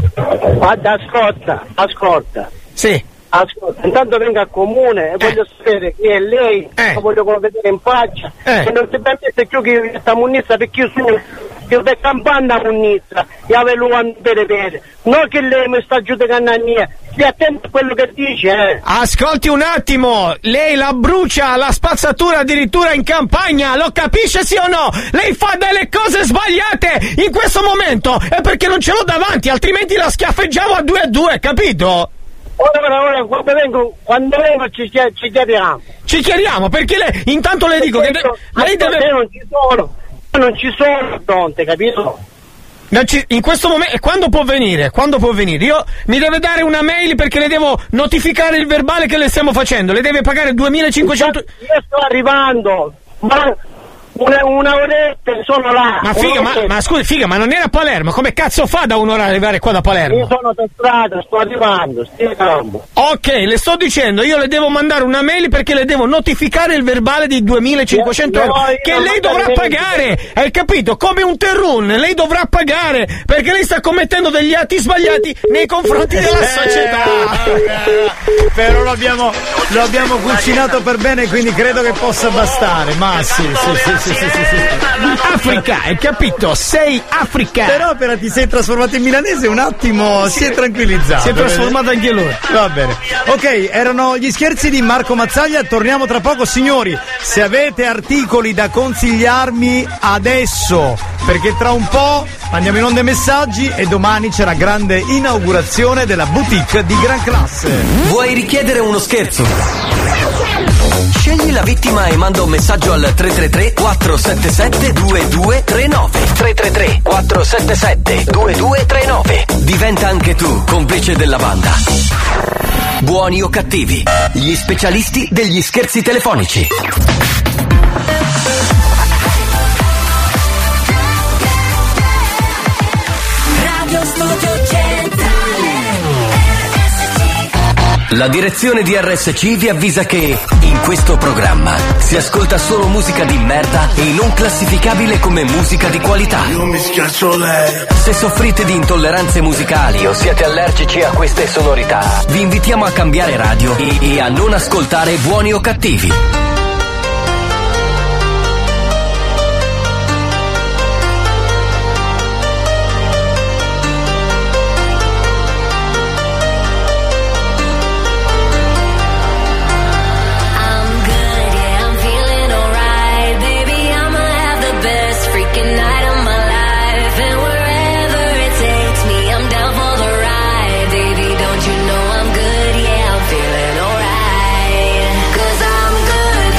Guarda, ascolta, ascolta. Sì. Ascolta, intanto venga al comune e eh. voglio sapere chi è lei, eh. lo voglio vedere in faccia, eh. e non si permette più che io questa munnizza perché io sono io per campana munnizza, e avevo un bere bere, non che lei mi sta giudicando a mia, stia attento a quello che dice, eh. Ascolti un attimo, lei la brucia la spazzatura addirittura in campagna, lo capisce sì o no? Lei fa delle cose sbagliate in questo momento, è perché non ce l'ho davanti, altrimenti la schiaffeggiamo a due a due, capito? Ora, ora, quando vengo, quando vengo ci, ci chiariamo. Ci chiariamo, perché lei, intanto le dico che de- lei deve... non ci sono, non ci sono pronte, capito? Non ci, in questo momento, quando può venire? Quando può venire? Io mi deve dare una mail perché le devo notificare il verbale che le stiamo facendo, le deve pagare duemilacinquecento... Io sto arrivando, ma... Una, una oretta sono là. Ma figa, ma, ma scusi, figa, ma non era a Palermo? Come cazzo fa da un'ora ad arrivare qua da Palermo? Io sono per strada, sto arrivando, stia calmo. Ok, le sto dicendo, io le devo mandare una mail perché le devo notificare il verbale di duemilacinquecento euro che lei dovrà pagare, hai capito? Come un terrun, lei dovrà pagare perché lei sta commettendo degli atti sbagliati nei confronti della società. Però lo abbiamo, lo abbiamo cucinato per bene, quindi credo che possa bastare. Ma sì, sì, sì, sì. Sì, sì, sì, sì. Africa, hai capito? Sei Africa. Però appena ti sei trasformato in milanese un attimo si è tranquillizzato. Si è trasformato anche lui. Va bene. Ok, erano gli scherzi di Marco Mazzaglia. Torniamo tra poco, signori. Se avete articoli da consigliarmi adesso, perché tra un po' andiamo in onda i messaggi e domani c'è la grande inaugurazione della boutique di gran classe. Vuoi richiedere uno scherzo? Scegli la vittima e manda un messaggio al tre tre tre quattro sette sette due due tre nove. tre tre tre quattro sette sette due due tre nove. Diventa anche tu complice della banda. Buoni o cattivi, gli specialisti degli scherzi telefonici. Radio Studio Centrale. La direzione di R S C vi avvisa che in questo programma si ascolta solo musica di merda e non classificabile come musica di qualità. Io mi schiaccio lei. Se soffrite di intolleranze musicali o siete allergici a queste sonorità, vi invitiamo a cambiare radio e, e a non ascoltare Buoni o Cattivi. Don't you know I'm good? Yeah, I'm feeling alright. 'Cause I'm good.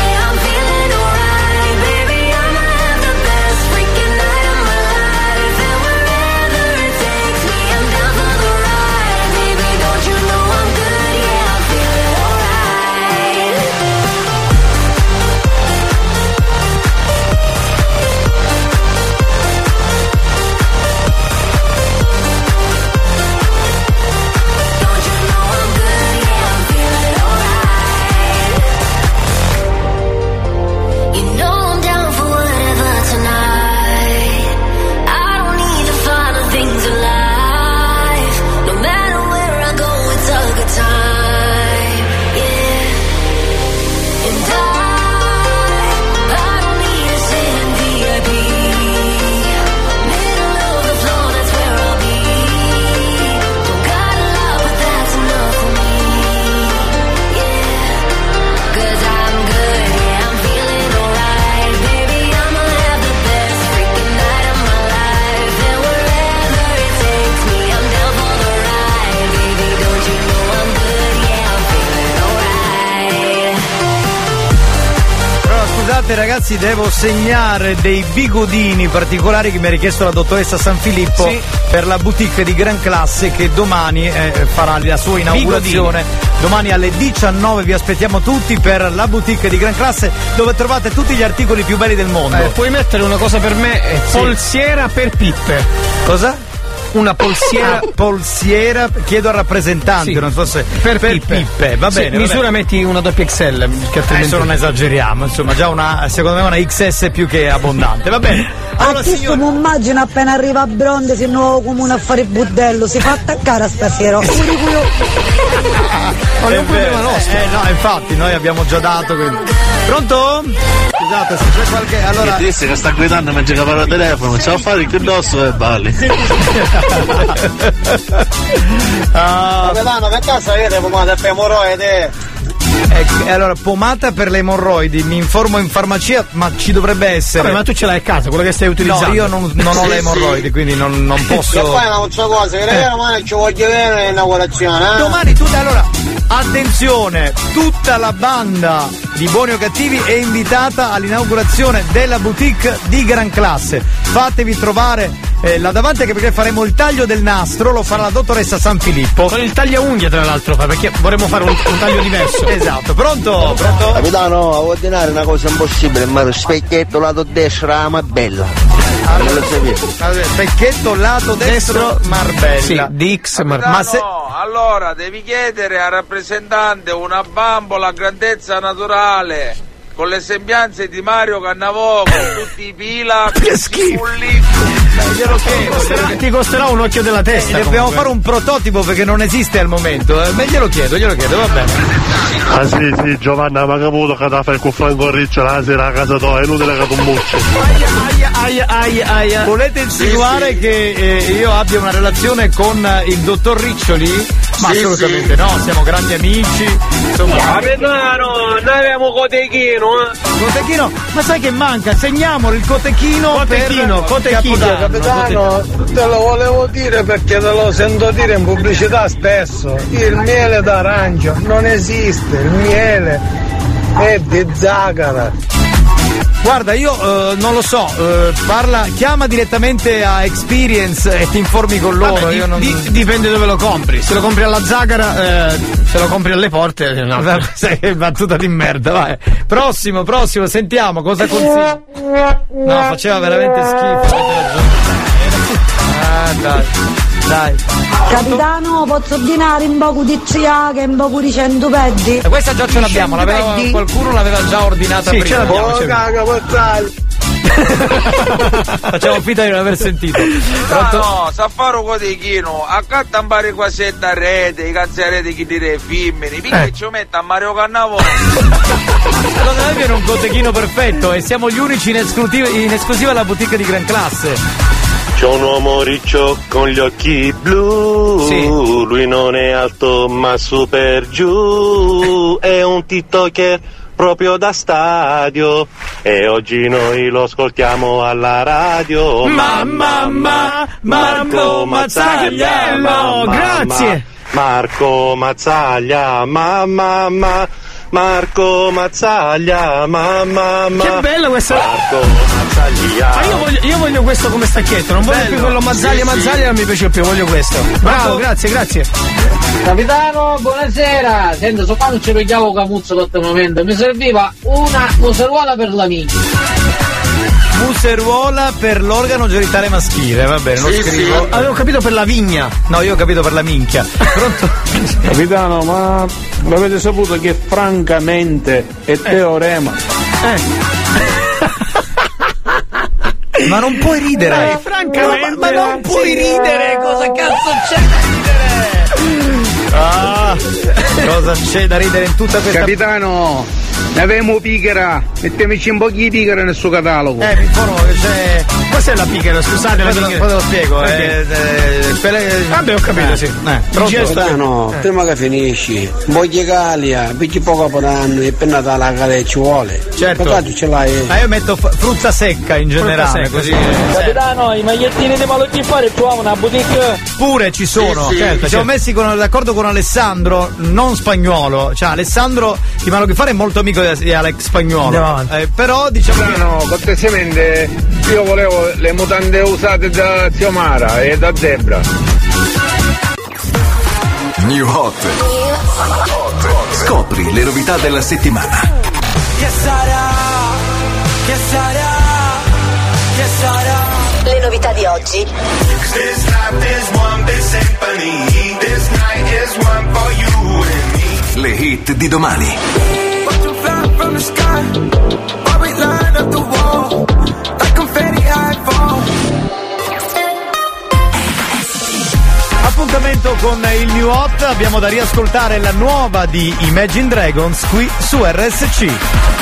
scusate ragazzi, devo segnare dei bigodini particolari che mi ha richiesto la dottoressa Sanfilippo sì. per la boutique di Gran Classe che domani eh, farà la sua inaugurazione. Bigodini. Domani alle diciannove vi aspettiamo tutti per la boutique di Gran Classe dove trovate tutti gli articoli più belli del mondo. Eh, puoi mettere una cosa per me, eh, sì. polsiera per pippe. Cosa? Una polsiera, ah. polsiera, chiedo al rappresentante, sì. non so se per, per pippe. pippe. Va bene. Sì, misura bene. Metti una doppia X L, che altrimenti adesso non esageriamo, insomma, già una, secondo me una X S più che abbondante. Va bene. Allora, signor... mi immagino appena arriva a Bronde, se nuovo comune a fare il budello, si fa attaccare a stasera. Ma non è un problema nostro. Eh, no, infatti, noi abbiamo già dato. Quindi. Pronto? Scusate, se c'è qualche. Allora. Che che sta guidando mentre che parla al telefono, ciao fare il dosso e balli. Ah. Capitano, che cazzo avete pomata per emorroide? Ecco, allora, pomata per le emorroidi, mi informo in farmacia, ma ci dovrebbe essere. Vabbè, ma tu ce l'hai a casa, quello che stai utilizzando? No, io non, non ho sì, le emorroidi, sì. quindi non, non posso. E poi un'altra cosa, che eh. domani ci voglio vedere l'inaugurazione, eh? Domani tu, allora, attenzione, tutta la banda di Buoni o Cattivi è invitata all'inaugurazione della boutique di Gran Classe. Fatevi trovare eh, là davanti, anche perché faremo il taglio del nastro, lo farà la dottoressa Sanfilippo. Con il taglio unghie, tra l'altro, perché vorremmo fare un, un taglio diverso. Esatto, pronto? Pronto? Capitano, a ordinare una cosa impossibile, ma lo specchietto lato destro, la ma bella. Allora, specchietto lato destro, destro Marbella. Sì, di X Marbella. Ma se... allora devi chiedere al rappresentante una bambola a grandezza naturale con le sembianze di Mario Cannavò, con tutti i pila, che schifo. Glielo chiedo, costerà, ti costerà un occhio della testa. Eh, dobbiamo fare un prototipo perché non esiste al momento. Eh, glielo chiedo, glielo chiedo, va bene. Ah sì, sì, Giovanna, ma caputo che da fare con Franco Riccio la sera a casa tua, è inutile che tu mucci. Aia, aia, aia, aia. Volete insinuare sì, sì. che eh, io abbia una relazione con eh, il dottor Riccioli? Ma sì, assolutamente sì. no, siamo grandi amici. Insomma. Capitano, noi abbiamo cotechino, eh. Cotechino? Ma sai che manca? Segniamolo il cotechino. Cotechino, per cotechino. Capitano, te lo volevo dire perché te lo sento dire in pubblicità spesso. Il miele d'arancia non esiste, il miele è di zagara. Guarda, io uh, non lo so, uh, parla, chiama direttamente a Experience e ti informi con loro. Vabbè, io di, non... di, dipende dove lo compri. Se lo compri alla Zagara, eh, se lo compri alle porte, no. Sai che battuta di merda, vai. Prossimo, prossimo, sentiamo cosa consigli. No, faceva veramente schifo. Ah, dai. Dai. Capitano, posso ordinare un poco di ciaga e un poco di cento peddi? E questa già ce l'abbiamo, l'aveva, qualcuno l'aveva già ordinata sì, prima. Ce l'abbiamo, oh, caga, portale. Facciamo finta di non aver sentito. No, no, sa fare un cotechino, accanto a fare quasi a rete, i cazzi a rete che dire femmini, mica eh. ci mette a Mario Cannavò. Secondo me viene un cotechino perfetto e siamo gli unici in esclusiva, in esclusiva alla boutique di Gran Classe. C'è un uomo riccio con gli occhi blu, sì. Lui non è alto ma super giù, è un tiktoker proprio da stadio e oggi noi lo ascoltiamo alla radio. Mamma, mamma, Marco Mazzagliello, grazie. Marco Mazzaglia, mamma, mamma. Marco Mazzaglia, mamma, mamma. Che bello questa. Marco Mazzaglia. Ma io voglio, io voglio questo come stacchetto, non voglio bello. più quello Mazzaglia, sì, Mazzaglia, sì. non mi piace più, voglio questo. Bravo, grazie, grazie. Capitano, buonasera. Senta, so quando ci pigliavo camuzzo in questo momento, mi serviva una museruola per la minchia. Museruola per l'organo genitale maschile, va bene, lo sì, scrivo. Sì. Avevo capito per la vigna. No, io ho capito per la minchia. Pronto? Capitano, ma l'avete saputo che francamente è eh. teorema? Eh. Ma non puoi ridere. Eh, francamente. Ma, ma non puoi ridere, cosa cazzo c'è da ridere? Ah, cosa c'è da ridere in tutta questa... Capitano, ne avevamo pichera, mettiamoci un po' di pichera nel suo catalogo. Eh, mi informo che c'è Cos'è la pichera? Scusate, poi, te lo, poi te lo spiego. Eh, eh, quelle... Vabbè, ho capito, eh. sì. Eh. Stano, eh. prima che finisci, voglio Galia, picchi poco per anno e penna dalla cade ci vuole. Certo. Peccato ce l'hai. Ma io metto f- frutta secca in generale, secca, così. sì. Capitano, i magliettini di malocchi fare trovano una boutique. Pure ci sono, Sì, sì, certo. sì. Siamo messi con, d'accordo con Alessandro, non Spagnuolo. Cioè, Alessandro di Malo che fare è molto amico di, di Alex Spagnuolo. Eh, però diciamo che no, cortesemente io volevo le mutande usate da Zio Mara e da Zebra. New Hot. Scopri le novità della settimana. Che sarà? Che sarà? Che sarà? Le novità di oggi. Le hit di domani. Appuntamento con il New Hot, abbiamo da riascoltare la nuova di Imagine Dragons qui su R S C.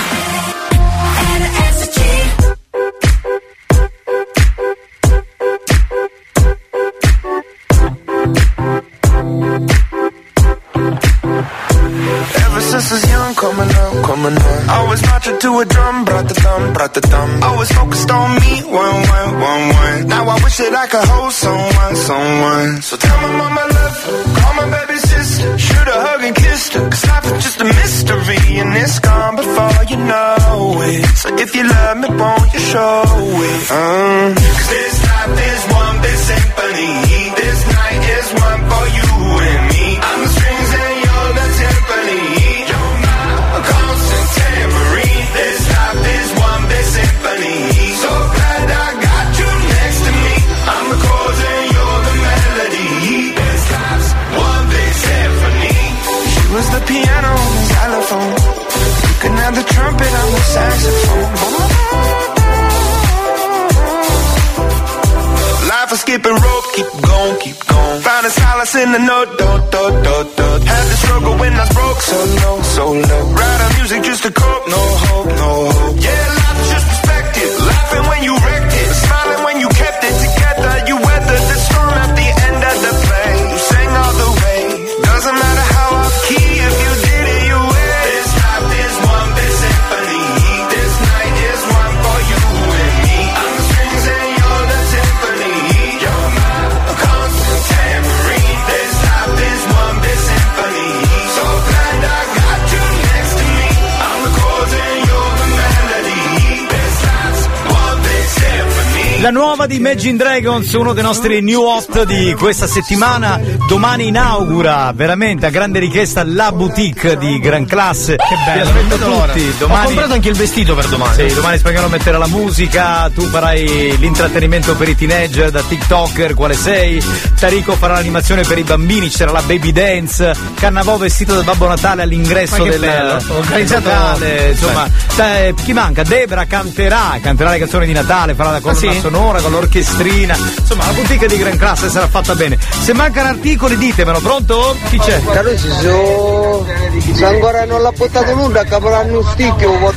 Since I was young, coming up, coming up. I was marching to a drum, brought the thumb, brought the thumb. I was focused on me, one, one, one, one. Now I wish that I could hold someone, someone. So tell my mama I love her, call my baby sister. Shoot a hug and kiss her, cause life is just a mystery. And it's gone before you know it. So if you love me, won't you show it? Um, cause this life is one big symphony. This night is one for you and me. I'm the strings and you're the timpani. Constant tambourine. This life is one big symphony. So glad I got you next to me. I'm the chords and you're the melody. This life's one big symphony. She was the piano and the xylophone. You can have the trumpet on the saxophone. Life is skipping rope, keep going, keep going. Found a solace in the note, do, do, do, do. Had to struggle when I was broke, so low, so low. Writing music just to cope, no hope, no hope. Yeah, life is just perspective. Laughing when you wrecked it, smiling when you kept it together. You weathered the storm at the end of the play. You sang all the way. Doesn't matter how off key, if you did it, you win. This life is one big symphony. This night is one for you and me. I'm the strings and you're the timpani. You're my constant tambourine. This life is one big symphony. So glad I got you next to me. I'm the chords and you're the melody. This life's one big symphony. La nuova di Imagine Dragons, uno dei nostri New Hot di questa settimana. Domani inaugura veramente a grande richiesta la boutique di gran classe. Che bello, vi aspetto tutti. Domani... Ho comprato anche il vestito per domani. Sì, domani Spagnolo metterà la musica, tu farai l'intrattenimento per i teenager da TikToker, quale sei? Tarico farà l'animazione per i bambini, ci sarà la baby dance, Cannavò vestito da Babbo Natale all'ingresso del bello. Organizzato Natale, insomma, eh, chi manca? Debra canterà, canterà le canzoni di Natale, farà la colonna Ah, sì? sonora con l'orchestrina, insomma la boutique di gran classe sarà fatta bene. Se mancano articoli ditemelo, pronto? Chi c'è? Carusi, se ancora non l'ha portato nulla, caporanno un sticchio.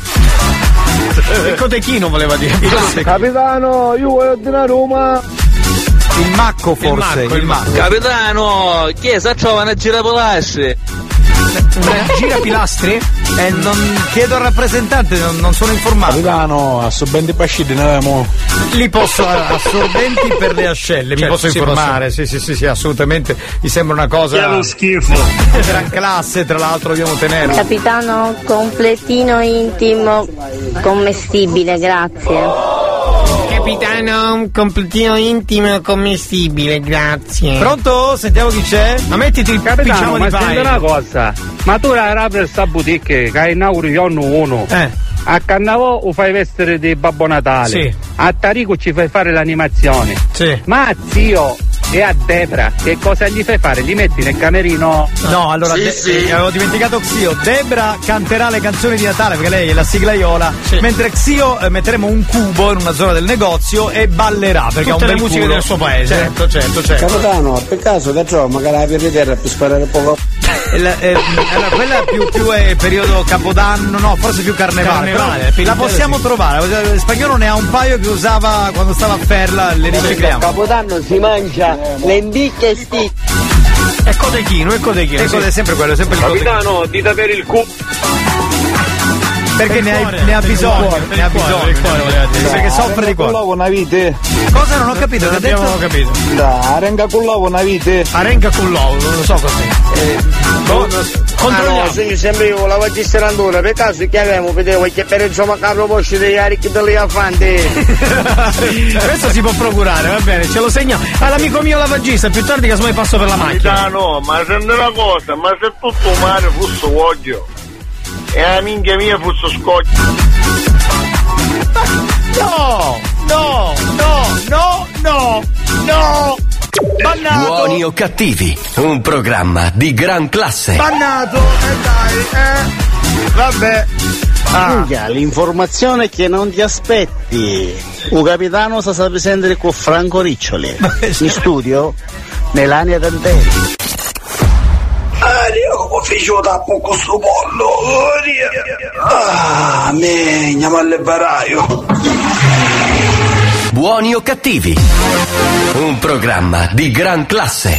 Il cotechino voleva dire. Capitano, io voglio ordinare Roma. Il Macco forse, Il Macco, il Macco. Capitano, chi sa trovano a girapolasce? Gira pilastri? Eh, non chiedo al rappresentante, non, non sono informato. Capitano, assorbenti pasciti ne avevamo. Li posso, assorbenti per le ascelle, mi Certo, posso sì, informare, sì, sì, sì, sì, assolutamente, mi sembra una cosa. Che è lo schifo. Gran classe, tra l'altro dobbiamo tenerlo. Capitano, completino intimo commestibile, grazie. Capitano, un completino intimo commestibile, grazie. Pronto? Sentiamo chi c'è? Ma mettiti il Capitano, pigiama ma di senti paio. una cosa, ma tu la apri sta boutique che inauguri giorno uno. Eh. A Cannavò lo fai vestire di Babbo Natale. Sì. A Tarico ci fai fare l'animazione. Sì. Ma zio, E a Debra, che cosa gli fai fare? Gli metti nel camerino? No, allora Sì, De- sì. eh, avevo dimenticato Xio. Debra canterà le canzoni di Natale perché lei è la siglaiola. Mentre Xio eh, metteremo un cubo in una zona del negozio e ballerà perché Tutte ha un le bel musiche culo. del suo paese. Certo, certo, certo. Capitano, per caso che trovo magari per vedere per sparare poco. Il, eh, allora, quella è più, più è periodo Capodanno, no, forse più Carnevale. Carnevale, però la possiamo sì. trovare. Spagnolo ne ha un paio che usava quando stava a Ferla, le ricicliamo. Capodanno si mangia lenticchie e stick. È codechino, è codechino. È code- è sempre quello, è sempre il codechino. Capitano, dita per il culo. Perché ne, hai, ne ha bisogno, ne ha bisogno, perché soffre di cuore. Con la vite. Cosa non ho capito? Non Che ha abbiamo detto? capito. Da, arenga con l'uovo una vite. Arenga con l'uovo, non lo so cos'è. Eh, Ah no, sogno sempre io, la voglio strandura, per caso che avevo, vedevo che per insomma a proposito degli arichi degli afanti. Questo si può procurare, va bene, ce lo segno. All'amico mio lavagista, più tardi casomai passo per la macchina. No, ma senti una cosa, ma se tutto mare fosse voglio e la minchia mia fosse scotch. No, no, no, no, no, no. Bannato. Buoni o cattivi, un programma di gran classe. Bannato, e eh dai, eh. Vabbè. Ah. L'informazione è che non ti aspetti. Un capitano sta sempre presente con Franco Riccioli. In studio, Melania Danteri. Ah, io come faccio da poco sto pollo. Ah, me, andiamo all'ebbaraio. Buoni o cattivi, un programma di gran classe.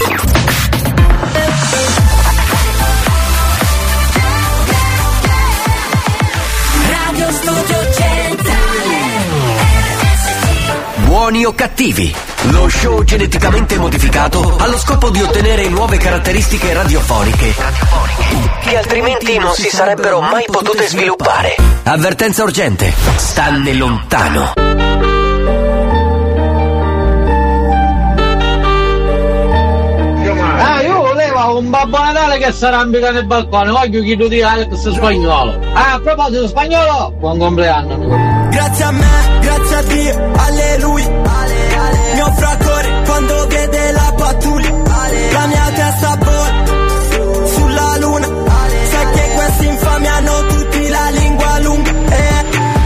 Radio Studio Centrale. Buoni o cattivi, lo show geneticamente modificato allo scopo di ottenere nuove caratteristiche radiofoniche che altrimenti non si sarebbero mai potute sviluppare. Avvertenza urgente, stanne lontano. Ah, io volevo un Babbo Natale che si arrampica nel balcone, voglio chi lo dica Alex Spagnolo. Ah, a proposito spagnolo, buon compleanno amico. Grazie a me, grazie a Dio, alleluia. Ale, ale. Mi offre a correre quando vede la pattuglia. Ale, la mia testa vola sulla luna. Ale, sai che questi infami hanno tutti la lingua lunga. Eh.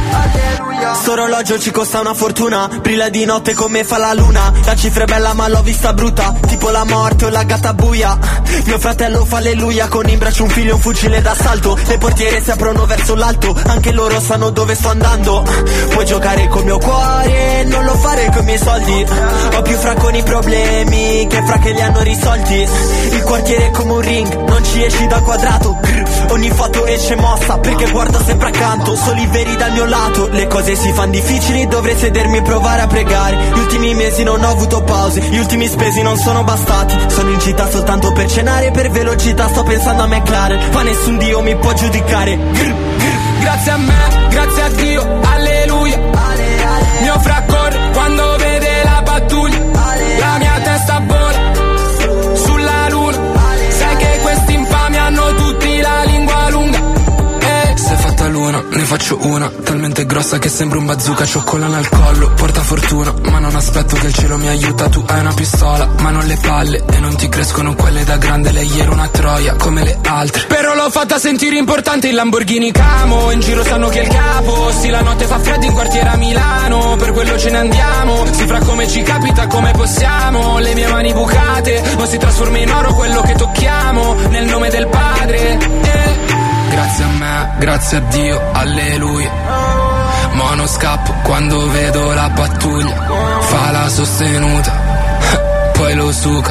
Sto orologio ci costa una fortuna, brilla di notte come fa la luna. La cifra è bella ma l'ho vista brutta, tipo la morte o la gatta buia. Mio fratello fa alleluia, con in braccio un figlio e un fucile d'assalto. Le portiere si aprono verso l'alto, anche loro sanno dove sto andando. Puoi giocare col mio cuore, non lo fare con i miei soldi. Ho più fra con i problemi che fra che li hanno risolti. Il quartiere è come un ring, non ci esci dal quadrato. Grr, ogni foto esce mossa, perché guardo sempre accanto. Soli veri dal mio lato, le cose si fanno difficili, dovrei sedermi e provare a pregare. Gli ultimi mesi non ho avuto pause, gli ultimi spesi non sono bastati. Sono in città soltanto per cenare, per velocità sto pensando a McLaren. Ma nessun dio mi può giudicare. Grr, grr. Grazie a me, grazie a Dio, alleluia. Ale, ale. Mi offre a correre quando vede la pattuglia. Ale, la mia testa vola sulla luna. Ale, sai che questi infami hanno tutti la lingua lunga. Se è fatta l'una, ne faccio una talmente grossa che sembra un bazooka. Cioccolana al collo, porta fortuna, ma non aspetto che il cielo mi aiuta. Tu hai una pistola, ma non le palle, e non ti crescono quelle da grande. Lei era una troia, come le altre, però l'ho fatta sentire importante. Il Lamborghini Camo, in giro sanno che è il capo. Sì, la notte fa freddo in quartiere a Milano, per quello ce ne andiamo. Si fra come ci capita, come possiamo. Le mie mani bucate, ma si trasforma in oro quello che tocchiamo, nel nome del padre. eh. Grazie a me, grazie a Dio, alleluia. Mono scappo quando vedo la pattuglia. Fa la sostenuta, poi lo suca.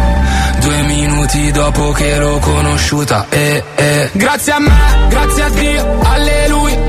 Due minuti dopo che l'ho conosciuta. Eh, eh. Grazie a me, grazie a Dio, alleluia.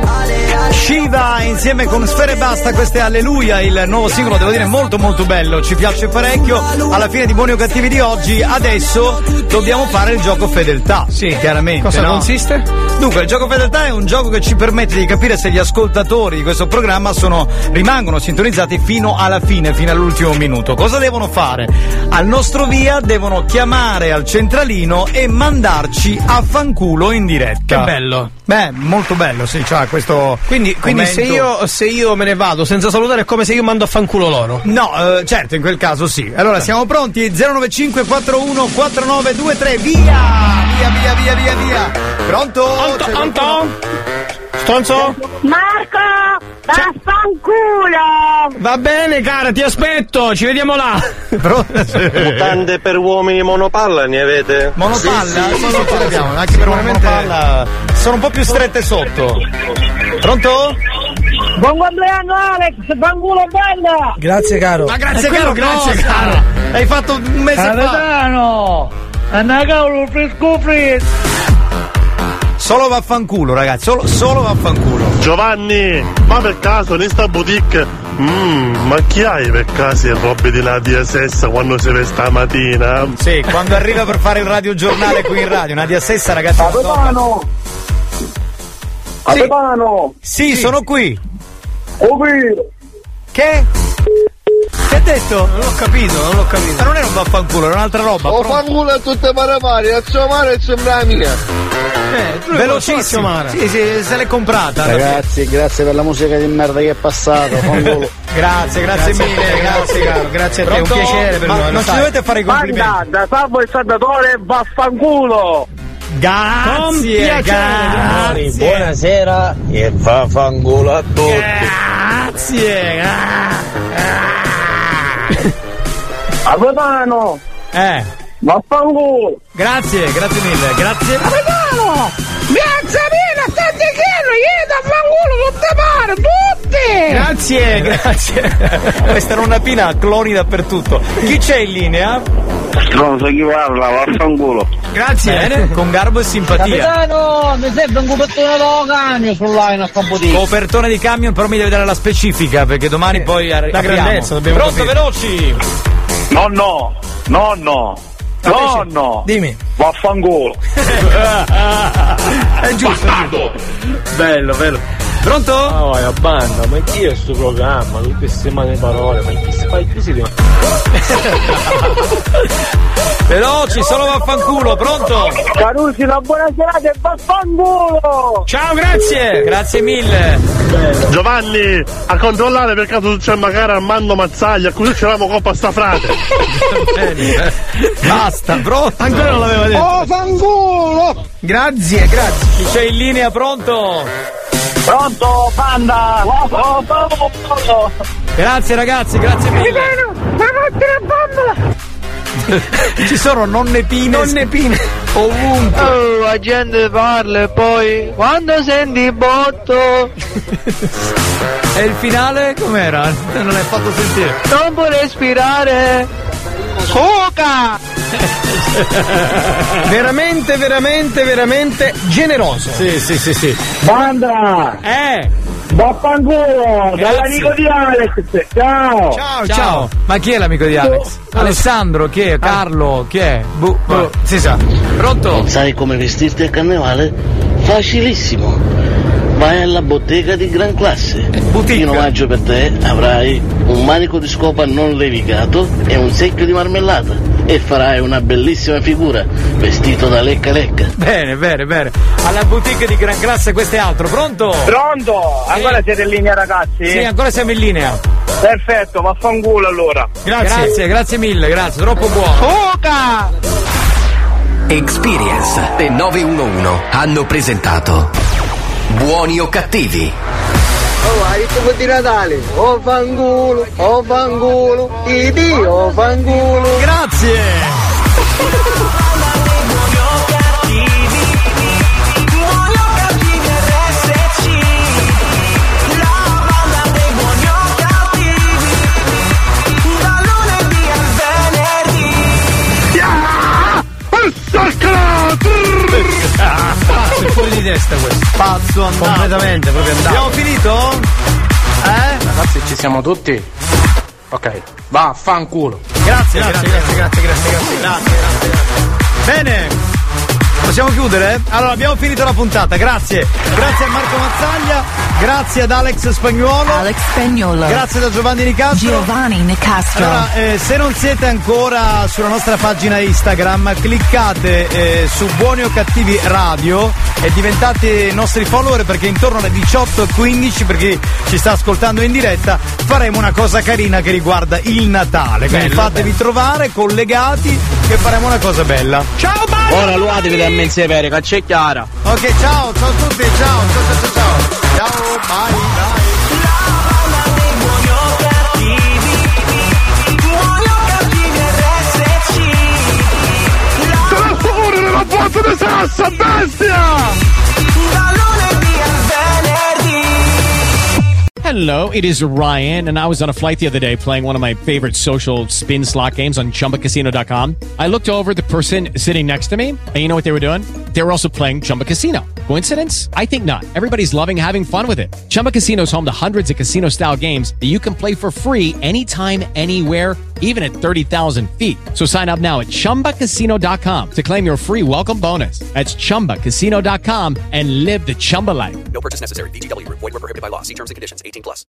Shiva insieme con Sfere Basta, questo è Alleluia, il nuovo singolo, devo dire molto molto bello, ci piace parecchio. Alla fine di Buoni o Cattivi di oggi, adesso dobbiamo fare il gioco fedeltà. Sì, chiaramente. Cosa no? consiste? Dunque, il gioco fedeltà è un gioco che ci permette di capire se gli ascoltatori di questo programma sono, rimangono sintonizzati fino alla fine, fino all'ultimo minuto. Cosa devono fare? Al nostro via devono chiamare al centralino e mandarci a fanculo in diretta. Che bello. Beh, molto bello, sì, cioè questo. Quindi, quindi se, io, se io me ne vado senza salutare è come se io mando a fanculo loro. No, eh, certo, in quel caso sì. Allora, siamo pronti? zero nove cinque quattro uno quattro nove due tre, via! Via, via, via, via, via! Pronto? Anto, Anto? Stronzo? Marco! Vaffanculo! Va bene, cara, ti aspetto, ci vediamo là. Mutande per uomini monopalla ne avete? Monopalla? Sì, sì, Sì, sì, sì, sì, ce l'abbiamo, sì. anche per una monopalla sono un po' più strette sotto. Pronto? Buon compleanno Alex, fanculo bella! Grazie caro. Ma grazie E caro, quello grazie costa. caro. Hai fatto un mese fa. Capitano! Annagalo fresco fresco! Solo vaffanculo, ragazzi, solo, solo vaffanculo. Giovanni, ma per caso in sta boutique, mm, ma chi hai per caso il robe di Nadia Sessa quando si vede stamattina? Sì, quando arriva per fare il radiogiornale qui in radio, Nadia Sessa, ragazzi. Capitano! Capitano! Sì, sono qui. Ovvero! Che? Che hai detto? Non l'ho capito, non l'ho capito. Ma non era un vaffanculo, era un'altra roba. Ho Pronto? fanculo a tutte le pari, a sua mare e sembra la mia. Eh, Velocissimo. Mara. Sì, sì, se l'è comprata. Ragazzi, grazie per la musica di merda che è passata. Fanculo. Grazie, grazie, Grazie mille, a te, grazie caro, grazie a te, è un Pronto? piacere per Ma noi, lo non ci sai. dovete fare i complimenti. Banda, da salvo il saldatore, vaffanculo. Grazie, piacere, grazie. Buonasera e vaffanculo a tutti. Grazie. Capitano, Eh, vaffanculo. grazie, grazie mille, grazie. Capitano! Piazza piena, state chiaro, io da fanculo tutte pare, tutte! Grazie, grazie. Questa nonnapina cloni dappertutto. Chi c'è in linea? Stronzo chi parla, vaffanculo. Grazie, bene, con garbo e simpatia. Capitano, mi serve un copertone da camion sull'line a Campodigno. Copertone di camion, però mi deve dare la specifica perché domani poi arri- la apriamo. grandezza, dobbiamo Pronto, capire. veloci. No, no, no, no. No, no. Dimmi. Vaffanculo. È giusto, è giusto. Bello, bello. Pronto? Ma vai a banda, ma chi è sto programma? Tutte queste male parole, ma chi si fa il piso? Veloci, solo vaffanculo, pronto? Carusi, una buona serata e vaffanculo. Ciao, grazie. Grazie mille. Giovanni, a controllare per caso c'è magari Armando Mazzaglia, così c'eravamo coppa sta frate. Bene. Basta, pronto? Ancora non l'aveva detto. Oh, fanculo. Grazie, grazie. Chi c'è in linea, pronto? Pronto, panda. Oh, oh, oh, oh. Grazie ragazzi, grazie mille. Capitano, ma fatti la bambola! Ci sono nonnepine. Nonnepine. Ovunque. Oh, la gente parla e poi quando senti botto E il finale com'era? Non l'hai fatto sentire. non puoi respirare. Coca! Veramente, veramente, veramente generoso. Sì, sì, sì, sì. Banda. Eh! Vaffanculo. Grazie. Dall'amico di Alex. Ciao. Ciao, ciao. Ma chi è l'amico di Alex? Alessandro, chi è? Carlo, chi è? Bu, bu. Si sa. Pronto? Sai come vestirti a carnevale? Facilissimo. Vai alla bottega di gran classe. In omaggio per te avrai un manico di scopa non levigato e un secchio di marmellata e farai una bellissima figura vestito da lecca lecca. Bene, bene, bene. Alla boutique di gran classe questo è altro. Pronto? Pronto? Ancora Sì. siete in linea ragazzi? Sì, ancora siamo in linea. Perfetto, vaffanculo allora. Grazie. Grazie, grazie mille, grazie, troppo buono. Coca! Experience e nove uno uno hanno presentato Buoni o cattivi? Oh, hai detto di Natale, oh fanculo, oh fanculo, i dio, oh fanculo. Grazie! Pazzo, è fuori di testa questo. Pazzo andato. Completamente, proprio andato. Abbiamo finito? Eh? Ragazzi, ci siamo tutti? Ok, va, fanculo. Grazie, Grazie, grazie, grazie, grazie, grazie, grazie, grazie. Bene, possiamo chiudere? Allora abbiamo finito la puntata, grazie. Grazie a Marco Mazzaglia, Grazie ad Alex Spagnuolo. Alex Spagnuolo. Grazie da Giovanni Nicastro. Giovanni Nicastro. Allora, eh, se non siete ancora sulla nostra pagina Instagram, cliccate eh, su Buoni o Cattivi Radio e diventate nostri follower, perché intorno alle diciotto e quindici, per chi ci sta ascoltando in diretta, faremo una cosa carina che riguarda il Natale. Quindi bello, fatevi bello. trovare, collegati, che faremo una cosa bella. Ciao Mario! Ora luatevi da me severe, che c'è chiara. Ok, ciao, ciao a tutti, ciao, ciao, ciao, ciao, ciao. Ciao, bye, bye. La foto di Sassa, bestia! Hello, it is Ryan, and I was on a flight the other day playing one of my favorite social spin slot games on Chumba Casino dot com. I looked over at the person sitting next to me, and you know what they were doing? They were also playing Chumba Casino. Coincidence? I think not. Everybody's loving having fun with it. Chumba Casino is home to hundreds of casino-style games that you can play for free anytime, anywhere, even at thirty thousand feet. So sign up now at Chumba Casino dot com to claim your free welcome bonus. That's Chumba Casino dot com and live the Chumba life. No purchase necessary. V G W. Void where prohibited by law. See terms and conditions. eighteen plus.